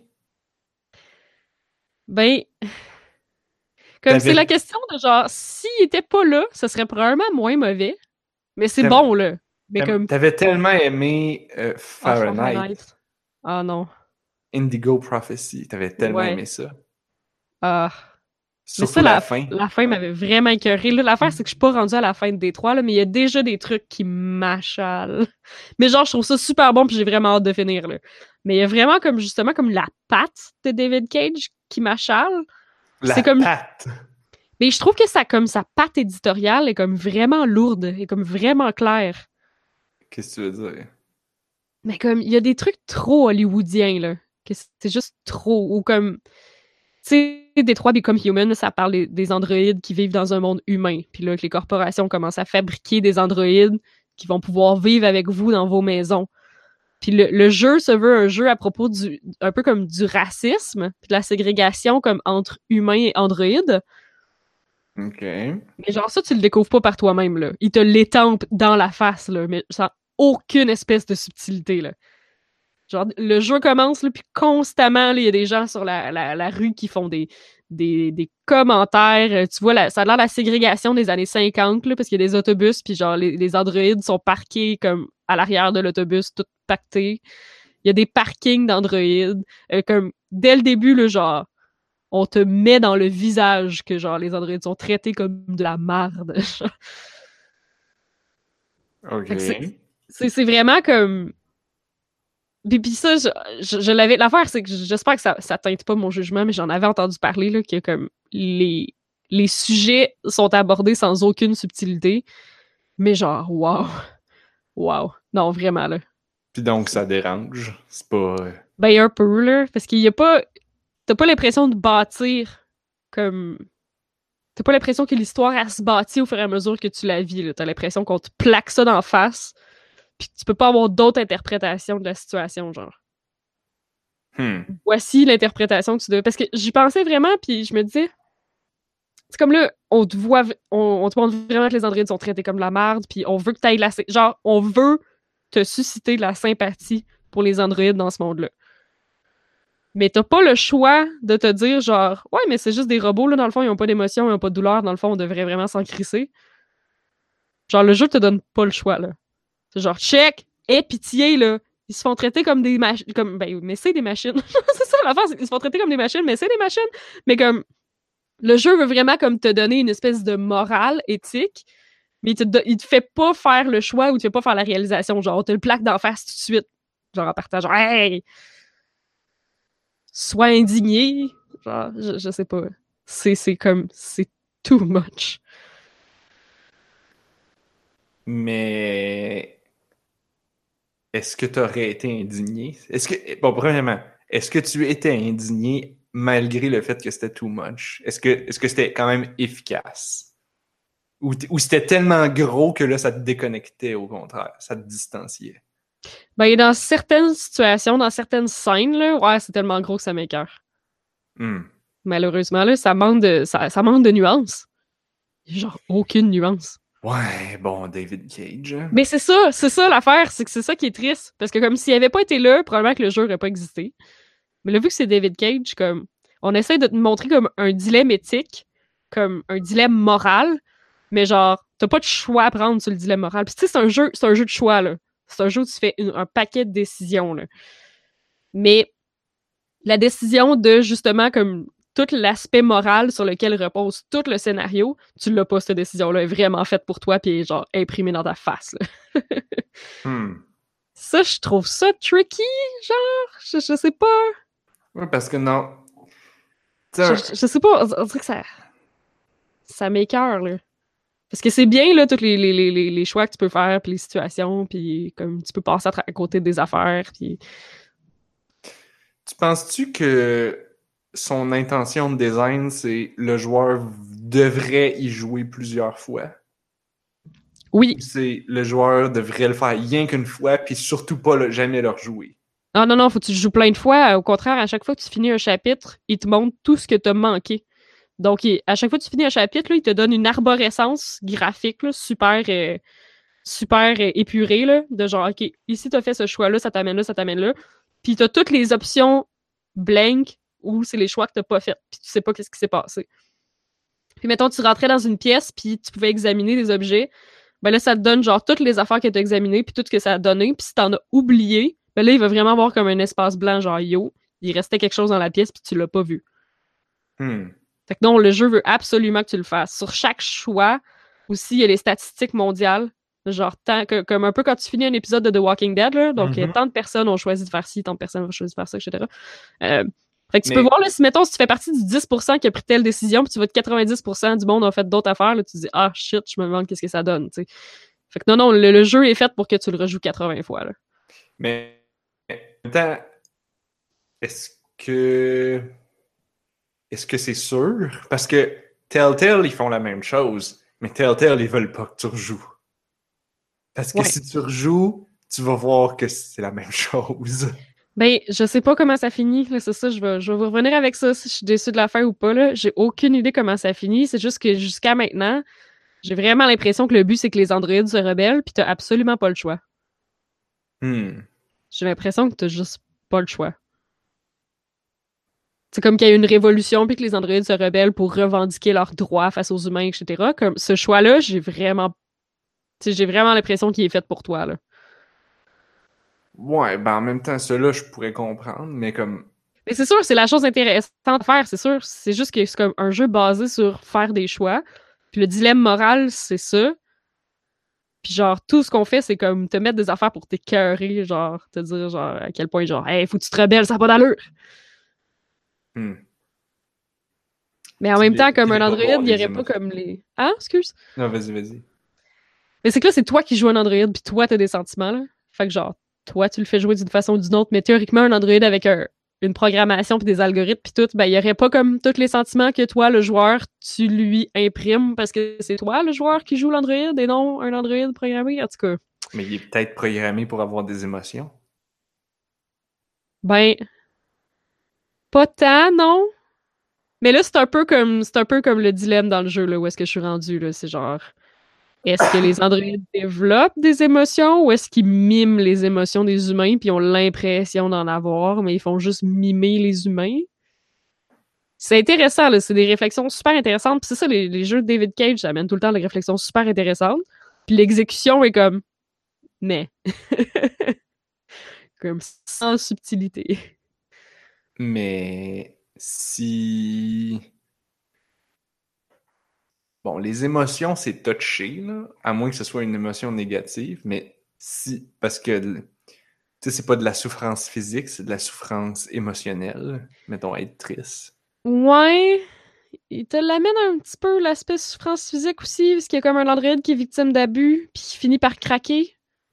Ben, comme c'est la T'avais, question de genre, s'il était pas là, ce serait probablement moins mauvais. Mais c'est t'avais, bon, là. Mais comme, t'avais tellement aimé ah, Fahrenheit, Fahrenheit. Ah non. Indigo Prophecy. T'avais tellement Ouais. aimé ça. Ah. Mais ça, Surtout la fin. la fin m'avait vraiment écœuré. Là, l'affaire, c'est que je suis pas rendue à la fin de Détroit, là, mais il y a déjà des trucs qui m'achalent. Mais genre, je trouve ça super bon, puis j'ai vraiment hâte de finir, là. Mais il y a vraiment comme, justement, comme la patte de David Cage qui m'achale. Puis La c'est comme... patte. Mais je trouve que ça, comme sa patte éditoriale est comme vraiment lourde, est comme vraiment claire. Qu'est-ce que tu veux dire? Mais comme, il y a des trucs trop hollywoodiens, là. Que c'est juste trop. Ou comme, tu sais, Detroit Become Human, ça parle des androïdes qui vivent dans un monde humain. Puis là, que les corporations commencent à fabriquer des androïdes qui vont pouvoir vivre avec vous dans vos maisons. Puis le jeu se veut un jeu à propos un peu comme du racisme, puis de la ségrégation comme entre humains et androïdes. OK. Mais genre ça, tu le découvres pas par toi-même, là. Il te l'étampe dans la face, là, mais sans aucune espèce de subtilité, là. Genre, le jeu commence, là, puis constamment, il y a des gens sur la rue qui font des commentaires. Tu vois, ça a l'air la ségrégation des années 50, là, parce qu'il y a des autobus, puis genre, les androïdes sont parqués comme à l'arrière de l'autobus, tout pactés. Il y a des parkings d'androïdes. Comme, dès le début, là, genre, on te met dans le visage que, genre, les androïdes sont traités comme de la marde. Fait que OK. c'est vraiment comme puis ça, je l'avais. L'affaire, c'est que j'espère que ça teinte pas mon jugement, mais j'en avais entendu parler là, que comme les sujets sont abordés sans aucune subtilité. Mais genre, wow. Wow. Non, vraiment, là. Puis donc, ça dérange. C'est pas... Ben, un peu, là. Parce qu'il y a pas. T'as pas l'impression de bâtir comme. T'as pas l'impression que l'histoire, elle se bâtit au fur et à mesure que tu la vis, là. T'as l'impression qu'on te plaque ça d'en face, puis tu peux pas avoir d'autres interprétations de la situation, genre. Hmm. Voici l'interprétation que tu devais. Parce que j'y pensais vraiment, puis je me disais, c'est comme là, on te montre vraiment que les androïdes sont traités comme de la merde, puis on veut que t'ailles la. Genre, on veut te susciter de la sympathie pour les androïdes dans ce monde-là. Mais t'as pas le choix de te dire, genre, ouais, mais c'est juste des robots, là, dans le fond, ils ont pas d'émotion, ils ont pas de douleur, dans le fond, on devrait vraiment s'en crisser. Genre, le jeu te donne pas le choix, là. C'est genre, check, aie pitié, là. Ils se font traiter comme des machines. Comme, ben, mais c'est des machines. C'est ça l'affaire, c'est qu'ils se font traiter comme des machines, mais c'est des machines. Mais comme, le jeu veut vraiment comme te donner une espèce de morale éthique, mais il te fait pas faire le choix ou il te fait pas faire la réalisation. Genre, on te le plaque d'en face tout de suite. Genre, en partageant, hey, sois indigné. Genre, je sais pas. C'est comme, c'est too much. Mais est-ce que tu aurais été indigné? Est-ce que, bon, premièrement, est-ce que tu étais indigné malgré le fait que c'était too much? Est-ce que c'était quand même efficace? Ou c'était tellement gros que là, ça te déconnectait au contraire, ça te distanciait? Ben, dans certaines situations, dans certaines scènes, là, ouais, c'est tellement gros que ça m'écoeure. Hmm. Malheureusement, là, ça manque de nuances. Genre, aucune nuance. Ouais, bon, David Cage. Mais c'est ça l'affaire, c'est que c'est ça qui est triste. Parce que comme s'il avait pas été là, probablement que le jeu aurait pas existé. Mais là, vu que c'est David Cage, comme, on essaie de te montrer comme un dilemme éthique, comme un dilemme moral, mais genre, t'as pas de choix à prendre sur le dilemme moral. Puis tu sais, c'est un jeu de choix, là. C'est un jeu où tu fais un paquet de décisions, là. Mais la décision de justement comme tout l'aspect moral sur lequel repose tout le scénario, tu l'as pas, cette décision-là est vraiment faite pour toi puis est genre imprimée dans ta face. Là. Hmm. Ça, je trouve ça tricky, genre, je sais pas. Ouais, parce que non. Je, T'sais, je sais pas, on dirait que ça m'écoeure, là. Parce que c'est bien, là, tous les choix que tu peux faire, puis les situations, puis comme tu peux passer à côté des affaires, puis... Tu penses-tu que son intention de design, c'est le joueur devrait y jouer plusieurs fois? Oui. C'est le joueur devrait le faire rien qu'une fois, puis surtout pas jamais le rejouer. Ah non, non, faut que tu joues plein de fois. Au contraire, à chaque fois que tu finis un chapitre, il te montre tout ce que tu as manqué. Donc, à chaque fois que tu finis un chapitre, là, il te donne une arborescence graphique là, super épurée, là, de genre, OK, ici, tu as fait ce choix-là, ça t'amène là, ça t'amène là. Puis tu as toutes les options blank où c'est les choix que tu n'as pas fait, puis tu sais pas qu'est-ce qui s'est passé. Puis mettons, tu rentrais dans une pièce, puis tu pouvais examiner des objets. Ben là, ça te donne genre toutes les affaires que tu as examinées, puis tout ce que ça a donné. Puis si t'en as oublié, ben là, il va vraiment avoir comme un espace blanc, genre yo, il restait quelque chose dans la pièce, puis tu l'as pas vu. Fait que non, le jeu veut absolument que tu le fasses. Sur chaque choix, aussi, il y a les statistiques mondiales. Genre, comme un peu quand tu finis un épisode de The Walking Dead, là, donc tant de personnes ont choisi de faire ci, tant de personnes ont choisi de faire ça, etc. Fait que tu peux voir, là, si mettons, si tu fais partie du 10% qui a pris telle décision, puis tu vois que 90% du monde a fait d'autres affaires, là, tu te dis, ah shit, je me demande qu'est-ce que ça donne, tu sais. Fait que non, le jeu est fait pour que tu le rejoues 80 fois, là. Mais, en même temps, est-ce que c'est sûr? Parce que Telltale, ils font la même chose, mais Telltale, ils veulent pas que tu rejoues. Parce que si tu rejoues, tu vas voir que c'est la même chose. Ben, je sais pas comment ça finit, là, c'est ça, je vais vous revenir avec ça, si je suis déçue de la fin ou pas, là. J'ai aucune idée comment ça finit, c'est juste que jusqu'à maintenant, j'ai vraiment l'impression que le but, c'est que les androïdes se rebellent, pis t'as absolument pas le choix. J'ai l'impression que t'as juste pas le choix. C'est comme qu'il y a une révolution, puis que les androïdes se rebellent pour revendiquer leurs droits face aux humains, etc. Comme ce choix-là, j'ai vraiment l'impression qu'il est fait pour toi, là. Ouais, ben en même temps, cela, je pourrais comprendre, mais comme... Mais c'est sûr, c'est la chose intéressante à faire, c'est sûr. C'est juste que c'est comme un jeu basé sur faire des choix. Puis le dilemme moral, c'est ça. Puis genre, tout ce qu'on fait, c'est comme te mettre des affaires pour t'écœurer, genre, te dire, genre, à quel point, genre, hey, faut que tu te rebelles, ça n'a pas d'allure. Mais en même temps, comme un androïde, il n'y aurait pas comme les... Ah, excuse? Non, vas-y. Mais c'est que là, c'est toi qui joues un androïde, puis toi, t'as des sentiments, là. Fait que genre, toi, tu le fais jouer d'une façon ou d'une autre, mais théoriquement, un androïde avec une programmation puis des algorithmes puis tout, ben, il y aurait pas comme tous les sentiments que toi, le joueur, tu lui imprimes parce que c'est toi, le joueur, qui joue l'androïde et non un androïde programmé, en tout cas. Mais il est peut-être programmé pour avoir des émotions. Ben, pas tant, non. Mais là, c'est un peu comme le dilemme dans le jeu, là, où est-ce que je suis rendu, là. C'est genre, est-ce que les androïdes développent des émotions ou est-ce qu'ils miment les émotions des humains puis ont l'impression d'en avoir, mais ils font juste mimer les humains? C'est intéressant, là. C'est des réflexions super intéressantes. Puis c'est ça, les jeux de David Cage, ça amène tout le temps des réflexions super intéressantes. Puis l'exécution est comme... Mais... comme sans subtilité. Mais si... Bon, les émotions, c'est touché, là, à moins que ce soit une émotion négative, mais si... Parce que, tu sais, c'est pas de la souffrance physique, c'est de la souffrance émotionnelle. Mettons, être triste. Ouais... Il te l'amène un petit peu l'aspect souffrance physique aussi, parce qu'il y a comme un androïde qui est victime d'abus, puis qui finit par craquer.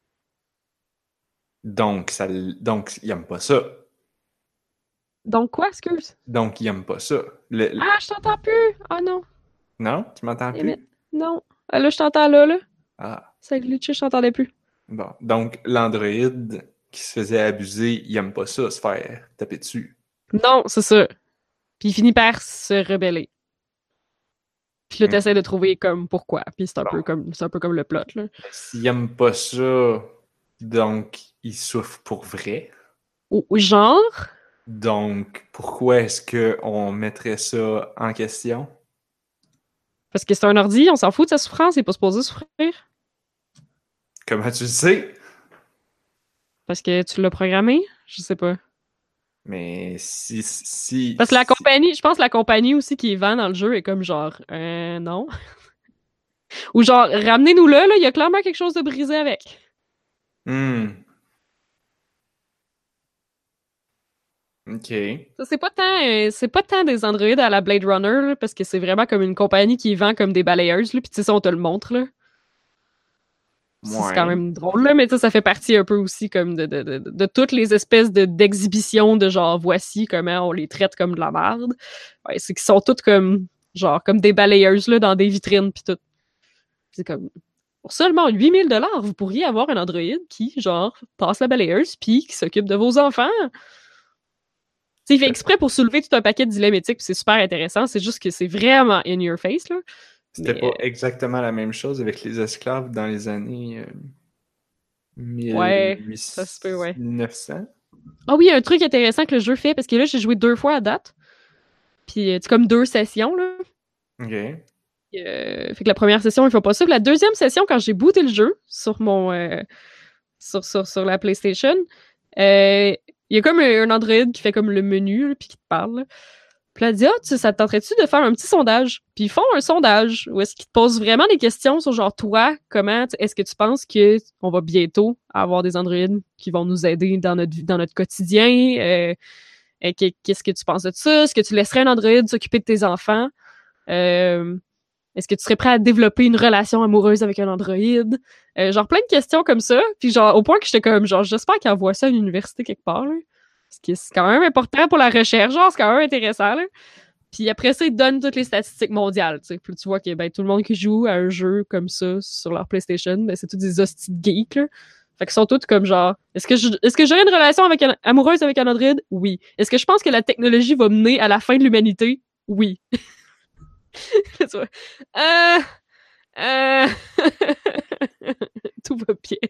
Donc, il aime pas ça. Donc quoi, excuse? Donc, il aime pas ça. Ah, je t'entends plus! Ah non. Non? Tu m'entends plus? Non. Ah, là, je t'entends là. Ah. Ça a glitché, je t'entendais plus. Bon. Donc, l'androïde qui se faisait abuser, il aime pas ça, se faire taper dessus. Non, c'est ça. Puis il finit par se rebeller. Puis là, t'essaies de trouver comme pourquoi. Puis c'est un peu comme le plot, là. S'il aime pas ça, donc il souffre pour vrai. Ou genre, Donc, pourquoi est-ce qu'on mettrait ça en question? parce que c'est un ordi, on s'en fout de sa souffrance, il est pas supposé souffrir. Comment tu le sais? Parce que tu l'as programmé? Je sais pas. Mais si... Parce que la compagnie, je pense que la compagnie aussi qui vend dans le jeu est comme genre, non. Ou genre, ramenez-nous là, il y a clairement quelque chose de brisé avec. OK. Ça, c'est pas tant des androïdes à la Blade Runner, là, parce que c'est vraiment comme une compagnie qui vend comme des balayeuses, là, puis tu sais, ça, on te le montre, là. Ça, c'est quand Ouais. même drôle, là, mais ça fait partie un peu aussi comme de toutes les espèces d'exhibitions de genre, voici comment on les traite comme de la merde. Ouais, c'est qu'ils sont toutes comme, genre, comme des balayeuses, là, dans des vitrines, pis tout. C'est comme, pour seulement 8 000 $, vous pourriez avoir un androïde qui, genre, passe la balayeuse puis qui s'occupe de vos enfants. T'sais, il fait exprès pour soulever tout un paquet de dilemmes éthiques, puis c'est super intéressant. C'est juste que c'est vraiment in your face, là. C'était Mais, pas exactement la même chose avec les esclaves dans les années ouais, ça se peut, ouais. 1900. Ah oui, un truc intéressant que le jeu fait, parce que là, j'ai joué 2 fois à date. Puis, c'est comme 2 sessions, là. OK. Fait que la première session, il faut pas ça. Puis la deuxième session, quand j'ai booté le jeu sur mon sur la PlayStation, il y a comme un androïde qui fait comme le menu, là, puis qui te parle, là. Puis là, elle dit, ça te tenterait-tu de faire un petit sondage? Puis ils font un sondage où est-ce qu'ils te posent vraiment des questions sur genre, toi, comment, est-ce que tu penses que on va bientôt avoir des androïdes qui vont nous aider dans notre quotidien? Qu'est-ce que tu penses de ça? Est-ce que tu laisserais un androïde s'occuper de tes enfants? Euh, Est-ce que tu serais prêt à développer une relation amoureuse avec un androïde? Genre plein de questions comme ça. Puis genre, au point que j'étais comme, genre, j'espère qu'ils envoient ça à l'université quelque part, là. Parce que c'est quand même important pour la recherche, genre, c'est quand même intéressant, là. Puis après ça, ils te donnent toutes les statistiques mondiales, tu sais. Puis tu vois que ben, tout le monde qui joue à un jeu comme ça sur leur PlayStation, ben, c'est tous des hosties de geeks, là. Fait qu'ils sont tous comme genre, est-ce que j'aurais une relation amoureuse avec un androïde? Oui. Est-ce que je pense que la technologie va mener à la fin de l'humanité? Oui. Tu vois. Euh, euh... Tout va bien.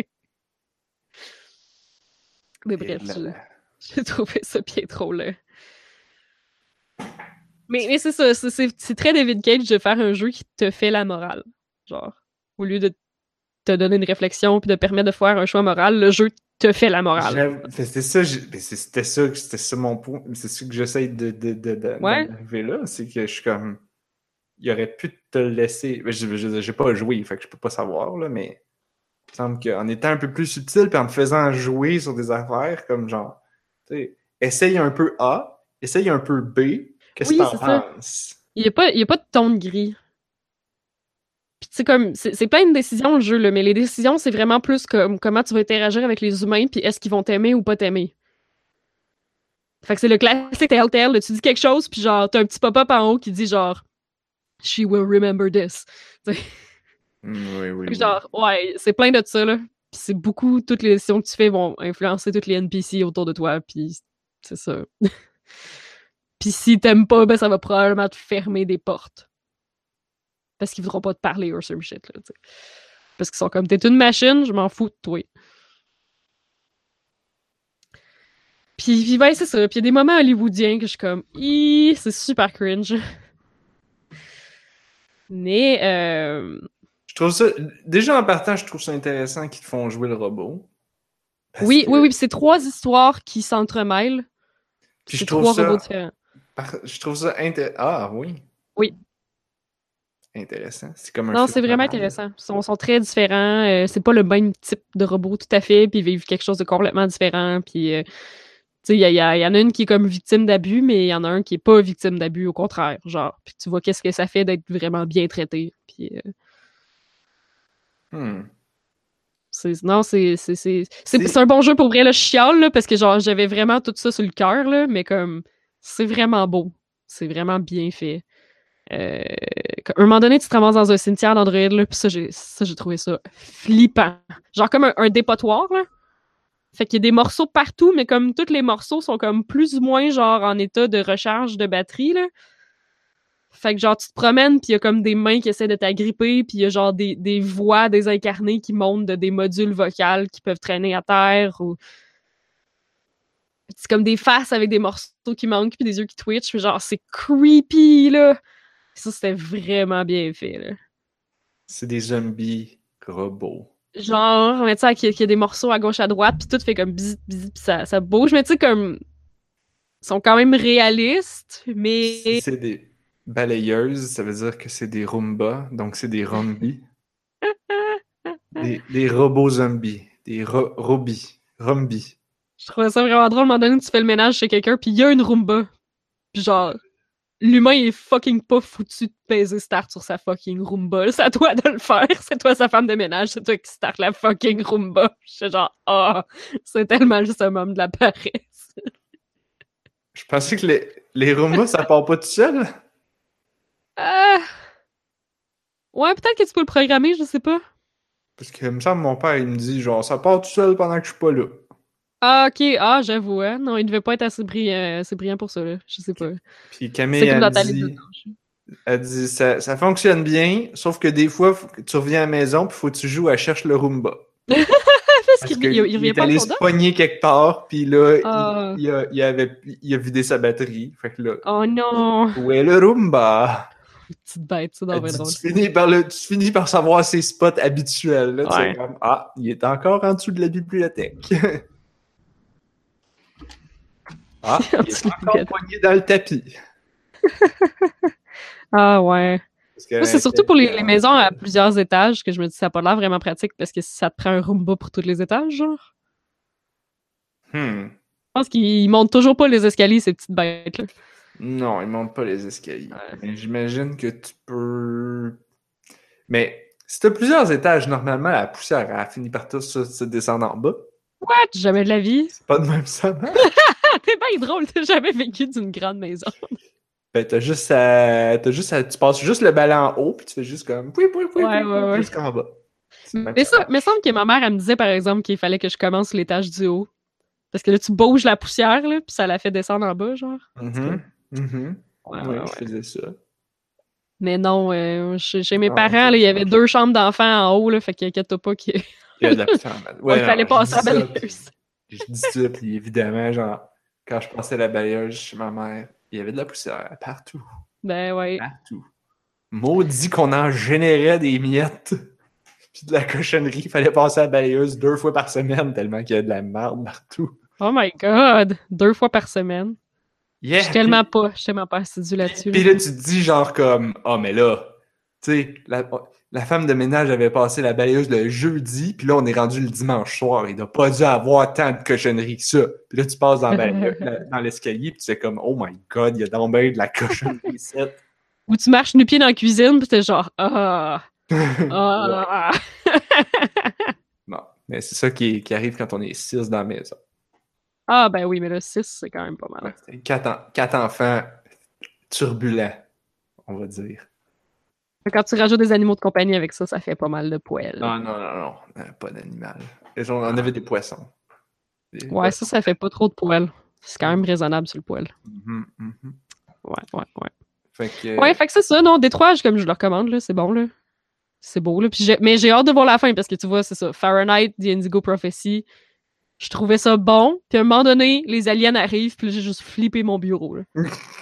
Mais Et bref, là, là. j'ai trouvé ça bien drôle. Mais c'est ça, c'est très David Cage de faire un jeu qui te fait la morale. Genre, au lieu de te donner une réflexion puis de permettre de faire un choix moral, le jeu te fait la morale. C'était ça, c'était ça mon point. C'est ça que j'essaie d'en Ouais. arriver là. C'est que je suis comme. Il aurait pu te le laisser. J'ai pas joué, fait que je peux pas savoir, là, mais il me semble qu'en étant un peu plus subtil puis en te faisant jouer sur des affaires comme genre, tu sais, essaye un peu A, essaye un peu B, qu'est-ce que Oui, t'en c'est ça. penses? Il y a pas de ton de gris. Puis c'est comme, c'est plein de décisions le jeu, là, mais les décisions, c'est vraiment plus comme comment tu vas interagir avec les humains puis est-ce qu'ils vont t'aimer ou pas t'aimer. Fait que c'est le classique Telltale, là, tu dis quelque chose puis genre, t'as un petit pop-up en haut qui dit genre, She will remember this. Oui, oui, oui. Genre, ouais, c'est plein de ça, là. Puis c'est beaucoup, toutes les décisions que tu fais vont influencer toutes les NPC autour de toi, puis c'est ça. Puis si t'aimes pas, ben ça va probablement te fermer des portes. Parce qu'ils voudront pas te parler or some shit, là, t'sais. Parce qu'ils sont comme, t'es une machine, je m'en fous de toi. Puis ben, c'est ça. Puis il y a des moments hollywoodiens que je suis comme, c'est super cringe. Mais, Je trouve ça. Déjà en partant, je trouve ça intéressant qu'ils te font jouer le robot. Parce oui, oui, que. oui, puis c'est 3 histoires qui s'entremêlent. Puis Puis je c'est trouve 3 robots ça. différents. Je trouve ça Ah oui, Oui. intéressant. C'est comme un Non, film c'est vraiment normal. intéressant. Sont très différents. C'est pas le même type de robot tout à fait, puis ils vivent quelque chose de complètement différent. Puis, tu sais, il y en a une qui est comme victime d'abus, mais il y en a un qui est pas victime d'abus, au contraire. Genre, puis tu vois qu'est-ce que ça fait d'être vraiment bien traité. Puis, Hmm. non, c'est un bon jeu pour vrai. Là, je chiale, là, parce que genre, j'avais vraiment tout ça sur le cœur, là, mais comme, c'est vraiment beau. C'est vraiment bien fait. Euh, à un moment donné, tu te ramasses dans un cimetière d'Android, là, pis j'ai trouvé ça flippant. Genre comme un dépotoir, là. Fait qu'il y a des morceaux partout, mais comme tous les morceaux sont comme plus ou moins genre en état de recharge de batterie, là. Fait que genre tu te promènes pis il y a comme des mains qui essaient de t'agripper pis il y a genre des voix désincarnées qui montent de des modules vocales qui peuvent traîner à terre ou c'est comme des faces avec des morceaux qui manquent puis des yeux qui twitchent, pis genre c'est creepy là. Ça c'était vraiment bien fait là. C'est des zombies robots. Genre, mais tu sais, qu'il y a des morceaux à gauche, à droite, puis tout fait comme bzz, bzz, pis ça bouge, mais tu sais, comme, ils sont quand même réalistes, Si mais... c'est des balayeuses, ça veut dire que c'est des Roomba, donc c'est des zombies. Des robots zombies. Des robies. Rombies. Je trouvais ça vraiment drôle. À un moment donné, tu fais le ménage chez quelqu'un, puis il y a une Roomba. Puis genre, l'humain est fucking pas foutu de peser start sur sa fucking Roomba. C'est à toi de le faire. C'est toi sa femme de ménage. C'est toi qui start la fucking Roomba. J'étais genre, c'est tellement le summum de la paresse. Je pensais que les Roombas, ça part pas tout seul. Euh... Ouais, peut-être que tu peux le programmer, je sais pas. Parce que, il me semble, mon père, il me dit, genre, ça part tout seul pendant que je suis pas là. Ah, ok. Ah, j'avoue, hein. Non, il devait pas être assez brillant pour ça, là. Je sais pas. Puis C'est Camille, comme dans ta liste de tâches. elle dit, ça fonctionne bien, sauf que des fois, tu reviens à la maison, puis faut que tu joues, elle cherche le Roomba. Parce Parce qu'il qu'il il revient est pas à allé son se doc? pogner quelque part, puis là, Ah. il a vidé sa batterie. Fait que là, Oh non! où est le Roomba? Petite bête, ça Elle doit être dit, drôle. tu finis par savoir ses spots habituels. Là, tu sais, Ouais. comme, ah, il est encore en dessous de la bibliothèque. Ah, En il est dessous de la encore bibliothèque. poigné dans le tapis. Ah ouais. Parce Moi, c'est que, surtout pour les maisons à plusieurs étages que je me dis ça n'a pas l'air vraiment pratique parce que ça te prend un Roomba pour tous les étages, genre. hmm. Je pense qu'ils montent toujours pas les escaliers, ces petites bêtes-là. Non, il monte pas les escaliers. Ouais. Mais j'imagine que tu peux. Mais si t'as plusieurs étages, normalement, la poussière, elle finit par tous se descendre en bas. What? Jamais de la vie. C'est pas de même ça marche. Ah, t'es bien drôle, t'as jamais vécu d'une grande maison. Ben, tu passes juste le balai en haut, puis tu fais juste comme, Ouais, ouais, ouais. jusqu'en bas. C'est de même Mais ça ça, me marche. semble que ma mère, elle me disait, par exemple, qu'il fallait que je commence l'étage du haut. Parce que là, tu bouges la poussière, là, puis ça la fait descendre en bas, genre. En tout cas. Mhm, mhm. Ouais, Oui, ouais, je ouais. faisais ça. Mais non, chez mes Non, parents, là, il y ça avait marche. 2 chambres d'enfants en haut, là, fait qu'inquiète-toi pas qu'il Il y a de la poussière en bas. il Ouais, fallait non, je passer dis à la ça, puis balayeuse. je dis ça, puis évidemment, genre, quand je passais la balayeuse chez ma mère, il y avait de la poussière partout. Ben ouais. Partout. Maudit qu'on en générait des miettes. Puis de la cochonnerie. Il fallait passer à la balayeuse 2 fois par semaine tellement qu'il y a de la merde partout. Oh my god! 2 fois par semaine. Je suis Yeah! tellement pas assidue là-dessus, là. Puis là, tu te dis genre comme, ah, mais là, tu sais, la femme de ménage avait passé la balayeuse le jeudi, puis là, on est rendu le dimanche soir. Il n'a pas dû avoir tant de cochonneries que ça. Puis là, tu passes dans l'escalier, puis tu fais comme, oh my god, il y a donc bien de la cochonnerie ici. Ou tu marches nu-pied dans la cuisine, pis t'es genre, Ouais. ah. Non, mais c'est ça qui arrive quand on est 6 dans la maison. Ah, ben oui, mais là, 6, c'est quand même pas Ouais, mal. c'est 4 enfants turbulents, on va dire. Quand tu rajoutes des animaux de compagnie avec ça, ça fait pas mal de poêle. Non, non, non, non, pas d'animal. On avait des poissons. Des Ouais, poissons. ça fait pas trop de poêle. C'est quand même raisonnable sur le poêle. Mhm, mhm. Ouais, ouais, ouais. Fait Ouais, que, fait que c'est ça, non, Détroit, comme je le recommande, là, c'est bon, là. C'est beau, là. Puis mais j'ai hâte de voir la fin, parce que tu vois, c'est ça. Fahrenheit, The Indigo Prophecy, je trouvais ça bon. Puis à un moment donné, les aliens arrivent, puis là, j'ai juste flippé mon bureau, là.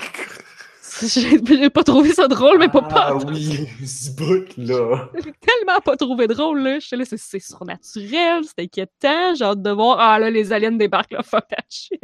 J'ai pas trouvé ça drôle, mais pas ah tout. oui, ce bout-là. J'ai tellement pas trouvé drôle, là. J'étais là, c'est surnaturel, c'est inquiétant. J'ai hâte de voir. Ah là, les aliens débarquent, là, fuck that shit.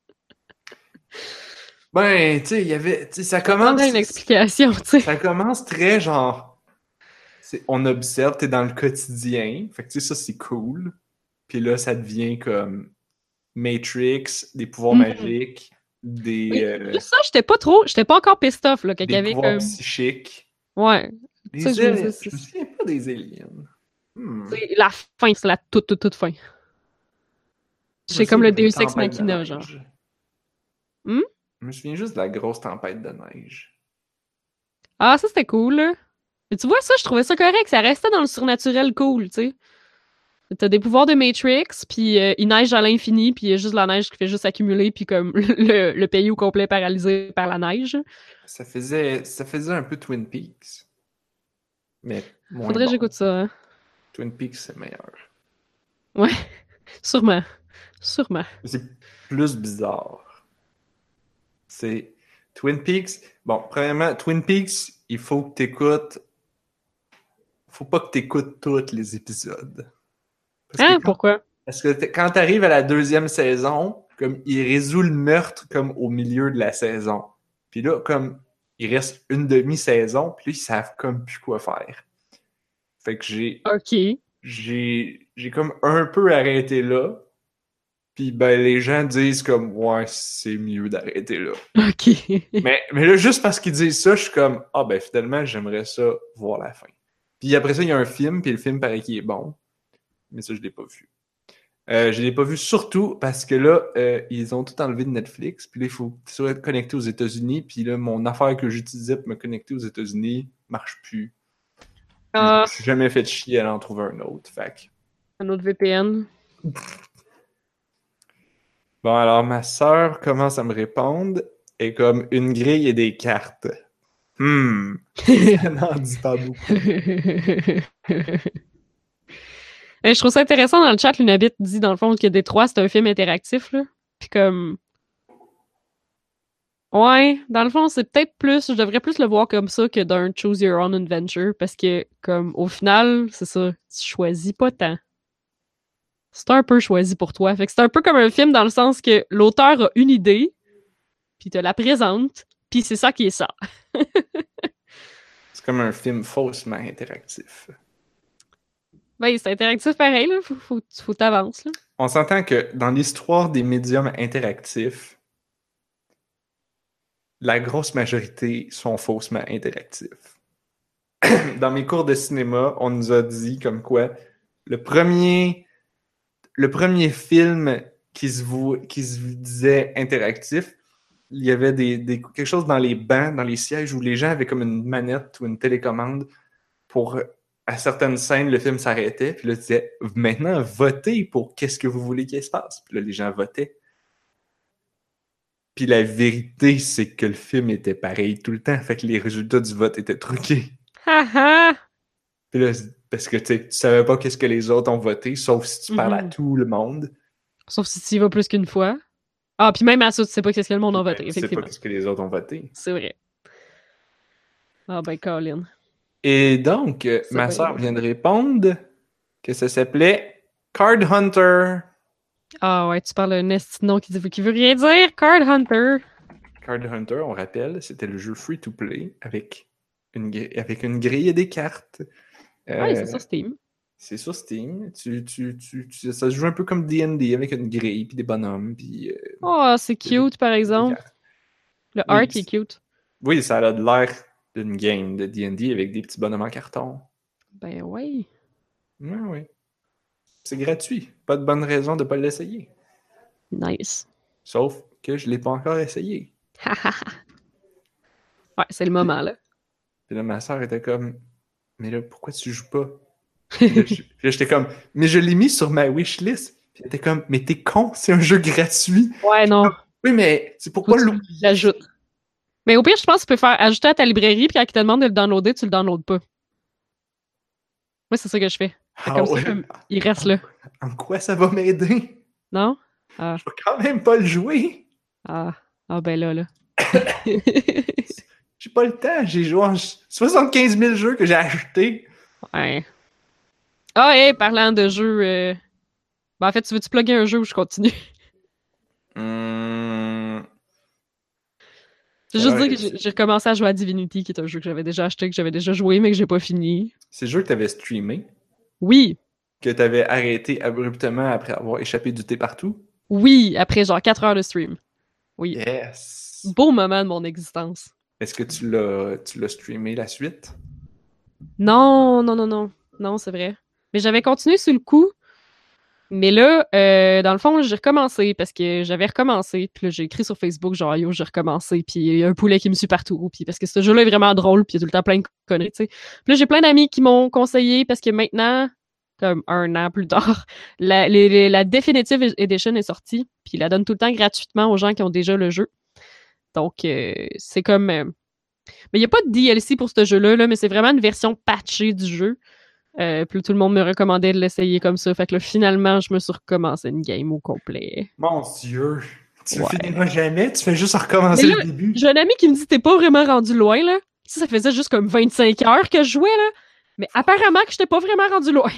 Ben, tu sais, il y avait, tu sais, J'attendais une explication, tu sais. ça commence très genre, on observe, t'es dans le quotidien. Fait que tu sais, ça c'est cool. Puis là, ça devient comme Matrix, des pouvoirs magiques, Oui, juste ça, j'étais pas encore pissed off, là, quand il y des avait pouvoirs comme. psychiques. Ouais. Tu sais, Les je me aliens, disais, je me souviens pas des aliens. Hmm. c'est la fin, c'est la toute fin. Je me C'est comme souviens le de la Deus Ex tempête de Machina, genre. neige. Hmm? Je me souviens juste de la grosse tempête de neige. Ah, ça, c'était cool, là. Mais tu vois, ça, je trouvais ça correct. Ça restait dans le surnaturel cool, tu sais. T'as des pouvoirs de Matrix, puis il neige à l'infini, puis il y a juste la neige qui fait juste accumuler, puis comme le pays au complet paralysé par la neige. Ça faisait un peu Twin Peaks, mais moins Faudrait que bon. j'écoute ça, hein. Twin Peaks, c'est meilleur. Ouais, sûrement. Sûrement. C'est plus bizarre. C'est Twin Peaks. Bon, premièrement, Twin Peaks, il faut que t'écoutes. Faut pas que t'écoutes tous les épisodes. Parce que Hein, pourquoi? quand t'arrives à la deuxième saison, comme il résout le meurtre comme au milieu de la saison. Puis là, comme il reste une demi-saison, puis là, ils savent comme plus quoi faire. Fait que OK. j'ai comme un peu arrêté là. Puis ben, les gens disent comme, ouais, c'est mieux d'arrêter là. OK. Mais là, juste parce qu'ils disent ça, je suis comme, ah ben finalement, j'aimerais ça voir la fin. Puis après ça, il y a un film, puis le film paraît qu'il est bon. Mais ça, je l'ai pas vu. Je l'ai pas vu surtout parce que là, ils ont tout enlevé de Netflix. Puis là, il faut être connecté aux États-Unis. Puis là, mon affaire que j'utilisais pour me connecter aux États-Unis marche plus. Puis je me suis jamais fait chier à en trouver un autre. Fait Un autre VPN. bon, alors ma sœur commence à me répondre et comme une grille et des cartes. Ça n'en dit pas beaucoup. Je trouve ça intéressant dans le chat, Lunabit dit dans le fond que Détroit, c'est un film interactif, là. Puis comme... Ouais, dans le fond, c'est peut-être plus... Je devrais plus le voir comme ça que d'un Choose Your Own Adventure, parce que, comme, au final, c'est ça, tu choisis pas tant. C'est un peu choisi pour toi. Fait que c'est un peu comme un film dans le sens que l'auteur a une idée, puis te la présente, puis c'est ça qui est ça. C'est comme un film faussement interactif. Ben, c'est interactif pareil, là. Faut t'avances, là. On s'entend que dans l'histoire des médiums interactifs, la grosse majorité sont faussement interactifs. Dans mes cours de cinéma, on nous a dit comme quoi le premier film qui se disait interactif, il y avait quelque chose dans les bancs, dans les sièges où les gens avaient comme une manette ou une télécommande pour, à certaines scènes, le film s'arrêtait, puis là, tu disais, maintenant, votez pour qu'est-ce que vous voulez qu'il se passe. Puis là, les gens votaient. Puis la vérité, c'est que le film était pareil tout le temps, fait que les résultats du vote étaient truqués. Haha! Puis là, parce que tu savais pas qu'est-ce que les autres ont voté, sauf si tu parles à tout le monde. Sauf si tu y vas plus qu'une fois. Ah, puis même à ça, tu sais pas qu'est-ce que le monde a voté, Tu sais effectivement. pas qu'est-ce que les autres ont voté. C'est vrai. Ah ben, Colin. Et donc, ma soeur vient de répondre que ça s'appelait Card Hunter. Ah ouais, tu parles d'un esti de nom qui veut rien dire. Card Hunter. Card Hunter, on rappelle, c'était le jeu free-to-play avec une grille et des cartes. Ouais, c'est sur Steam. C'est sur Steam. Ça se joue un peu comme D&D avec une grille puis des bonhommes. Puis, oh, c'est cute, par exemple. Le art est cute. Oui, ça a l'air d'une game de D&D avec des petits bonhommes en carton. Ben oui. Oui. C'est gratuit. Pas de bonne raison de ne pas l'essayer. Nice. Sauf que je ne l'ai pas encore essayé. Ouais, c'est le moment, là. Puis là, ma soeur était comme, mais là, pourquoi tu joues pas? Puis là, j'étais comme, mais je l'ai mis sur ma wishlist. Puis elle était comme, mais t'es con, c'est un jeu gratuit. Ouais, non. Comme, oui, mais c'est pourquoi l'ajoute. Mais au pire, je pense que tu peux faire ajouter à ta librairie, puis quand il te demande de le downloader, tu le downloades pas. Moi, c'est ça que je fais. C'est comme ça, il reste là. En quoi ça va m'aider? Non? Je vais quand même pas le jouer. Ah ben là. J'ai pas le temps. J'ai joué 75 000 jeux que j'ai achetés. Ouais. Ah, hey, parlant de jeux... Ben, en fait, tu veux-tu plugger un jeu ou je continue? Je veux juste dire que j'ai recommencé à jouer à Divinity, qui est un jeu que j'avais déjà acheté, que j'avais déjà joué, mais que j'ai pas fini. C'est le jeu que t'avais streamé? Oui. Que t'avais arrêté abruptement après avoir échappé du thé partout? Oui, après genre 4 heures de stream. Oui. Yes! Beau moment de mon existence. Est-ce que tu l'as streamé la suite? Non, c'est vrai. Mais j'avais continué sur le coup. Mais là, dans le fond, j'ai recommencé parce que j'avais recommencé. Puis là, j'ai écrit sur Facebook, genre, yo, j'ai recommencé. Puis il y a un poulet qui me suit partout. Puis parce que ce jeu-là est vraiment drôle. Puis il y a tout le temps plein de conneries, tu sais. Puis là, j'ai plein d'amis qui m'ont conseillé parce que maintenant, comme un an plus tard, la Definitive Edition est sortie. Puis il la donne tout le temps gratuitement aux gens qui ont déjà le jeu. Donc, c'est comme... mais il n'y a pas de DLC pour ce jeu-là, là, mais c'est vraiment une version patchée du jeu. Puis tout le monde me recommandait de l'essayer comme ça. Fait que là, finalement, je me suis recommencé une game au complet. Mon Dieu! Tu le finiras jamais? Tu fais juste recommencer le début? J'ai un ami qui me dit « T'es pas vraiment rendu loin, là. » Ça faisait juste comme 25 heures que je jouais, là. Mais apparemment que j'étais pas vraiment rendu loin.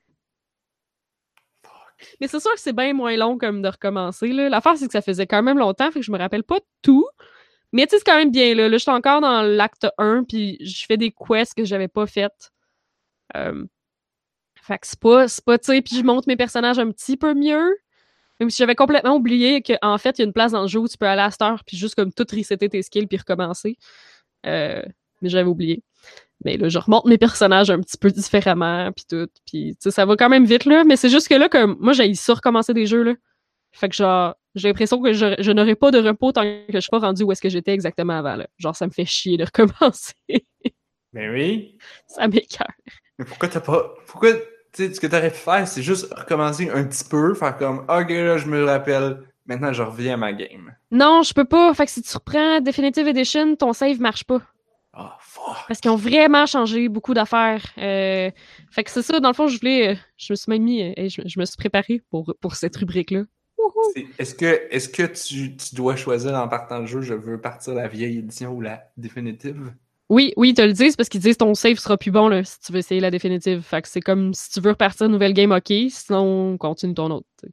Mais c'est sûr que c'est bien moins long comme de recommencer, là. L'affaire, c'est que ça faisait quand même longtemps, fait que je me rappelle pas tout. Mais tu sais, c'est quand même bien, là. Là, je suis encore dans l'acte 1, puis je fais des quests que j'avais pas faites. Fait que c'est pas, tu sais, puis je monte mes personnages un petit peu mieux. Même si j'avais complètement oublié qu'en fait, il y a une place dans le jeu où tu peux aller à cette heure puis juste comme tout resetter tes skills puis recommencer. Mais j'avais oublié. Mais là, je remonte mes personnages un petit peu différemment puis tout. Puis ça va quand même vite, là. Mais c'est juste que là, comme moi, j'ai ça recommencer des jeux, là. Fait que genre, j'ai l'impression que je n'aurai pas de repos tant que je suis pas rendu où est-ce que j'étais exactement avant, là. Genre, ça me fait chier de recommencer. Mais oui. Ça m'écoeure. Mais pourquoi t'as pas... Pourquoi... Tu sais, ce que t'aurais pu faire, c'est juste recommencer un petit peu, faire comme, ok, là, je me rappelle, maintenant, je reviens à ma game. Non, je peux pas. Fait que si tu reprends Definitive Edition, ton save marche pas. Oh, fuck. Parce qu'ils ont vraiment changé beaucoup d'affaires. Fait que c'est ça, dans le fond, je me suis même mis, et je me suis préparé pour cette rubrique-là. Est-ce que tu dois choisir en partant le jeu, je veux partir la vieille édition ou la définitive? Oui, ils te le disent parce qu'ils disent ton save sera plus bon là, si tu veux essayer la définitive. Fait que c'est comme si tu veux repartir une nouvelle game, ok, sinon continue ton autre. T'sais.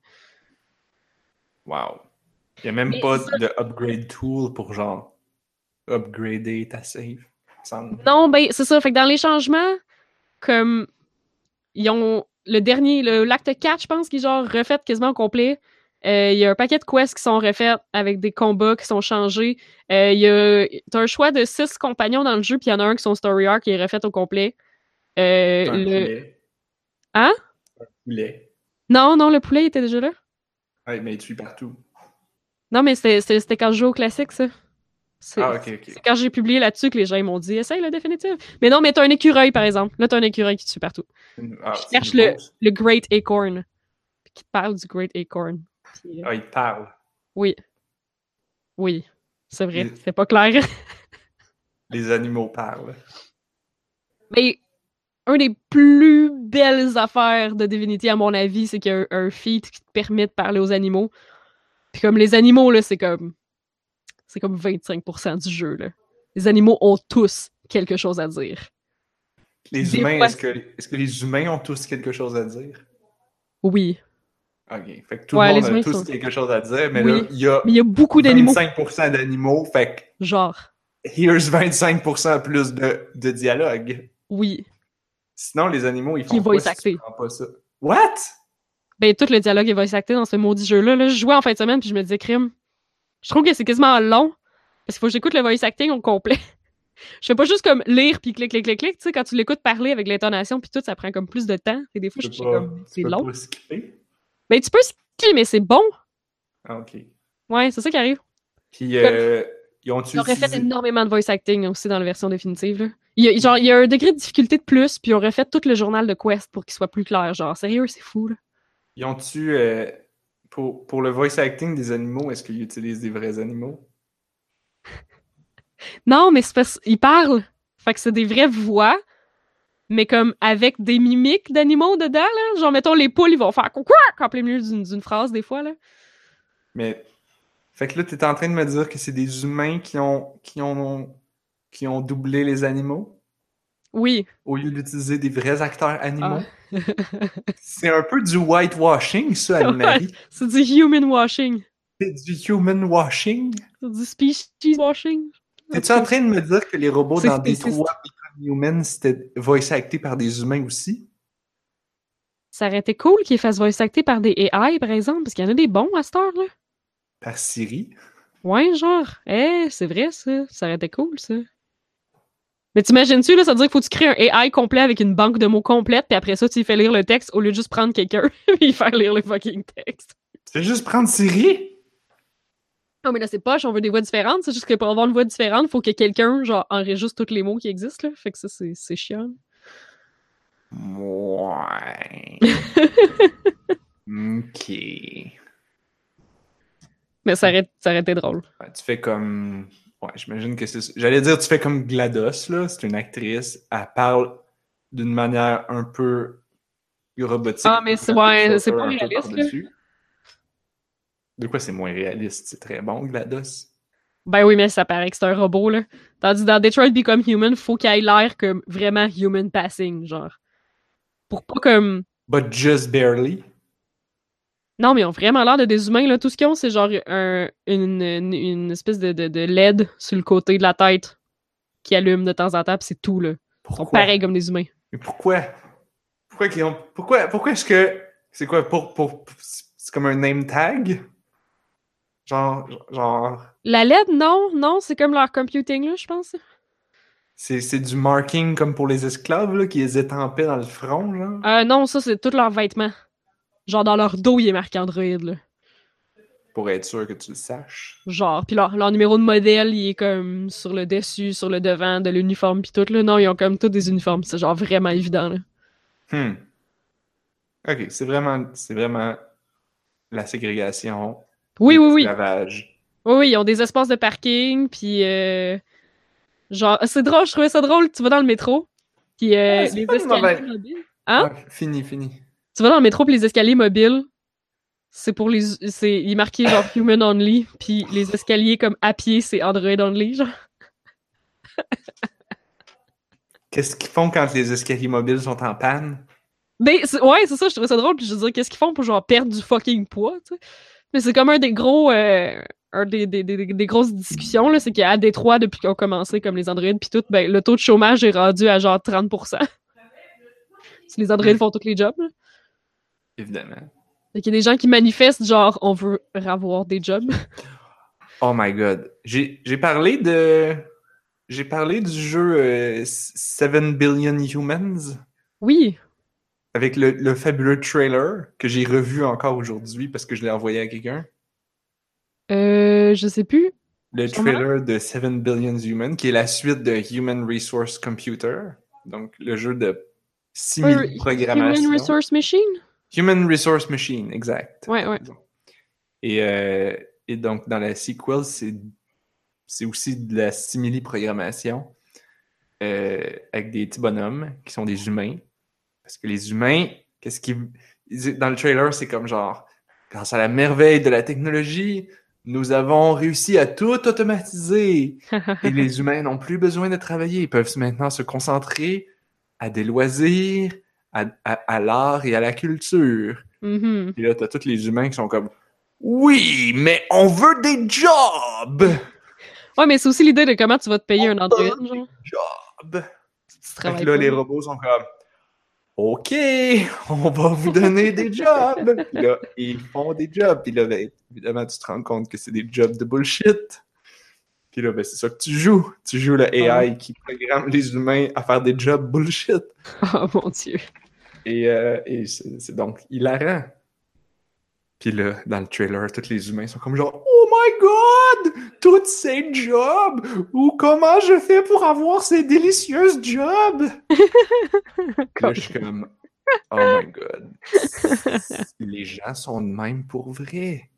Wow. Il n'y a même pas de upgrade tool pour genre upgrader ta save. Non, ben c'est ça. Fait que dans les changements, comme ils ont l'acte 4, je pense, qui est genre refait quasiment au complet. Il y a un paquet de quests qui sont refaits avec des combats qui sont changés. T'as un choix de 6 compagnons dans le jeu, puis il y en a un qui son story arc qui est refait au complet. Un poulet. Hein? Un poulet. Non, le poulet était déjà là. Ouais, mais il tue partout. Non, mais c'était quand je jouais au classique, ça. C'est quand j'ai publié là-dessus que les gens m'ont dit essaye le définitive. Mais non, mais t'as un écureuil, par exemple. Là, t'as un écureuil qui tue partout. Je cherche le Great Acorn. Qui te parle du Great Acorn. Puis, il te parle. Oui. C'est vrai. C'est pas clair. Les animaux parlent. Mais un des plus belles affaires de Divinity, à mon avis, c'est qu'il y a un feat qui te permet de parler aux animaux. Puis comme les animaux, là, c'est comme 25% du jeu, là. Les animaux ont tous quelque chose à dire. Les humains, est-ce que les humains ont tous quelque chose à dire? Oui. Ok. Fait que tout le monde a tous quelque chose à dire, mais là, il y a beaucoup d'animaux. 25% d'animaux, fait que... Genre. Here's 25% plus de dialogue. Oui. Sinon, les animaux, ils font quoi si tu prends pas ça? What? Ben, tout le dialogue est voice acté dans ce maudit jeu-là. Là, je jouais en fin de semaine, puis je me disais, crime. Je trouve que c'est quasiment long, parce qu'il faut que j'écoute le voice acting au complet. Je fais pas juste comme lire puis clic. Tu sais, quand tu l'écoutes parler avec l'intonation puis tout, ça prend comme plus de temps. Et des fois, je suis comme, c'est long. Tu peux pas skipper? Ben, tu peux skipper, mais c'est bon. Ah, ok. Ouais, c'est ça qui arrive. Puis, ils auraient fait énormément de voice acting aussi dans la version définitive. Là. Il y a un degré de difficulté de plus, puis ils ont refait tout le journal de quest pour qu'il soit plus clair. Genre, sérieux, c'est fou, là. Ils ont-tu, pour le voice acting des animaux, est-ce qu'ils utilisent des vrais animaux? Non, mais c'est parce qu'ils parlent. Fait que c'est des vraies voix, mais comme avec des mimiques d'animaux dedans, là. Genre, mettons, les poules, ils vont faire coucou en plein milieu d'une phrase, des fois, là. Mais, fait que là, t'es en train de me dire que c'est des humains qui ont doublé les animaux? Oui. Au lieu d'utiliser des vrais acteurs animaux? Ah. C'est un peu du whitewashing, ça, Anne-Marie. Ouais, c'est du human washing. C'est du human washing? C'est du species washing. T'es-tu en train de me dire que les robots dans Detroit Become Human, c'était voice acté par des humains aussi? Ça aurait été cool qu'ils fassent voice acté par des AI, par exemple, parce qu'il y en a des bons à cette heure-là. Par Siri? Ouais, genre. C'est vrai, ça. Ça aurait été cool, ça. Mais t'imagines-tu, là, ça veut dire qu'il faut que tu crées un AI complet avec une banque de mots complète, puis après ça, tu lui fais lire le texte au lieu de juste prendre quelqu'un et faire lire le fucking texte. Tu veux juste prendre Siri? Non, mais là, c'est poche, on veut des voix différentes. C'est juste que pour avoir une voix différente, il faut que quelqu'un, genre, enregistre tous les mots qui existent, là. Fait que ça, c'est chiant. Ouais. Ok. Mais ça aurait été drôle. Ouais, tu fais comme... Ouais, j'imagine que c'est ça. J'allais dire, tu fais comme GLaDOS, là. C'est une actrice. Elle parle d'une manière un peu robotique. Ah, mais c'est pas réaliste, là. De quoi c'est moins réaliste? C'est très bon, GLaDOS. Ben oui, mais ça paraît que c'est un robot, là. Tandis que dans Detroit Become Human, faut qu'il ait l'air comme vraiment human passing, genre. Pour pas comme... But just barely. Non, mais ils ont vraiment l'air de des humains, là. Tout ce qu'ils ont, c'est genre une espèce de LED sur le côté de la tête qui allume de temps en temps, pis c'est tout, là. Ils sont pareils comme des humains. Mais pourquoi? Pourquoi est-ce que... C'est quoi? c'est comme un name tag? Genre, La LED, non, c'est comme leur computing, là, je pense. c'est du marking comme pour les esclaves, là, qui les étampaient dans le front, genre? Non, ça, c'est tous leurs vêtements. Genre, dans leur dos, il est marqué Android, là. Pour être sûr que tu le saches. Genre, puis leur numéro de modèle, il est comme sur le dessus, sur le devant de l'uniforme, puis tout, là. Non, ils ont comme tous des uniformes. C'est genre vraiment évident, là. OK, c'est vraiment la ségrégation, Oui, oui, oui. l'esclavage. Oui, oui, ils ont des espaces de parking, puis genre, c'est drôle, je trouvais ça drôle. Tu vas dans le métro, puis Ah, c'est les pas une escaliers mauvaise... mobiles. Hein? Ouais, fini. Tu vas dans le métro, puis les escaliers mobiles, c'est pour les. Il est marqué genre human only, puis les escaliers comme à pied, c'est Android only, genre. Qu'est-ce qu'ils font quand les escaliers mobiles sont en panne? Mais ouais, c'est ça, je trouvais ça drôle, puis je veux dire, qu'est-ce qu'ils font pour genre perdre du fucking poids, tu sais? Mais c'est comme un des gros. Un des grosses discussions, là, c'est qu'à Détroit, depuis qu'on a commencé comme les androïdes puis tout, ben, le taux de chômage est rendu à genre 30%. Si les androïdes font tous les jobs, là. Évidemment. Fait qu'il y a des gens qui manifestent genre on veut avoir des jobs. Oh my god. J'ai parlé de... J'ai parlé du jeu 7 Billion Humans Oui. avec le fabuleux trailer que j'ai revu encore aujourd'hui parce que je l'ai envoyé à quelqu'un. Je sais plus. Le Sûrement. trailer de 7 Billion Humans, qui est la suite de Human Resource Computer, donc le jeu de Human simili-programmation. Resource Machine? Human Resource Machine, exact. Ouais. Et, et donc, dans la sequel, c'est aussi de la simili-programmation avec des petits bonhommes qui sont des humains. Parce que les humains, dans le trailer, c'est comme genre, grâce à la merveille de la technologie, nous avons réussi à tout automatiser. Et les humains n'ont plus besoin de travailler. Ils peuvent maintenant se concentrer à des loisirs, à l'art et à la culture. Mhm. Et là, t'as tous les humains qui sont comme oui, mais on veut des jobs! Ouais, mais c'est aussi l'idée de comment tu vas te payer un androïde, genre. Jobs! Si tu Fait que travailles là, pas. les robots sont comme OK, on va vous donner des jobs. Puis là, ils font des jobs. Puis là, ben, évidemment, tu te rends compte que c'est des jobs de bullshit. Puis là, ben, c'est ça que tu joues. Tu joues le AI qui programme les humains à faire des jobs bullshit. Oh mon Dieu. Et c'est donc hilarant. Puis là, dans le trailer, tous les humains sont comme genre Oh my god! Tous ces jobs! Ou comment je fais pour avoir ces délicieuses jobs? Là, je suis comme Oh my god. Les gens sont de même pour vrai.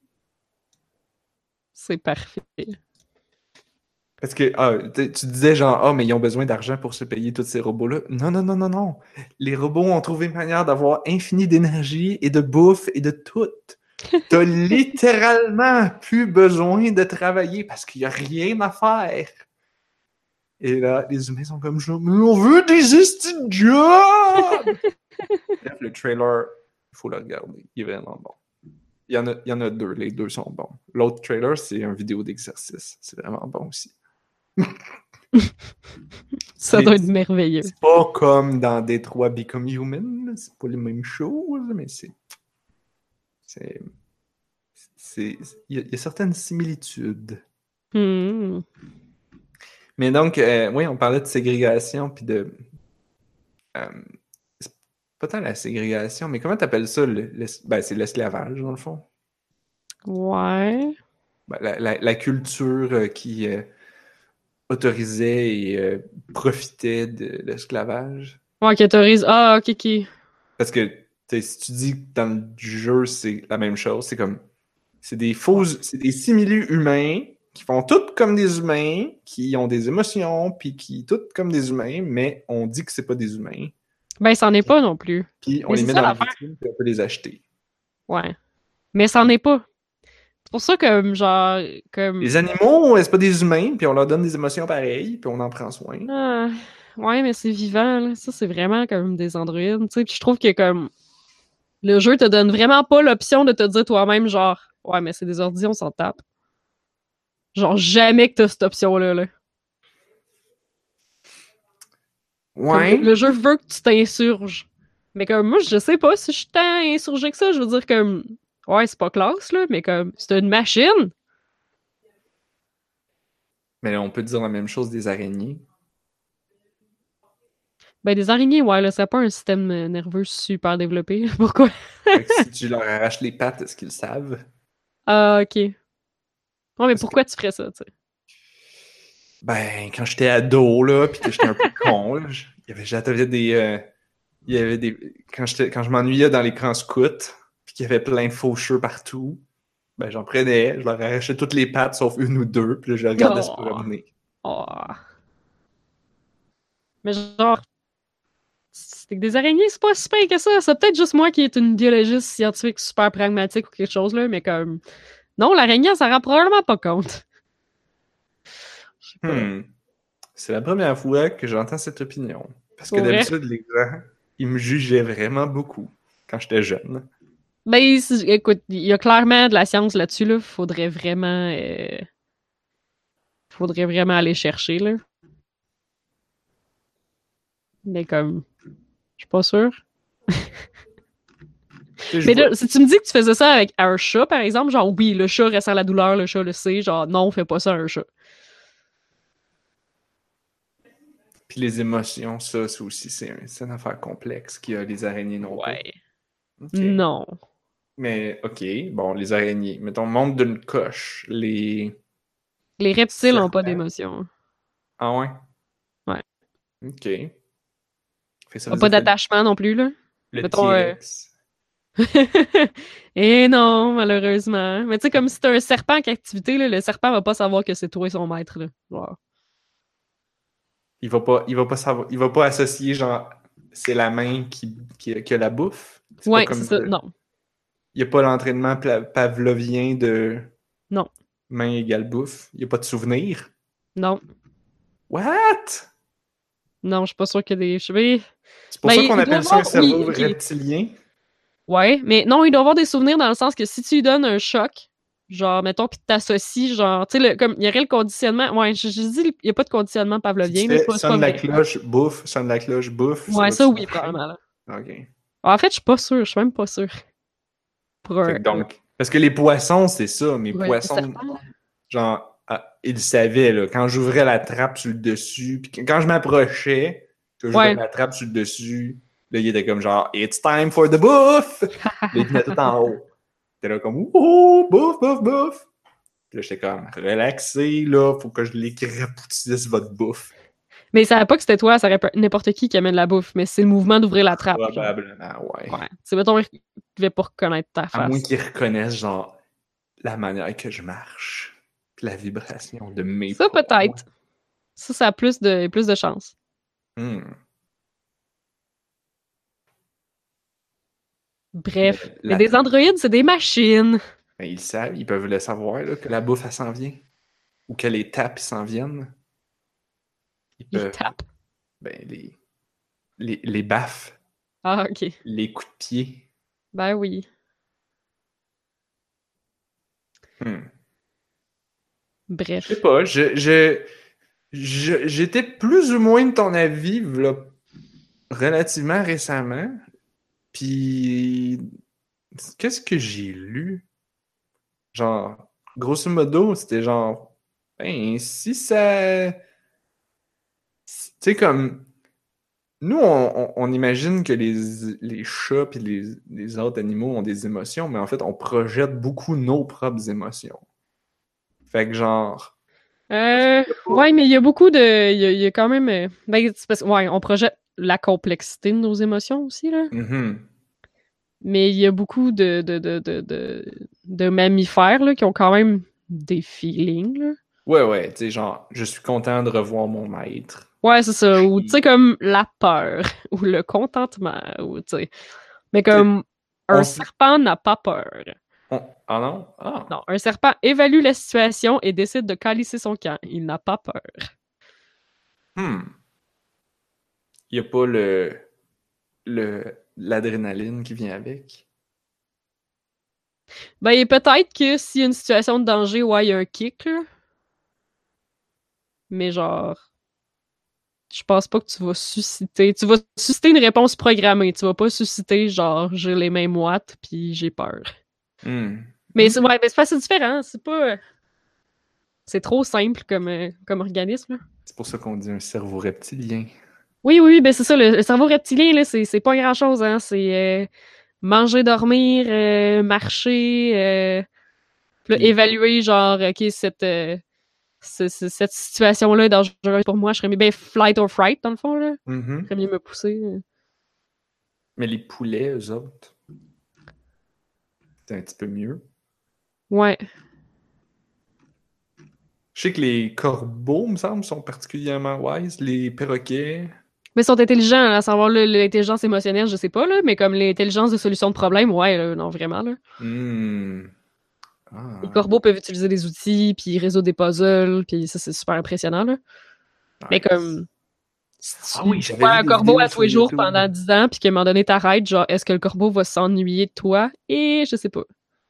C'est parfait. Parce que tu disais genre, mais ils ont besoin d'argent pour se payer tous ces robots-là. Non. Les robots ont trouvé une manière d'avoir infini d'énergie et de bouffe et de tout. T'as littéralement plus besoin de travailler parce qu'il n'y a rien à faire. Et là, les humains sont comme genre, mais on veut des esti de jobs! Bref, le trailer, il faut le regarder. Il est vraiment bon. Il y en a deux, les deux sont bons. L'autre trailer, c'est une vidéo d'exercice. C'est vraiment bon aussi. Ça doit être merveilleux. C'est pas comme dans Detroit Become Human, c'est pas les mêmes choses, mais il y a certaines similitudes. Hmm. Mais donc, oui, on parlait de ségrégation, puis de... c'est pas tant la ségrégation, mais comment t'appelles ça? Ben, c'est l'esclavage, dans le fond. Ouais. Ben, la culture qui autorisait et profitait de l'esclavage. Ouais, qui autorise. Ah, ok. Parce que si tu dis que dans le jeu, c'est la même chose, c'est comme... c'est des similus humains qui font tout comme des humains, qui ont des émotions, puis qui tout comme des humains, mais on dit que c'est pas des humains. Ben, c'en est pas non plus. Puis on Mais les c'est met ça dans la l'affaire. vitrine, puis on peut les acheter. Ouais. Mais c'en est pas. C'est pour ça que, genre, comme. Les animaux, c'est pas des humains, puis on leur donne des émotions pareilles, puis on en prend soin. Ah, ouais, mais c'est vivant, là. Ça, c'est vraiment comme des androïdes, tu sais. Puis je trouve que, comme, le jeu te donne vraiment pas l'option de te dire toi-même, genre, ouais, mais c'est des ordi, on s'en tape. Genre, jamais que t'as cette option-là, là. Comme Ouais. le jeu veut que tu t'insurges. Mais comme moi, je sais pas si je suis tant insurgé que ça. Je veux dire, comme, Ouais, c'est pas classe, là, mais comme, c'est une machine! Mais on peut dire la même chose des araignées. Ben, des araignées, ouais, là, c'est pas un système nerveux super développé. Pourquoi? Fait que si tu leur arraches les pattes, est-ce qu'ils le savent? Ah, ok. Ouais, mais Parce que, pourquoi tu ferais ça, tu sais? ben, quand j'étais ado, là, pis que j'étais un peu con, là, j'avais des... il y avait des... Quand je m'ennuyais dans les camps scouts, pis qu'il y avait plein de faucheux partout, ben, j'en prenais, je leur arrachais toutes les pattes, sauf une ou deux, puis là, je les regardais se Oh, promener. oh. Mais genre, c'est que des araignées, c'est pas si pire que ça. C'est peut-être juste moi qui est une biologiste scientifique super pragmatique ou quelque chose, là, mais comme... Non, l'araignée, ça rend probablement pas compte. Je sais pas. Hmm. C'est la première fois que j'entends cette opinion. Parce que Pour vrai. d'habitude, les gens, ils me jugeaient vraiment beaucoup quand j'étais jeune. Ben, écoute, il y a clairement de la science là-dessus, là. Faudrait vraiment aller chercher, là. Mais comme, je suis pas sûre. Tu sais, je Mais vois. là, si tu me dis que tu faisais ça avec un chat, par exemple, genre, oui, le chat ressent la douleur, le chat le sait, genre, non, on fait pas ça à un chat. Puis les émotions, ça, c'est aussi, c'est une affaire complexe qu'il y a les araignées non pas. Ouais. OK. Non. Mais, OK, bon, les araignées. Mettons, monte d'une coche. Les Les reptiles ont pas serpents. d'émotion. Ah ouais? Ouais. OK. Fait que ça Ont veut pas dire que d'attachement non plus, là. le Mettons, T-Rex. Et non, malheureusement. Mais tu sais, comme si t'as un serpent en captivité, là, le serpent va pas savoir que c'est toi et son maître, là. Genre. Il va pas savoir, il va pas associer, genre, c'est la main qui a la bouffe. C'est pas Ouais, c'est comme, ça. Non. il y a pas l'entraînement pavlovien de Non. main égale bouffe. Il y a pas de souvenir. Non. What? Non, je suis pas sûre qu'il y a des cheveux. C'est pour Ben, ça qu'on il doit appelle ça un avoir. Oui, cerveau ok. reptilien? Ouais, mais non, il doit avoir des souvenirs dans le sens que si tu lui donnes un choc, genre, mettons, puis t'associes, genre, tu sais, comme, il y aurait le conditionnement. Ouais, je dis, il y a pas de conditionnement Si tu pavlovien, là, fais c'est pas sonne la vrai. cloche, bouffe, sonne la cloche, bouffe, ça Ouais, ça, va-tu oui, marcher? probablement, là. OK. En fait, je suis pas sûre, je suis même pas sûre. Pour Fait que donc, parce que les poissons, c'est ça, mes pour un poissons, serpent. genre, ils savaient, là, quand j'ouvrais la trappe sur le dessus, puis quand je m'approchais, que j'ouvrais Ouais. la trappe sur le dessus, là, il était comme genre, It's time for the bouffe! Là, il venait tout en haut. T'es là comme, ouh, bouffe, bouffe, bouffe! Puis là, j'étais comme, relaxé, là, faut que je les crapoutisse votre bouffe. Mais ça savait pas que c'était toi, ça aurait pu être n'importe qui amène la bouffe, mais c'est le mouvement d'ouvrir la trappe, genre. Probablement, ouais. Ouais. C'est mettons, il devait pas reconnaître ta À moins face. qu'ils reconnaissent, genre, la manière que je marche, puis la vibration de mes Ça, pas. peut-être. Ça a plus de chance. Hmm. Mais Bref. Mais la des trappe, androïdes, c'est des machines. ben, ils le savent, ils peuvent le savoir, là, que la bouffe, elle s'en vient. Ou que les tapes, ils s'en viennent. Ils Ils peuvent, tapent. ben, les baffes, Ah, ok. les coups de pied. Ben oui. Hmm. Je sais Bref. pas, j'étais plus ou moins de ton avis, là, relativement récemment. Puis, qu'est-ce que j'ai lu? Genre, grosso modo, c'était genre, ben, si ça. Tu sais, comme, nous, on imagine que les chats et les autres animaux ont des émotions, mais en fait, on projette beaucoup nos propres émotions. Fait que, genre, y a pas. Ouais, mais il y a beaucoup de. Il y a quand même. Ben, ouais, on projette la complexité de nos émotions aussi, là. Mhm. Mais il y a beaucoup de mammifères, là, qui ont quand même des feelings, là. Ouais, ouais, tu sais, genre, je suis content de revoir mon maître. Ouais, c'est ça. Ou, tu Puis, sais, comme la peur, ou le contentement, ou, tu sais. Mais tu sais, comme on un se. serpent n'a pas peur. Ah non? Ah. Non, un serpent évalue la situation et décide de calisser son camp. Il n'a pas peur. Hmm. Il n'y a pas l'adrénaline qui vient avec. Ben, et peut-être que s'il y a une situation de danger, ouais, il y a un kick, là. Mais genre, je pense pas que tu vas susciter. Tu vas susciter une réponse programmée. Tu vas pas susciter, genre, j'ai les mains moites puis j'ai peur. Mais Ok. ouais, mais c'est différent. C'est pas. C'est trop simple comme organisme, là. C'est pour ça qu'on dit un cerveau reptilien. Oui, oui, ben c'est ça, le cerveau reptilien, là, c'est pas grand-chose, hein. C'est manger, dormir, marcher, puis là, Puis, évaluer, genre, OK, cette situation-là est dangereuse pour moi. Je serais mieux bien flight or fright, dans le fond, là. Je mhm. serais mieux me pousser. Mais les poulets, eux autres, c'est un petit peu mieux. Ouais. Je sais que les corbeaux, me semble, sont particulièrement wise. Les perroquets. Mais ils sont intelligents, à savoir l'intelligence émotionnelle, je sais pas, là, mais comme l'intelligence de solution de problème, ouais, là, non, vraiment, là. Hmm. Les Ah, corbeaux peuvent utiliser des outils, puis ils résoudent des puzzles, puis ça, c'est super impressionnant, là. Mais nice. comme, Ah si oui, tu j'avais vois vu un des corbeau vidéos à tous sur les jours YouTube. pendant 10 ans, puis qu'à un moment donné, t'arrêtes, genre, est-ce que le corbeau va s'ennuyer de toi? Et je sais pas.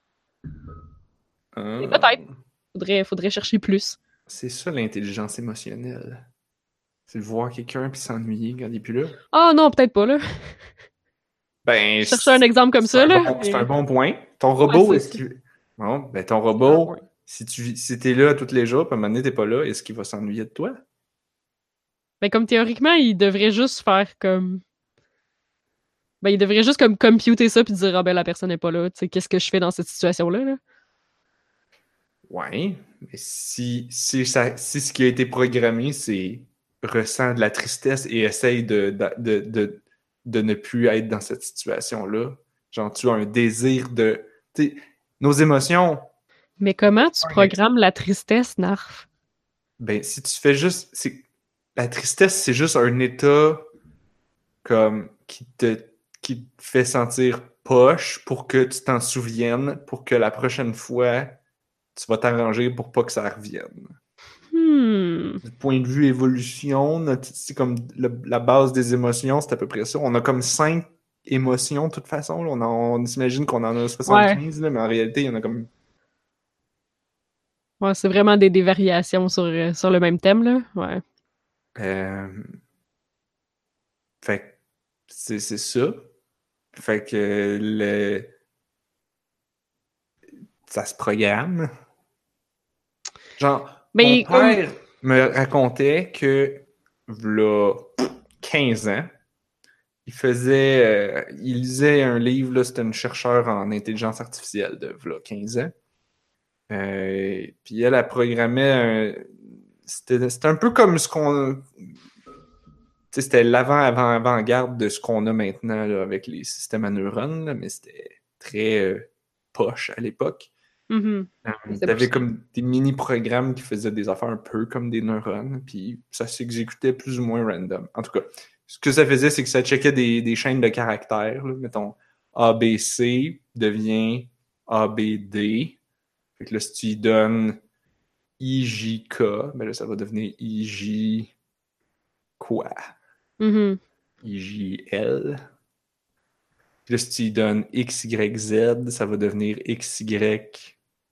Et Ah, peut-être. Faudrait chercher plus. c'est ça l'intelligence émotionnelle. C'est de voir quelqu'un puis s'ennuyer quand il est plus là. Ah non, peut-être pas, là. Ben, Je cherchais un exemple comme ça, là. c'est un bon point. Ton Ouais, robot, c'est est-ce ça. qu'il... Bon, ben ton C'est un point. robot, si t'es là tous les jours, puis à un moment donné, t'es pas là, est-ce qu'il va s'ennuyer de toi? Mais comme théoriquement, il devrait juste faire comme. Ben, il devrait juste comme computer ça puis dire, ah ben la personne n'est pas là. Tu sais, qu'est-ce que je fais dans cette situation-là, là? Ouais, mais si ce qui a été programmé, c'est ressent de la tristesse et essaye de ne plus être dans cette situation-là, genre tu as un désir de... Tu sais, nos émotions, Mais comment tu un ex- programmes la tristesse, Narf? ben si tu fais juste... la tristesse, c'est juste un état comme qui te fait sentir poche pour que tu t'en souviennes, pour que la prochaine fois, tu vas t'arranger pour pas que ça revienne. Hmm. Du point de vue évolution, c'est comme la base des émotions, c'est à peu près ça. On a comme 5 émotions de toute façon. Là. On s'imagine qu'on en a Ouais. 75, là, mais en réalité, il y en a comme... Ouais, c'est vraiment des variations sur le même thème, là. Ouais. Euh, fait que c'est ça. Fait que ça se programme. Genre, mon Mais comme. père me racontait que, v'là 15 ans, il lisait un livre, là, c'était une chercheure en intelligence artificielle de v'là 15 ans. Puis elle a programmé c'était un peu comme ce qu'on... Tu sais, c'était l'avant-garde de ce qu'on a maintenant là, avec les systèmes à neurones, là, mais c'était très poche à l'époque. Mhm. C'est T'avais poussé. comme des mini-programmes qui faisaient des affaires un peu comme des neurones, puis ça s'exécutait plus ou moins random. En tout cas, ce que ça faisait, c'est que ça checkait des chaînes de caractères. Là. Mettons, ABC devient ABD. Fait que là, si tu y donnes IJK, ben là, ça va devenir IJ quoi? Mhm. IJL. Puis là, si tu y donnes XYZ, ça va devenir XYZ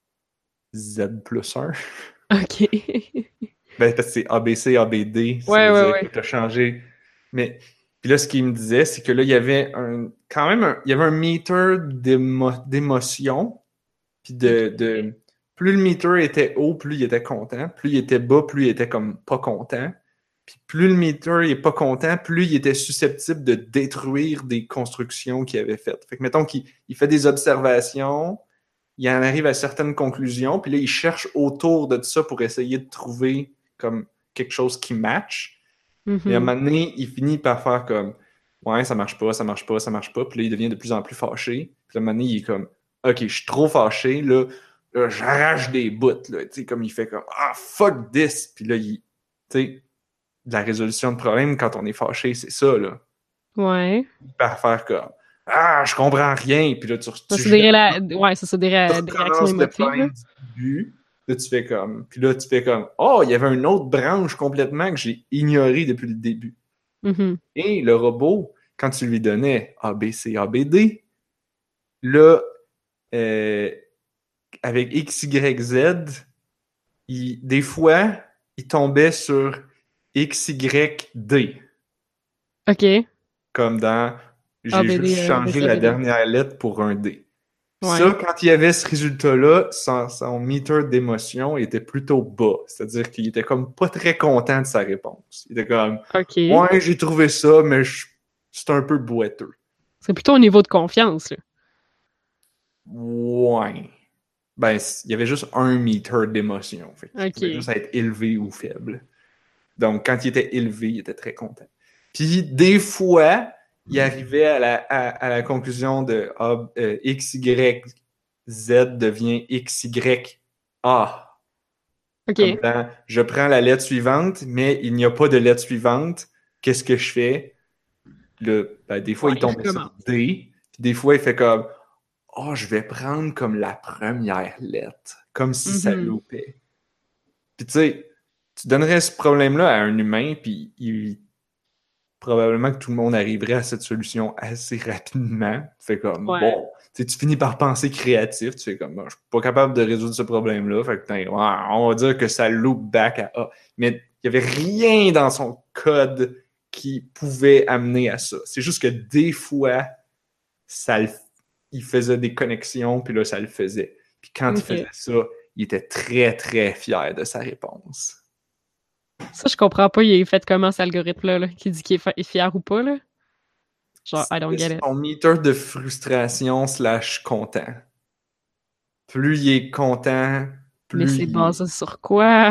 plus 1. OK. Ben, parce que c'est ABC, ABD, ça Ouais, veut ouais, dire que ouais. tu as changé. Mais, puis là, ce qu'il me disait, c'est que là, il y avait quand même, il y avait un meter d'émotion, puis plus le meter était haut, plus il était content, plus il était bas, plus il était comme pas content. Puis plus le meter est pas content, plus il était susceptible de détruire des constructions qu'il avait faites. Fait que mettons qu'il fait des observations, il en arrive à certaines conclusions, puis là, il cherche autour de ça pour essayer de trouver comme quelque chose qui match. Mais à un Mhm. moment donné, il finit par faire comme ouais, ça marche pas, ça marche pas, ça marche pas. Puis là, il devient de plus en plus fâché. Puis à un moment donné, il est comme OK, je suis trop fâché, là, j'arrache des bouts, là. Tu sais, comme il fait comme ah, fuck this. Puis là, tu sais, de la résolution de problème quand on est fâché, c'est ça, là. Ouais. Par faire comme ah, je comprends rien. Puis là, Ça, tu c'est jettes ouais, ça, c'est tu des réactions recommences le émotives, là. problème du début. Là, tu fais comme. Puis là, tu fais comme oh, il y avait une autre branche complètement que j'ai ignorée depuis le début. Mhm. Et le robot, quand tu lui donnais A, B, C, A, B, D, là, euh, avec X, Y, Z, des fois, il tombait sur X, Y, D. OK. Comme dans j'ai juste ABD, changé la ABCABD. dernière lettre pour un D. Puis Ça, Ouais. quand il y avait ce résultat-là, son meter d'émotion était plutôt bas. C'est-à-dire qu'il était comme pas très content de sa réponse. Il était comme, OK. ouais, j'ai trouvé ça, mais c'est un peu boiteux. C'est plutôt au niveau de confiance, là. Ouais. Ben, il y avait juste un meter d'émotion. Fait qu'il pouvait OK. juste être élevé ou faible. Donc, quand il était élevé, il était très content. Puis, des fois, il arrivait à la conclusion de X, Y, Z devient X, Y, A. Comme OK. dans, je prends la lettre suivante, mais il n'y a pas de lettre suivante. Qu'est-ce que je fais? Ben, des fois, Ouais, il il tombait sur recommence. D. Puis des fois, il fait comme, oh, je vais prendre comme la première lettre. Comme si ça Mhm. loupait. Puis tu sais, tu donnerais ce problème-là à un humain, puis probablement que tout le monde arriverait à cette solution assez rapidement. Tu fais comme, Ouais. bon, tu finis par penser créatif, tu fais comme, bon, je suis pas capable de résoudre ce problème-là, fait que, ouais, on va dire que ça loop back à A. Mais il y avait rien dans son code qui pouvait amener à ça. C'est juste que des fois, ça il faisait des connexions, puis là, ça le faisait. Puis quand il faisait OK. ça, il était très, très fier de sa réponse. Ça, je comprends pas, il est fait comment, cet algorithme-là, là, qui dit qu'il est fier ou pas, là. Genre, I don't C'est get it. son meter de frustration slash content. Plus il est content, Mais plus c'est il est... basé sur quoi?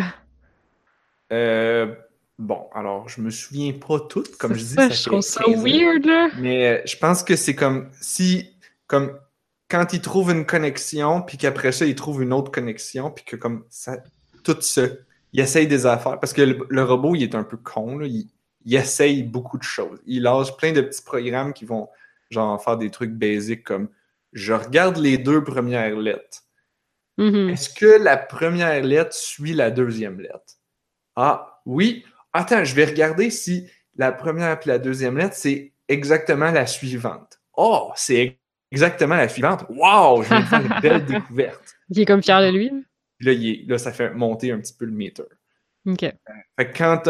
Euh, bon, alors, je me souviens pas toutes. Comme C'est je dis, ça, ça je trouve fait ça 15 ans. weird, là. Mais je pense que c'est comme si... Comme quand il trouve une connexion, puis qu'après ça, il trouve une autre connexion, puis que comme ça... Tout ça, il essaye des affaires. Parce que le robot, il est un peu con, là. Il essaye beaucoup de choses. Il lâche plein de petits programmes qui vont, genre, faire des trucs basiques comme... Je regarde les deux premières lettres. Mhm. Est-ce que la première lettre suit la deuxième lettre? Ah, oui. Attends, je vais regarder si la première et la deuxième lettre, c'est exactement la suivante. Oh, c'est exactement la suivante. Wow, je viens de faire une belle découverte. Il est comme fier de lui, là. Puis là, là, ça fait monter un petit peu le meter. OK. Fait que quand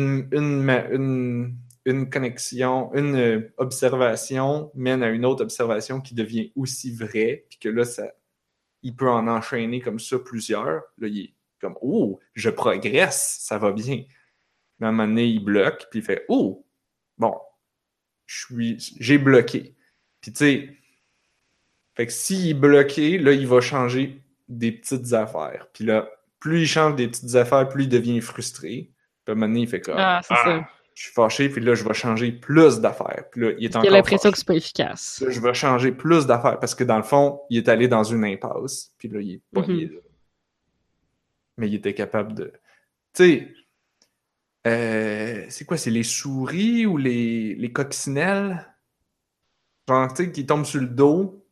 une connexion, une observation mène à une autre observation qui devient aussi vraie, puis que là, il peut en enchaîner comme ça plusieurs. Là, il est comme, oh, je progresse, ça va bien. Mais à un moment donné, il bloque, puis il fait, oh, bon, j'ai bloqué. Puis tu sais, fait que s'il est bloqué, là, il va changer des petites affaires. Puis là, plus il change des petites affaires, plus il devient frustré. Puis à un moment donné, il fait comme, Ah, c'est ça. je suis fâché, puis là, je vais changer plus d'affaires. Puis là, il est Parce qu'il a encore l'impression que fâché. c'est pas efficace. Là, je vais changer plus d'affaires parce que dans le fond, il est allé dans une impasse. Puis là, il est pogné Mhm. là. Mais il était capable de. Tu sais, c'est quoi, c'est les souris ou les coccinelles? Genre, tu sais, qui tombent sur le dos.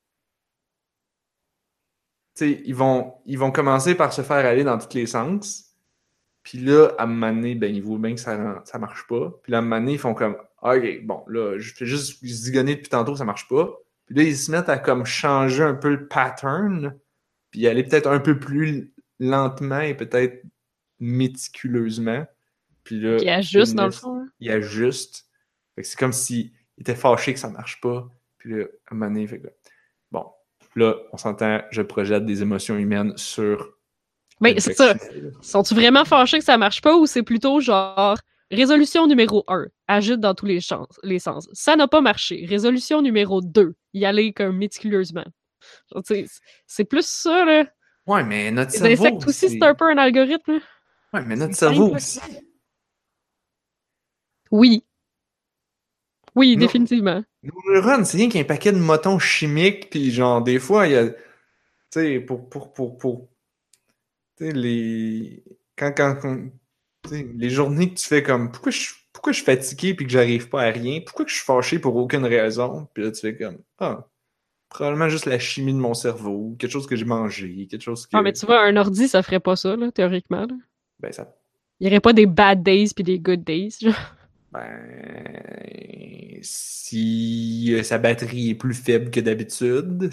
Tu sais, ils vont commencer par se faire aller dans tous les sens. Puis là, à un moment donné, ben, ils voient bien que ça marche pas. Puis là, à un moment donné, ils font comme, OK, bon, là, je fais juste zigonner depuis tantôt, ça marche pas. Puis là, ils se mettent à comme changer un peu le pattern, puis aller peut-être un peu plus lentement et peut-être méticuleusement. Puis là, Qui ils ajuste, dans le finissent, fond, là. ils ajustent. Fait que c'est comme s'ils étaient fâchés que ça marche pas. Puis là, à un moment donné, fait que, bon, là, on s'entend, je projette des émotions humaines sur Mais c'est ça. l'objectif. Sont-tu vraiment fâchés que ça marche pas ou c'est plutôt genre résolution numéro 1, agite dans tous les sens. Ça n'a pas marché. Résolution numéro 2, y aller comme méticuleusement. Genre, c'est plus ça, là. Ouais, mais notre Les insectes cerveau, aussi, c'est un c'est. peu un algorithme, là. Ouais, mais C'est notre cerveau simple, là. aussi. Oui. Oui, Nos, définitivement. nos neurones, c'est rien qu'un paquet de motons chimiques, puis genre, des fois, il y a. Tu sais, tu sais, tu sais, les journées que tu fais comme, pourquoi je suis fatigué puis que j'arrive pas à rien? Pourquoi que je suis fâché pour aucune raison? Puis là, tu fais comme, probablement juste la chimie de mon cerveau, quelque chose que j'ai mangé, quelque chose Ah, mais que. tu vois, un ordi, ça ferait pas ça, là, théoriquement, là. Ben, ça. Il y aurait pas des bad days puis des good days, genre. Ben, si sa batterie est plus faible que d'habitude,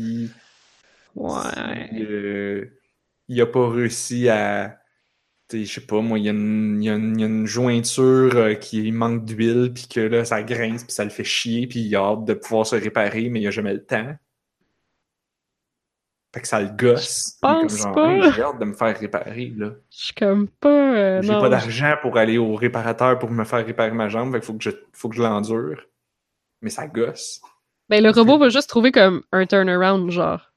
si Ouais. il a pas réussi à, tu sais, je sais pas, moi, il y a une jointure qui manque d'huile, puis que là, ça grince, puis ça le fait chier, puis il a hâte de pouvoir se réparer, mais il a jamais le temps. Fait que ça le gosse. Il est comme Pense genre, hey, pas. j'ai hâte de me faire réparer, là. Je suis comme pas. J'ai Non. pas d'argent pour aller au réparateur pour me faire réparer ma jambe, fait que faut que je l'endure. Mais ça gosse. Ben, le robot va juste trouver comme un turnaround, genre.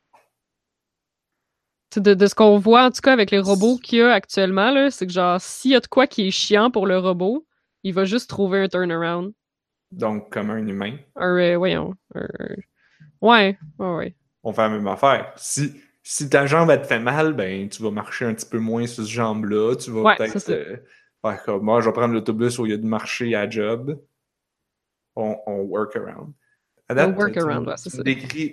De ce qu'on voit, en tout cas, avec les robots qu'il y a actuellement, là, c'est que genre, s'il y a de quoi qui est chiant pour le robot, il va juste trouver un turnaround. Donc, comme un humain, Voyons. Ouais, ouais. on fait la même affaire. Si ta jambe, elle te fait mal, ben, tu vas marcher un petit peu moins sur cette jambe-là. Tu vas Ouais, c'est peut-être ça. faire comme moi, je vais prendre l'autobus au lieu de marcher à la job. On work around. À Le date, workaround, ouais, c'est ça.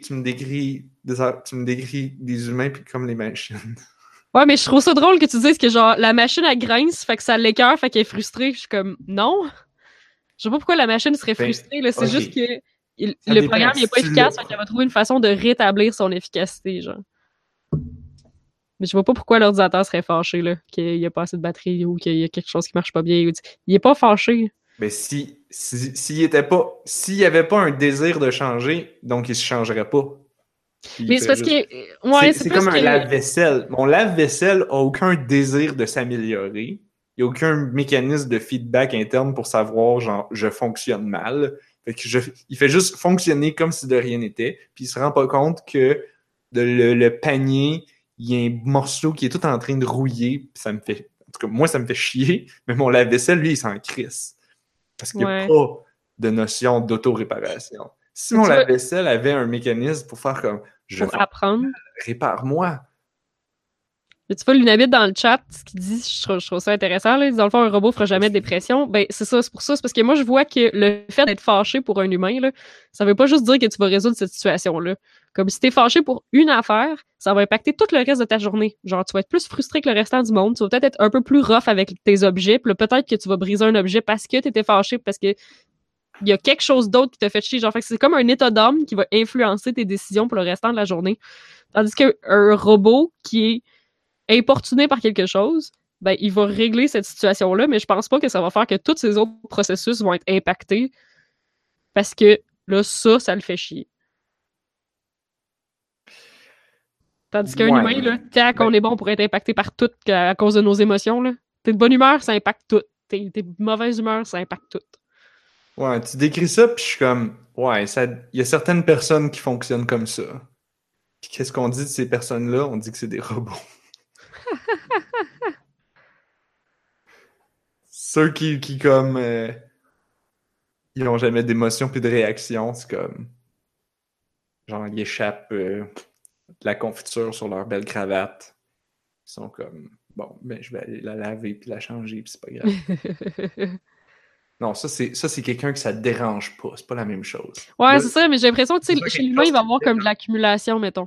tu me décris des humains puis comme les machines. Ouais, mais je trouve ça drôle que tu dises que genre la machine elle grince, fait que ça l'écœure, fait qu'elle est frustrée. Je suis comme non. Je sais pas pourquoi la machine serait Ben, frustrée, là. C'est ok. juste que Ça le dépend. programme il est Si pas tu l'as efficace, fait qu'elle va trouver une façon de rétablir son efficacité, genre. Mais je vois pas pourquoi l'ordinateur serait fâché, là, qu'il y a pas assez de batterie ou qu'il y a quelque chose qui marche pas bien. Il est pas fâché. ben s'il y avait pas un désir de changer, donc il se changerait pas. Puis il Mais c'est ferait parce juste. que, ouais, c'est C'est plus comme un que, lave-vaisselle. Mon lave-vaisselle a aucun désir de s'améliorer. Il n'y a aucun mécanisme de feedback interne pour savoir, genre, je fonctionne mal. Fait que il fait juste fonctionner comme si de rien n'était. Puis il se rend pas compte que le panier, il y a un morceau qui est tout en train de rouiller. Puis ça me fait, en tout cas, moi, ça me fait chier. Mais mon lave-vaisselle, lui, il s'en crisse. Parce qu'il n'y a ouais. pas de notion d'auto-réparation. Si Mais mon tu vois, lave-vaisselle avait un mécanisme pour faire comme, je pour apprendre. répare-moi. Mais tu vois, Lunabit dans le chat, ce qu'il dit, je trouve ça intéressant. Là. Dans le fond, un robot fera jamais de dépression. Ben, c'est ça, c'est pour ça. C'est parce que moi, je vois que le fait d'être fâché pour un humain, là, ça veut pas juste dire que tu vas résoudre cette situation-là. Comme si t'es fâché pour une affaire, ça va impacter tout le reste de ta journée. Genre, tu vas être plus frustré que le restant du monde. Tu vas peut-être être un peu plus rough avec tes objets. Puis là, peut-être que tu vas briser un objet parce que t'étais fâché, parce que il y a quelque chose d'autre qui t'a fait chier. Genre, fait que c'est comme un état d'âme qui va influencer tes décisions pour le restant de la journée. Tandis qu'un robot qui est importuné par quelque chose, ben, il va régler cette situation-là, mais je pense pas que ça va faire que tous ces autres processus vont être impactés parce que là, ça le fait chier. Tandis qu'un Ouais. humain, là, tant Ben, qu'on est bon pour être impacté par tout à cause de nos émotions, là. T'es de bonne humeur, ça impacte tout. T'es de mauvaise humeur, ça impacte tout. ouais, tu décris ça, puis je suis comme, ouais, il y a certaines personnes qui fonctionnent comme ça. Puis qu'est-ce qu'on dit de ces personnes-là? On dit que c'est des robots. Ceux qui comme, ils ont jamais d'émotion puis de réaction, c'est comme, genre, ils échappent de la confiture sur leur belle cravate. Ils sont comme, bon, ben, je vais aller la laver puis la changer, puis c'est pas grave. Non, ça, c'est quelqu'un que ça dérange pas. C'est pas la même chose. Ouais, Là, c'est ça, mais j'ai l'impression que c'est pas chez quelque l'humain, chose il va y qui avoir te comme de l'accumulation, mettons.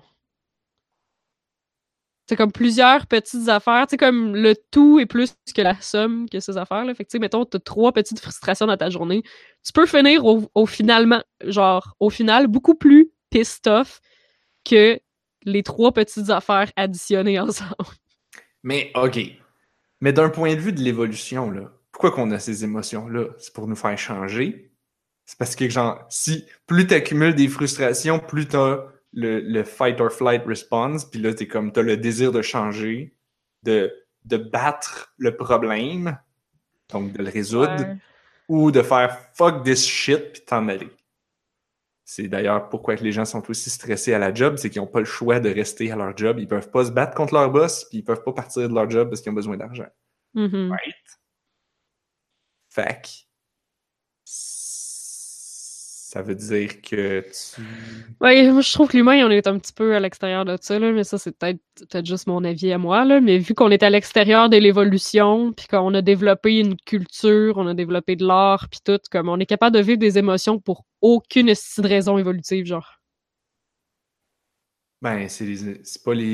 C'est comme plusieurs petites affaires. Tu sais, comme le tout est plus que la somme que ces affaires-là. Fait que, tu sais, mettons, t'as 3 petites frustrations dans ta journée. Tu peux finir au final, beaucoup plus pissed off que les 3 petites affaires additionnées ensemble. Mais, OK. Mais d'un point de vue de l'évolution, là, pourquoi qu'on a ces émotions-là? C'est pour nous faire changer. C'est parce que, genre, si plus tu accumules des frustrations, plus tu as le fight or flight response, puis là, t'as le désir de changer, de battre le problème, donc de le résoudre, Ouais. ou de faire fuck this shit, puis t'en aller. C'est d'ailleurs pourquoi les gens sont aussi stressés à la job, c'est qu'ils n'ont pas le choix de rester à leur job. Ils peuvent pas se battre contre leur boss, puis ils peuvent pas partir de leur job parce qu'ils ont besoin d'argent. Mhm. Right? Fait que ça veut dire que Ouais, moi, je trouve que l'humain, on est un petit peu à l'extérieur de ça, là, mais ça, c'est peut-être juste mon avis à moi, là, mais vu qu'on est à l'extérieur de l'évolution, puis qu'on a développé une culture, on a développé de l'art, puis tout, comme on est capable de vivre des émotions pour aucune raison évolutive, genre. ben, c'est pas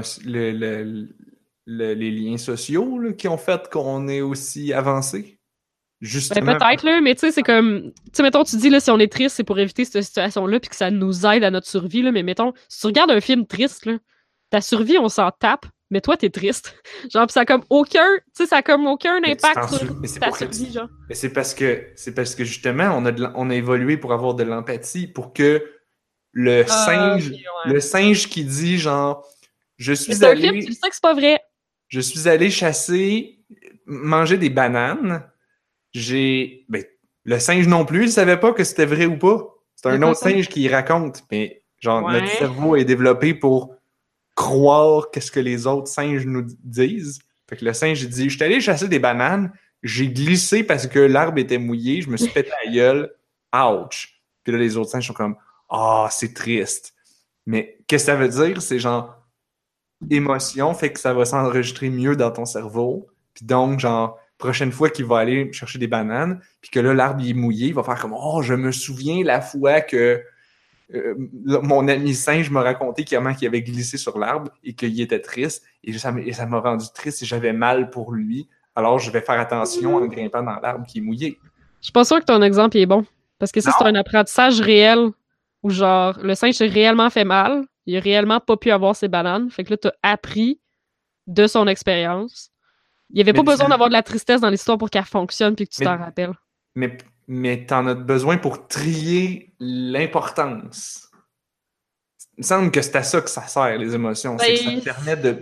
les liens sociaux là, qui ont fait qu'on est aussi avancé. Ben, Justement. peut-être, là, mais tu sais, c'est comme, tu sais, mettons, tu dis, là, si on est triste, c'est pour éviter cette situation-là, puis que ça nous aide à notre survie, là, mais mettons, si tu regardes un film triste, là, ta survie, on s'en tape, mais toi, t'es triste. Genre, pis ça a comme aucun, tu sais, ça a comme aucun Mais tu impact t'en sur sou- mais c'est ta pour que survie, genre. mais c'est parce que justement, on a évolué pour avoir de l'empathie, pour que le Ah, ok, singe, ouais. le singe qui dit genre Je Mais suis c'est un film, tu allé, le sais que c'est pas vrai. je suis allé chasser, manger des bananes. Ben, le singe non plus, il savait pas que c'était vrai ou pas. C'est un autre singe qui raconte, mais genre, notre Ouais. cerveau est développé pour croire qu'est-ce que les autres singes nous disent. Fait que le singe, il dit, je suis allé chasser des bananes, j'ai glissé parce que l'arbre était mouillé, je me suis pété la gueule, ouch. Puis là, les autres singes sont comme, ah, c'est triste. Mais qu'est-ce que ça veut dire? C'est genre, émotion fait que ça va s'enregistrer mieux dans ton cerveau. Puis donc, genre, prochaine fois qu'il va aller chercher des bananes, puis que là, l'arbre il est mouillé, il va faire comme, oh, je me souviens la fois que mon ami singe m'a raconté comment il avait glissé sur l'arbre et qu'il était triste. Et ça m'a rendu triste et j'avais mal pour lui. Alors, je vais faire attention en grimpant dans l'arbre qui est mouillé. Je suis pas sûre que ton exemple est bon. Parce que ça, c'est un Non, apprentissage réel où, genre, le singe s'est réellement fait mal. Il a réellement pas pu avoir ses bananes. Fait que là, t'as appris de son expérience. Il y avait pas mais besoin d'avoir de la tristesse dans l'histoire pour qu'elle fonctionne puis que tu t'en mais, rappelles. mais t'en as besoin pour trier l'importance. Il me semble que c'est à ça que ça sert, les émotions. C'est que ça te Ben, permet de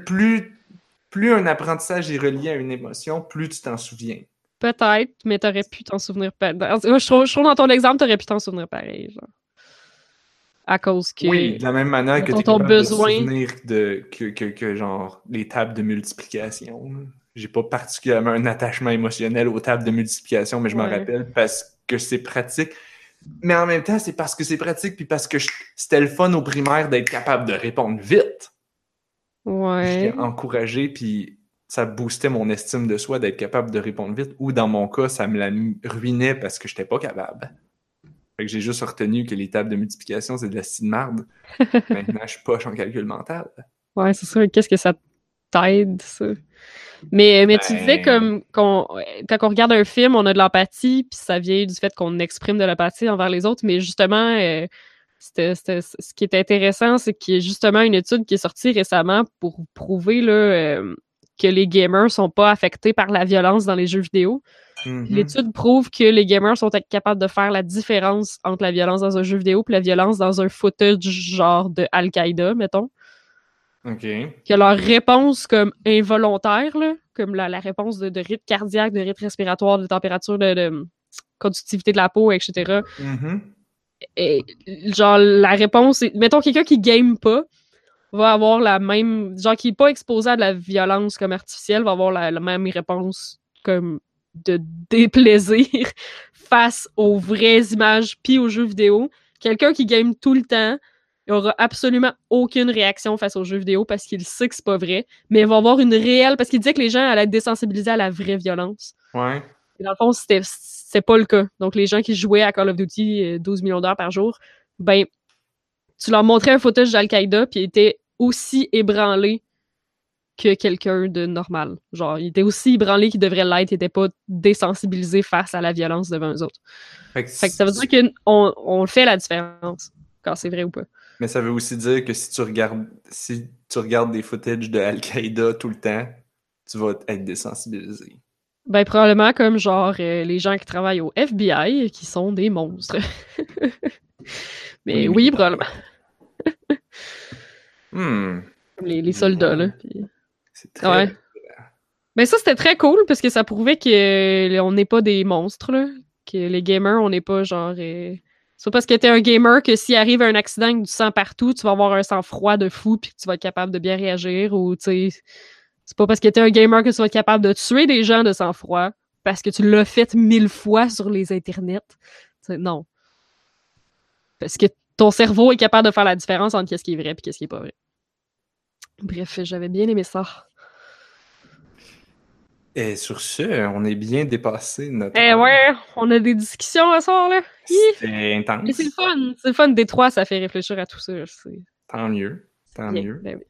plus un apprentissage est relié à une émotion, plus tu t'en souviens. peut-être, mais t'aurais pu t'en souvenir. Je trouve dans ton exemple, t'aurais pu t'en souvenir pareil, genre. À cause Oui, que, de la même manière que tu mettons, es ton capable de te besoin. souvenir que genre les tables de multiplication. Là. J'ai pas particulièrement un attachement émotionnel aux tables de multiplication, mais je m'en Ouais. rappelle parce que c'est pratique. Mais en même temps, c'est parce que c'est pratique puis parce que c'était le fun au primaire d'être capable de répondre vite. J'étais Ouais. encouragé puis ça boostait mon estime de soi d'être capable de répondre vite. Ou dans mon cas, ça me la ruinait parce que j'étais pas capable. Fait que j'ai juste retenu que les tables de multiplication, c'est de la de marde. Maintenant, je suis poche en calcul mental. Ouais, c'est sûr. Qu'est-ce que ça t'aide, ça? Mais tu disais Ben, comme quand on regarde un film, on a de l'empathie, puis ça vient du fait qu'on exprime de l'empathie envers les autres. Mais justement, ce qui est intéressant, c'est qu'il y a justement une étude qui est sortie récemment pour prouver là, que les gamers sont pas affectés par la violence dans les jeux vidéo. Puis mhm, l'étude prouve que les gamers sont capables de faire la différence entre la violence dans un jeu vidéo et la violence dans un footage genre de Al-Qaïda, mettons. OK. Que leur réponse comme involontaire, là, comme la réponse de rythme cardiaque, de rythme respiratoire, de température, de conductivité de la peau, etc. Mhm. Et, genre, la réponse, mettons, quelqu'un qui game pas va avoir la même, genre, qui est pas exposé à de la violence comme artificielle, va avoir la même réponse comme de déplaisir face aux vraies images puis aux jeux vidéo. Quelqu'un qui game tout le temps, il aura absolument aucune réaction face aux jeux vidéo parce qu'il sait que c'est pas vrai, mais il va avoir une réelle, parce qu'il disait que les gens allaient être désensibilisés à la vraie violence. Ouais. Et dans le fond, c'est pas le cas. Donc, les gens qui jouaient à Call of Duty 12 millions d'heures par jour, ben, tu leur montrais un footage d'Al-Qaïda, puis ils étaient aussi ébranlés que quelqu'un de normal. Genre, il était aussi ébranlé qu'il devrait l'être, il était pas désensibilisé face à la violence devant eux autres. Fait que Fait que ça veut dire qu'on fait la différence, quand c'est vrai ou pas. mais ça veut aussi dire que si tu regardes des footages de Al-Qaïda tout le temps, tu vas être désensibilisé. Ben, probablement comme genre les gens qui travaillent au FBI, qui sont des monstres. Ou Mais les oui, militaires. probablement. Hmm. Comme les soldats, là. Bien. Puis... C'est Ouais. très... Mais ça, c'était très cool parce que ça prouvait qu'on n'est pas des monstres, là. Que les gamers, on n'est pas genre. C'est pas parce que t'es un gamer que s'il arrive un accident avec du sang partout, tu vas avoir un sang froid de fou puis que tu vas être capable de bien réagir ou, tu sais. C'est pas parce que t'es un gamer que tu vas être capable de tuer des gens de sang-froid parce que tu l'as fait 1000 fois sur les internets. T'sais, non. Parce que ton cerveau est capable de faire la différence entre ce qui est vrai et ce qui est pas vrai. Bref, j'avais bien aimé ça. Et sur ce, on est bien dépassé notre Eh heure. ouais, on a des discussions à soir, là. Hi! C'était Mais c'est le intense. fun. C'est le fun. Détroit, ça fait réfléchir à tout ça. Tant mieux. C'est Tant bien. mieux. Ben oui.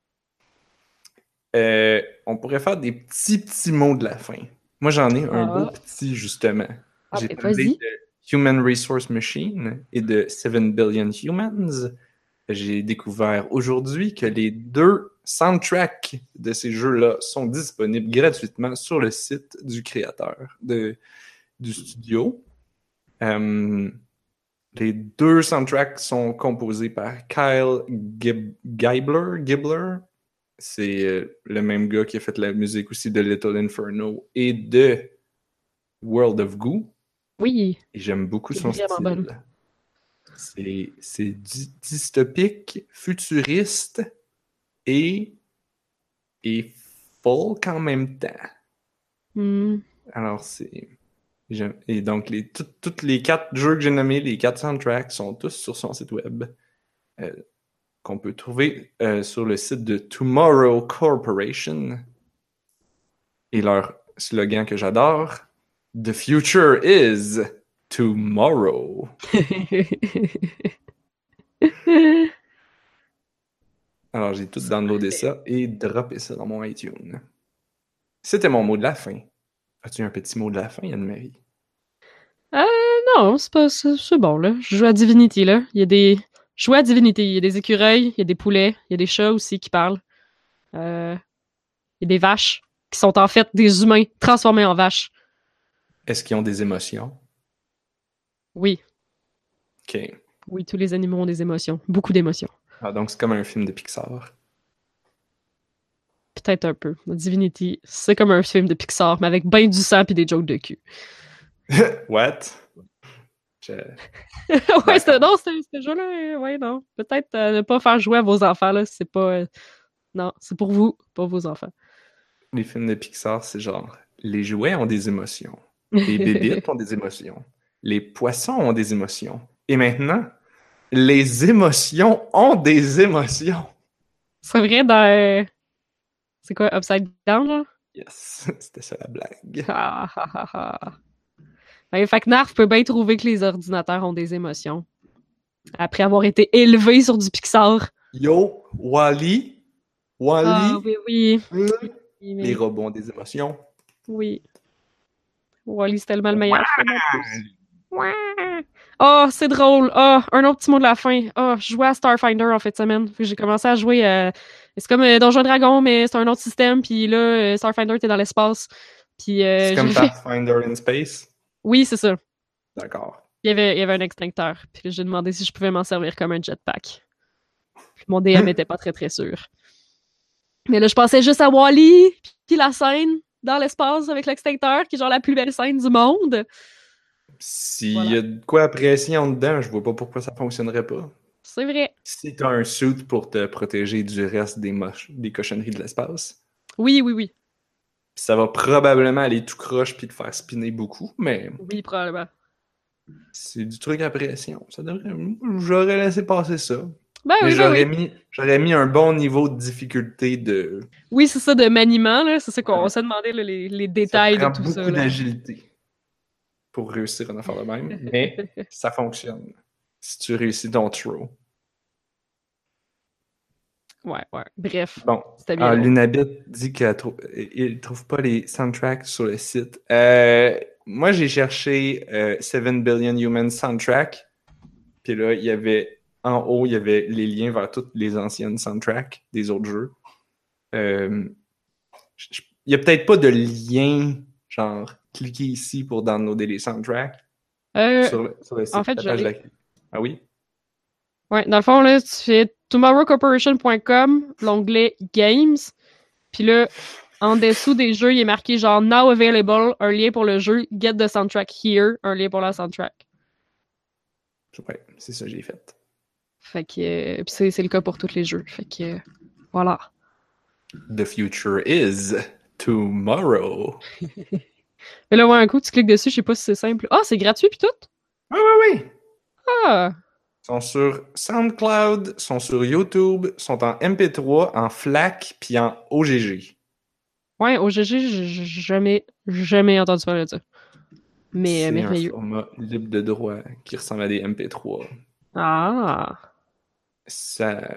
On pourrait faire des petits mots de la fin. Moi, j'en ai un beau Ah, petit, justement. ah J'ai ben parlé vas-y. de Human Resource Machine et de 7 Billion Humans. J'ai découvert aujourd'hui que les deux soundtracks de ces jeux-là sont disponibles gratuitement sur le site du créateur du studio. Euh, Les 2 soundtracks sont composés par Kyle Gibler. C'est le même gars qui a fait la musique aussi de Little Inferno et de World of Goo. Oui. Et j'aime beaucoup C'est son vraiment style. bonne. C'est dystopique, futuriste et folk en même temps. Alors, et donc, tous les 4 jeux que j'ai nommés, les 4 soundtracks, sont tous sur son site web, qu'on peut trouver sur le site de Tomorrow Corporation. Et leur slogan que j'adore, The future is tomorrow. Alors, j'ai tout downloadé ça et droppé ça dans mon iTunes. C'était mon mot de la fin. As-tu un petit mot de la fin, Anne-Marie? Non, c'est bon, là. Je joue à Divinity, là. Je joue à Divinity. Il y a des écureuils, il y a des poulets, il y a des chats aussi qui parlent. Il y a des vaches qui sont en fait des humains transformés en vaches. Est-ce qu'ils ont des émotions? Oui. OK. Oui, tous les animaux ont des émotions. Beaucoup d'émotions. Ah, donc c'est comme un film de Pixar. Peut-être un peu. Divinity, c'est comme un film de Pixar, mais avec ben du sang et des jokes de cul. What? Ouais, ce jeu-là, ouais, non. Peut-être ne pas faire jouer à vos enfants, là. C'est pas. Non, c'est pour vous, pas vos enfants. Les films de Pixar, c'est genre, les jouets ont des émotions. Les bébites ont des émotions. Les poissons ont des émotions. Et maintenant, les émotions ont des émotions. C'est vrai dans. C'est quoi, Upside Down, là? Yes, c'était ça la blague. Ah, ah, ah, ah. Ouais, fait que Narf peut bien trouver que les ordinateurs ont des émotions. Après avoir été élevé sur du Pixar. Yo, Wall-E, Ah, oui, oui. les Mais... robots ont des émotions. Oui. Wall-E, c'est tellement le meilleur film en plus. Oh, c'est drôle. Oh, un autre petit mot de la fin. Oh, je jouais à Starfinder en fin de semaine. J'ai commencé à jouer. C'est comme Donjon Dragon, mais c'est un autre système. Puis là, Starfinder, t'es dans l'espace. Puis C'est comme Pathfinder in Space. Oui, c'est ça. D'accord. Il y avait un extincteur. Puis j'ai demandé si je pouvais m'en servir comme un jetpack. Puis mon DM était pas très très sûr. Mais là, je pensais juste à Wall-E, puis la scène dans l'espace avec l'extincteur, qui est genre la plus belle scène du monde. S'il y a de quoi apprécier en dedans, je vois pas pourquoi ça fonctionnerait pas. C'est vrai. Si t'as un suit pour te protéger du reste des cochonneries de l'espace. Oui, oui, oui. Ça va probablement aller tout croche puis te faire spinner beaucoup, mais Oui, probablement. c'est du truc à pression. Ça devrait. J'aurais laissé passer ça. Ben Mais oui, j'aurais mis un bon niveau de difficulté de. Oui, c'est ça, de maniement, là. C'est ça qu'on s'est demandé, là, les détails de Ça tout prend ça. beaucoup Là. d'agilité pour réussir une affaire de même, mais ça fonctionne. Si tu réussis ton throw. Ouais, ouais. Bref. Bon, C'était bien. Lunabit dit qu'il ne trouve pas les soundtracks sur le site. Moi, j'ai cherché 7 Billion Humans Soundtrack. Puis là, en haut, il y avait les liens vers toutes les anciennes soundtracks des autres jeux. Il n'y a peut-être pas de lien, genre, cliquez ici pour downloader les soundtracks sur le site. En fait, Ah oui? Ouais, dans le fond, là, tu fais tomorrowcorporation.com, l'onglet Games, puis là, en dessous des jeux, il est marqué genre Now available, un lien pour le jeu, Get the soundtrack here, un lien pour la soundtrack. Ouais, c'est ça que j'ai fait. Fait que, puis c'est le cas pour tous les jeux. Fait que, voilà. The future is tomorrow. Mais là, ouais, un coup, tu cliques dessus, je sais pas si c'est simple. Ah, c'est gratuit puis tout? Oui, oui, oui. Ah! Ils sont sur SoundCloud, sont sur YouTube, sont en MP3, en FLAC, puis en OGG. Ouais, OGG, j'ai jamais entendu parler de ça. Mais c'est merveilleux. un format libre de droit qui ressemble à des MP3. Ah! Ça...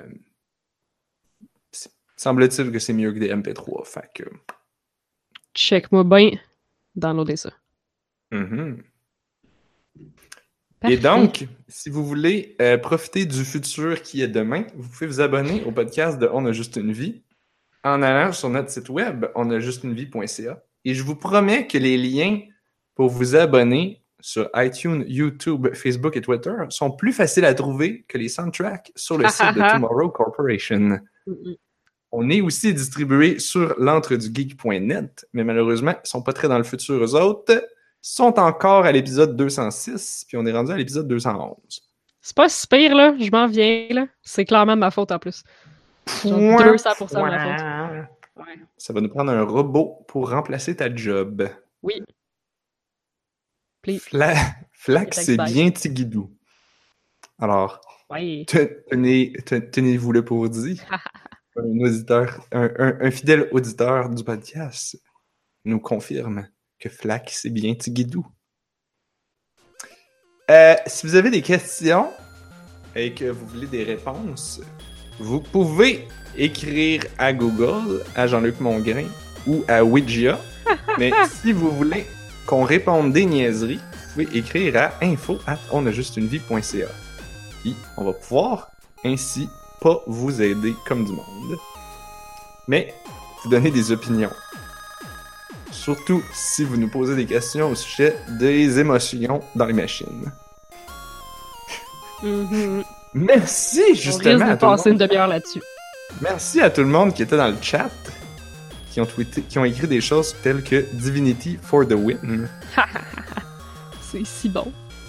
Semble-t-il que c'est mieux que des MP3, fait que... Check-moi bien downloader ça. Mm-hmm. Parfait. Et donc, si vous voulez profiter du futur qui est demain, vous pouvez vous abonner au podcast de On a juste une vie en allant sur notre site web onajustunevie.ca. Et je vous promets que les liens pour vous abonner sur iTunes, YouTube, Facebook et Twitter sont plus faciles à trouver que les soundtracks sur le site de Tomorrow Corporation. On est aussi distribué sur l'entredugeek.net, mais malheureusement, ils sont pas très dans le futur, eux autres. Sont encore à l'épisode 206, puis on est rendu à l'épisode 211. C'est pas si pire, là. Je m'en viens, là. C'est clairement ma faute, en plus. Genre 200% de ma faute. Ouais. Ça va nous prendre un robot pour remplacer ta job. Oui. Please. Flax, c'est bien Tigidou. Alors, ouais. tenez-vous le pour dit. Un auditeur, un fidèle auditeur du podcast nous confirme que Flack, c'est bien Tigidou. Si vous avez des questions et que vous voulez des réponses, vous pouvez écrire à Google, à Jean-Luc Mongrain ou à Ouija. Mais si vous voulez qu'on réponde des niaiseries, vous pouvez écrire à info@onajustunevie.ca. Puis on va pouvoir ainsi pas vous aider comme du monde, mais vous donner des opinions. Surtout si vous nous posez des questions au sujet des émotions dans les machines. Merci justement à tout le monde. Une demi-heure là-dessus. Merci à tout le monde qui était dans le chat, qui ont écrit des choses telles que Divinity for the win. C'est si bon.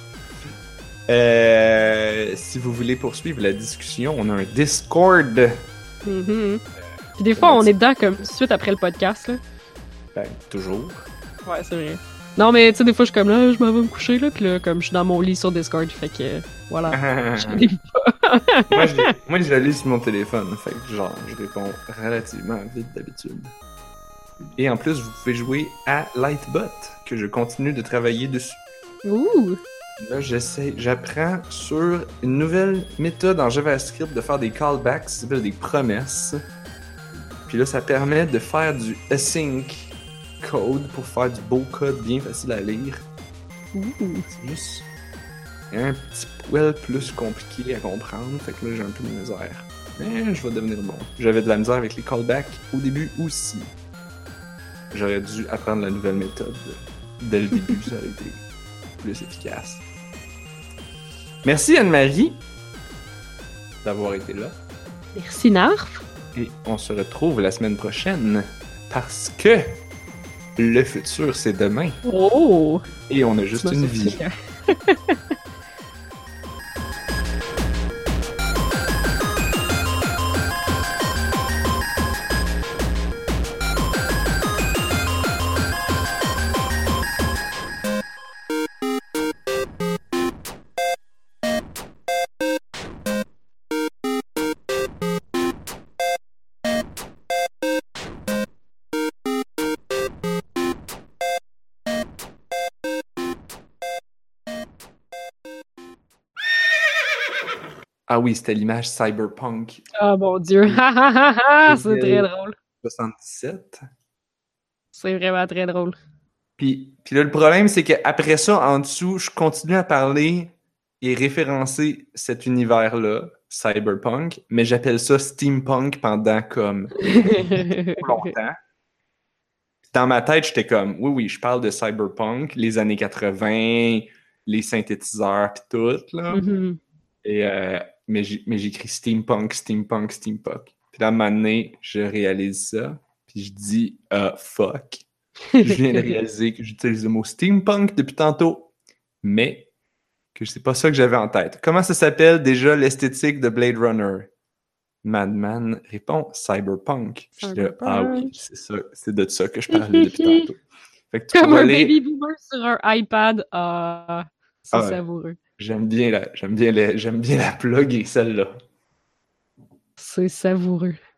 Si vous voulez poursuivre la discussion, on a un Discord. Puis des fois, on est dedans comme suite après le podcast, là. Ben, toujours. Ouais, c'est vrai. Non, mais tu sais, des fois, je suis comme là, je m'en vais me coucher, là, pis là, comme je suis dans mon lit sur Discord, fait que, voilà. Je lis pas. moi, je la lis sur mon téléphone, fait que genre, je réponds relativement vite d'habitude. Et en plus, vous pouvez jouer à Lightbot, que je continue de travailler dessus. Ouh! Là, j'apprends sur une nouvelle méthode en JavaScript de faire des callbacks, ça s'appelle des promesses. Puis là, ça permet de faire du async code pour faire du beau code bien facile à lire. C'est juste un petit poil plus compliqué à comprendre, fait que là, j'ai un peu de misère. Mais je vais devenir bon. J'avais de la misère avec les callbacks au début aussi. J'aurais dû apprendre la nouvelle méthode dès le début, ça aurait été plus efficace. Merci Anne-Marie d'avoir été là. Merci Narf. Et on se retrouve la semaine prochaine parce que le futur c'est demain. Oh! Et on a juste une vie. Ah oui, c'était l'image cyberpunk. Oh mon Dieu! C'est très drôle. 77. C'est vraiment très drôle. Puis là, le problème, c'est qu'après ça, en dessous, je continue à parler et référencer cet univers-là, cyberpunk, mais j'appelle ça steampunk pendant comme longtemps. Dans ma tête, j'étais comme, oui, je parle de cyberpunk, les années 80, les synthétiseurs pis tout, là. Mais j'écris steampunk. Puis là, à un moment donné, je réalise ça, puis je dis fuck. Je viens de réaliser que j'utilise le mot steampunk depuis tantôt, mais que c'est pas ça que j'avais en tête. Comment ça s'appelle déjà l'esthétique de Blade Runner? Madman répond cyberpunk. Je dis ah oui, c'est ça, c'est de ça que je parlais depuis tantôt. Fait que comme un baby boomer sur un iPad, c'est savoureux. J'aime bien la plugger, celle-là. C'est savoureux.